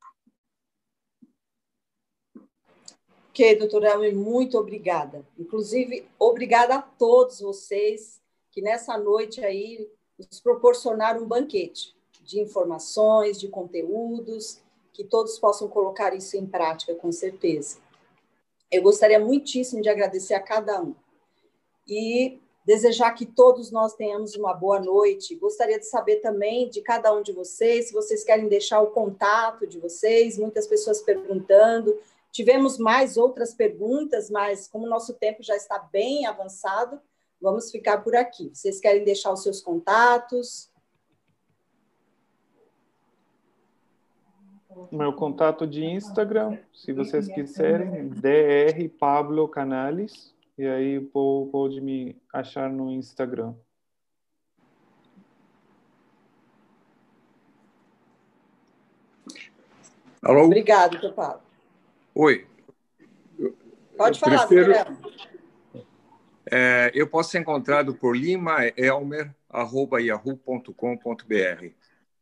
Ok, doutora Elmer, muito obrigada. Inclusive, obrigada a todos vocês que nessa noite aí nos proporcionaram um banquete de informações, de conteúdos, que todos possam colocar isso em prática, com certeza. Eu gostaria muitíssimo de agradecer a cada um e desejar que todos nós tenhamos uma boa noite. Gostaria de saber também de cada um de vocês, se vocês querem deixar o contato de vocês, muitas pessoas perguntando. Tivemos mais outras perguntas, mas como o nosso tempo já está bem avançado, vamos ficar por aqui. Vocês querem deixar os seus contatos? Meu contato de Instagram, se vocês quiserem, D R Pablo Canales, e aí pode me achar no Instagram. Alô? Obrigado, doutor Pablo. Oi. Pode Eu falar, prefiro... doutor Elmer. É, eu posso ser encontrado por limaelmer arroba yahoo ponto com ponto br.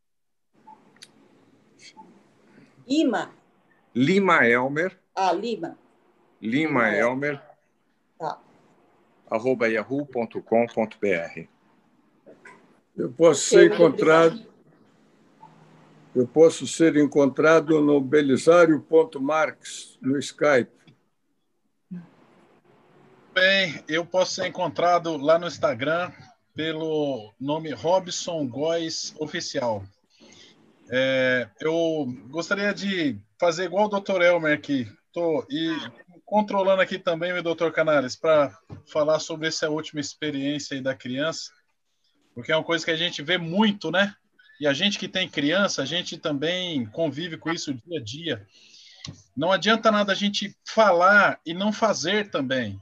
Lima? Limaelmer. Ah, Lima. Limaelmer. Tá. arroba yahoo ponto com ponto br. Eu posso Okay, ser encontrado. Eu posso ser encontrado no belisário ponto marques, no Skype. Bem, eu posso ser encontrado lá no Instagram pelo nome Robson Góes Oficial. É, eu gostaria de fazer igual o doutor Elmer aqui, tô, e controlando aqui também o doutor Canales para falar sobre essa última experiência aí da criança, porque é uma coisa que a gente vê muito, né? E a gente que tem criança, a gente também convive com isso dia a dia. Não adianta nada a gente falar e não fazer também.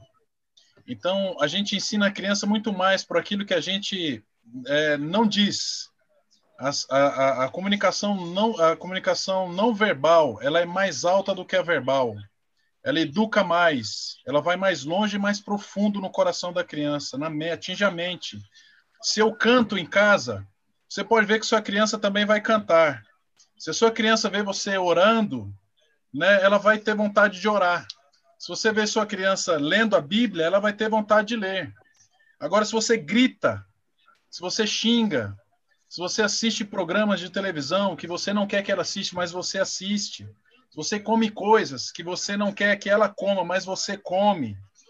Então, a gente ensina a criança muito mais por aquilo que a gente é, não diz. A, a, a, comunicação não, a comunicação não verbal, ela é mais alta do que a verbal. Ela educa mais, ela vai mais longe e mais profundo no coração da criança, na, atinge a mente. Se eu canto em casa, você pode ver que sua criança também vai cantar. Se a sua criança vê você orando, né, ela vai ter vontade de orar. Se você vê sua criança lendo a Bíblia, ela vai ter vontade de ler. Agora, se você grita, se você xinga, se você assiste programas de televisão que você não quer que ela assista, mas você assiste, se você come coisas que você não quer que ela coma, mas você come,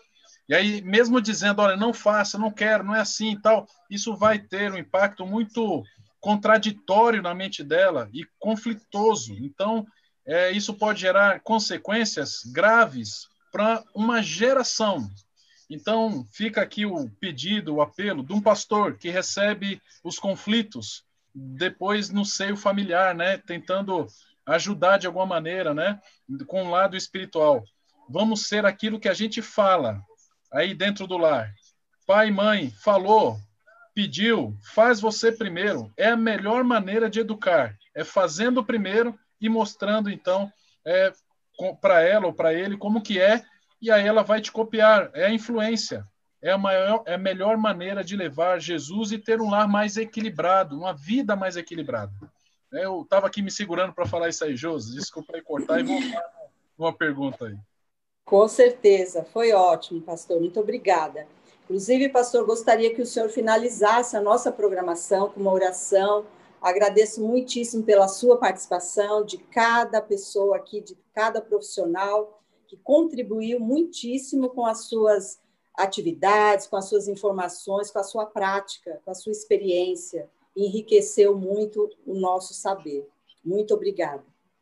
e aí mesmo dizendo, olha, não faça, não quero, não é assim e tal, isso vai ter um impacto muito contraditório na mente dela e conflitoso. Então, é, isso pode gerar consequências graves para uma geração. Então, fica aqui o pedido, o apelo de um pastor que recebe os conflitos depois no seio familiar, né? Tentando ajudar de alguma maneira, né? Com o lado espiritual. Vamos ser aquilo que a gente fala aí dentro do lar. Pai, mãe, falou, pediu, faz você primeiro. É a melhor maneira de educar. É fazendo primeiro e mostrando, então, é, para ela ou para ele como que é, e aí ela vai te copiar. É a influência. É a, maior, é a melhor maneira de levar Jesus e ter um lar mais equilibrado, uma vida mais equilibrada. Eu estava aqui me segurando para falar isso aí, Josi. Desculpa aí cortar e voltar uma pergunta aí. Com certeza. Foi ótimo, pastor. Muito obrigada. Inclusive, pastor, gostaria que o senhor finalizasse a nossa programação com uma oração. Agradeço muitíssimo pela sua participação, de cada pessoa aqui, de cada profissional, que contribuiu muitíssimo com as suas atividades, com as suas informações, com a sua prática, com a sua experiência. Enriqueceu muito o nosso saber. Muito obrigada.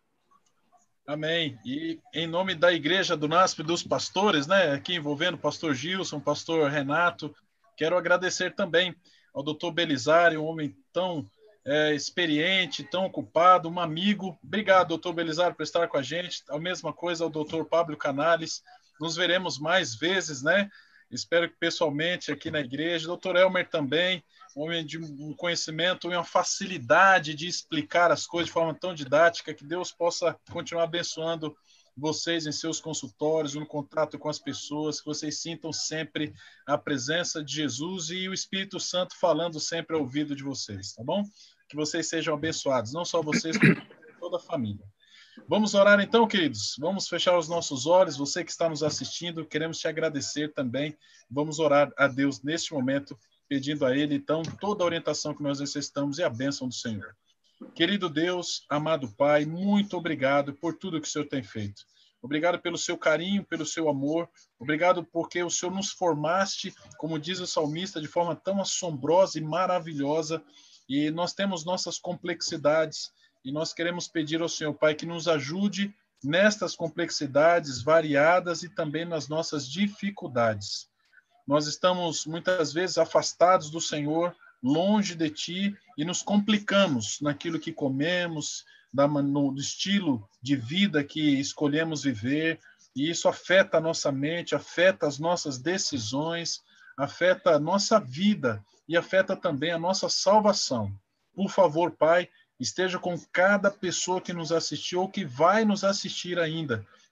Amém. E em nome da Igreja do N A S P dos pastores, né, aqui envolvendo o pastor Gilson, o pastor Renato, quero agradecer também ao doutor Belisário, um homem tão é, experiente, tão ocupado, um amigo. Obrigado, doutor Belisário, por estar com a gente. A mesma coisa ao doutor Pablo Canales. Nos veremos mais vezes, né? Espero que pessoalmente aqui na igreja. doutor Elmer também, um homem de um conhecimento e uma facilidade de explicar as coisas de forma tão didática, que Deus possa continuar abençoando vocês em seus consultórios, no contato com as pessoas, que vocês sintam sempre a presença de Jesus e o Espírito Santo falando sempre ao ouvido de vocês, tá bom? Que vocês sejam abençoados, não só vocês, como toda a família. Vamos orar então, queridos. Vamos fechar os nossos olhos. Você que está nos assistindo, queremos te agradecer também. Vamos orar a Deus neste momento, pedindo a Ele, então, toda a orientação que nós necessitamos e a bênção do Senhor. Querido Deus, amado Pai, muito obrigado por tudo que o Senhor tem feito. Obrigado pelo seu carinho, pelo seu amor. Obrigado porque o Senhor nos formaste, como diz o salmista, de forma tão assombrosa e maravilhosa. E nós temos nossas complexidades. E nós queremos pedir ao Senhor, Pai, que nos ajude nestas complexidades variadas e também nas nossas dificuldades. Nós estamos, muitas vezes, afastados do Senhor, longe de Ti, e nos complicamos naquilo que comemos, no estilo de vida que escolhemos viver, e isso afeta a nossa mente, afeta as nossas decisões, afeta a nossa vida e afeta também a nossa salvação. Por favor, Pai, esteja com cada pessoa que nos assistiu ou que vai nos assistir ainda,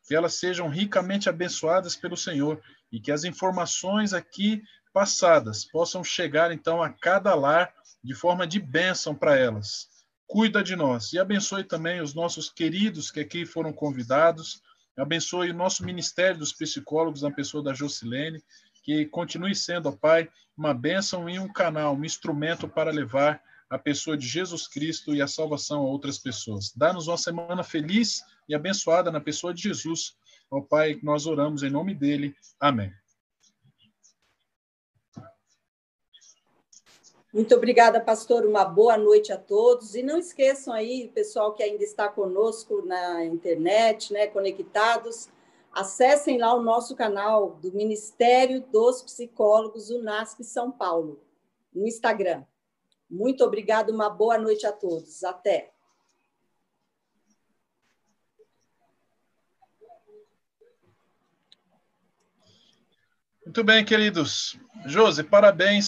que elas sejam ricamente abençoadas pelo Senhor e que as informações aqui passadas possam chegar, então, a cada lar de forma de bênção para elas. Cuida de nós e abençoe também os nossos queridos que aqui foram convidados, abençoe o nosso Ministério dos Psicólogos, na pessoa da Jocilene, que continue sendo, ó Pai, uma bênção e um canal, um instrumento para levar a pessoa de Jesus Cristo e a salvação a outras pessoas. Dá-nos uma semana feliz e abençoada na pessoa de Jesus. Ó Pai, nós oramos em nome dele. Amém. Muito obrigada, pastor. Uma boa noite a todos. E não esqueçam aí, pessoal que ainda está conosco na internet, né, conectados, acessem lá o nosso canal do Ministério dos Psicólogos, o NASP São Paulo, no Instagram. Muito obrigada, uma boa noite a todos. Até. Muito bem, queridos. Josi, parabéns.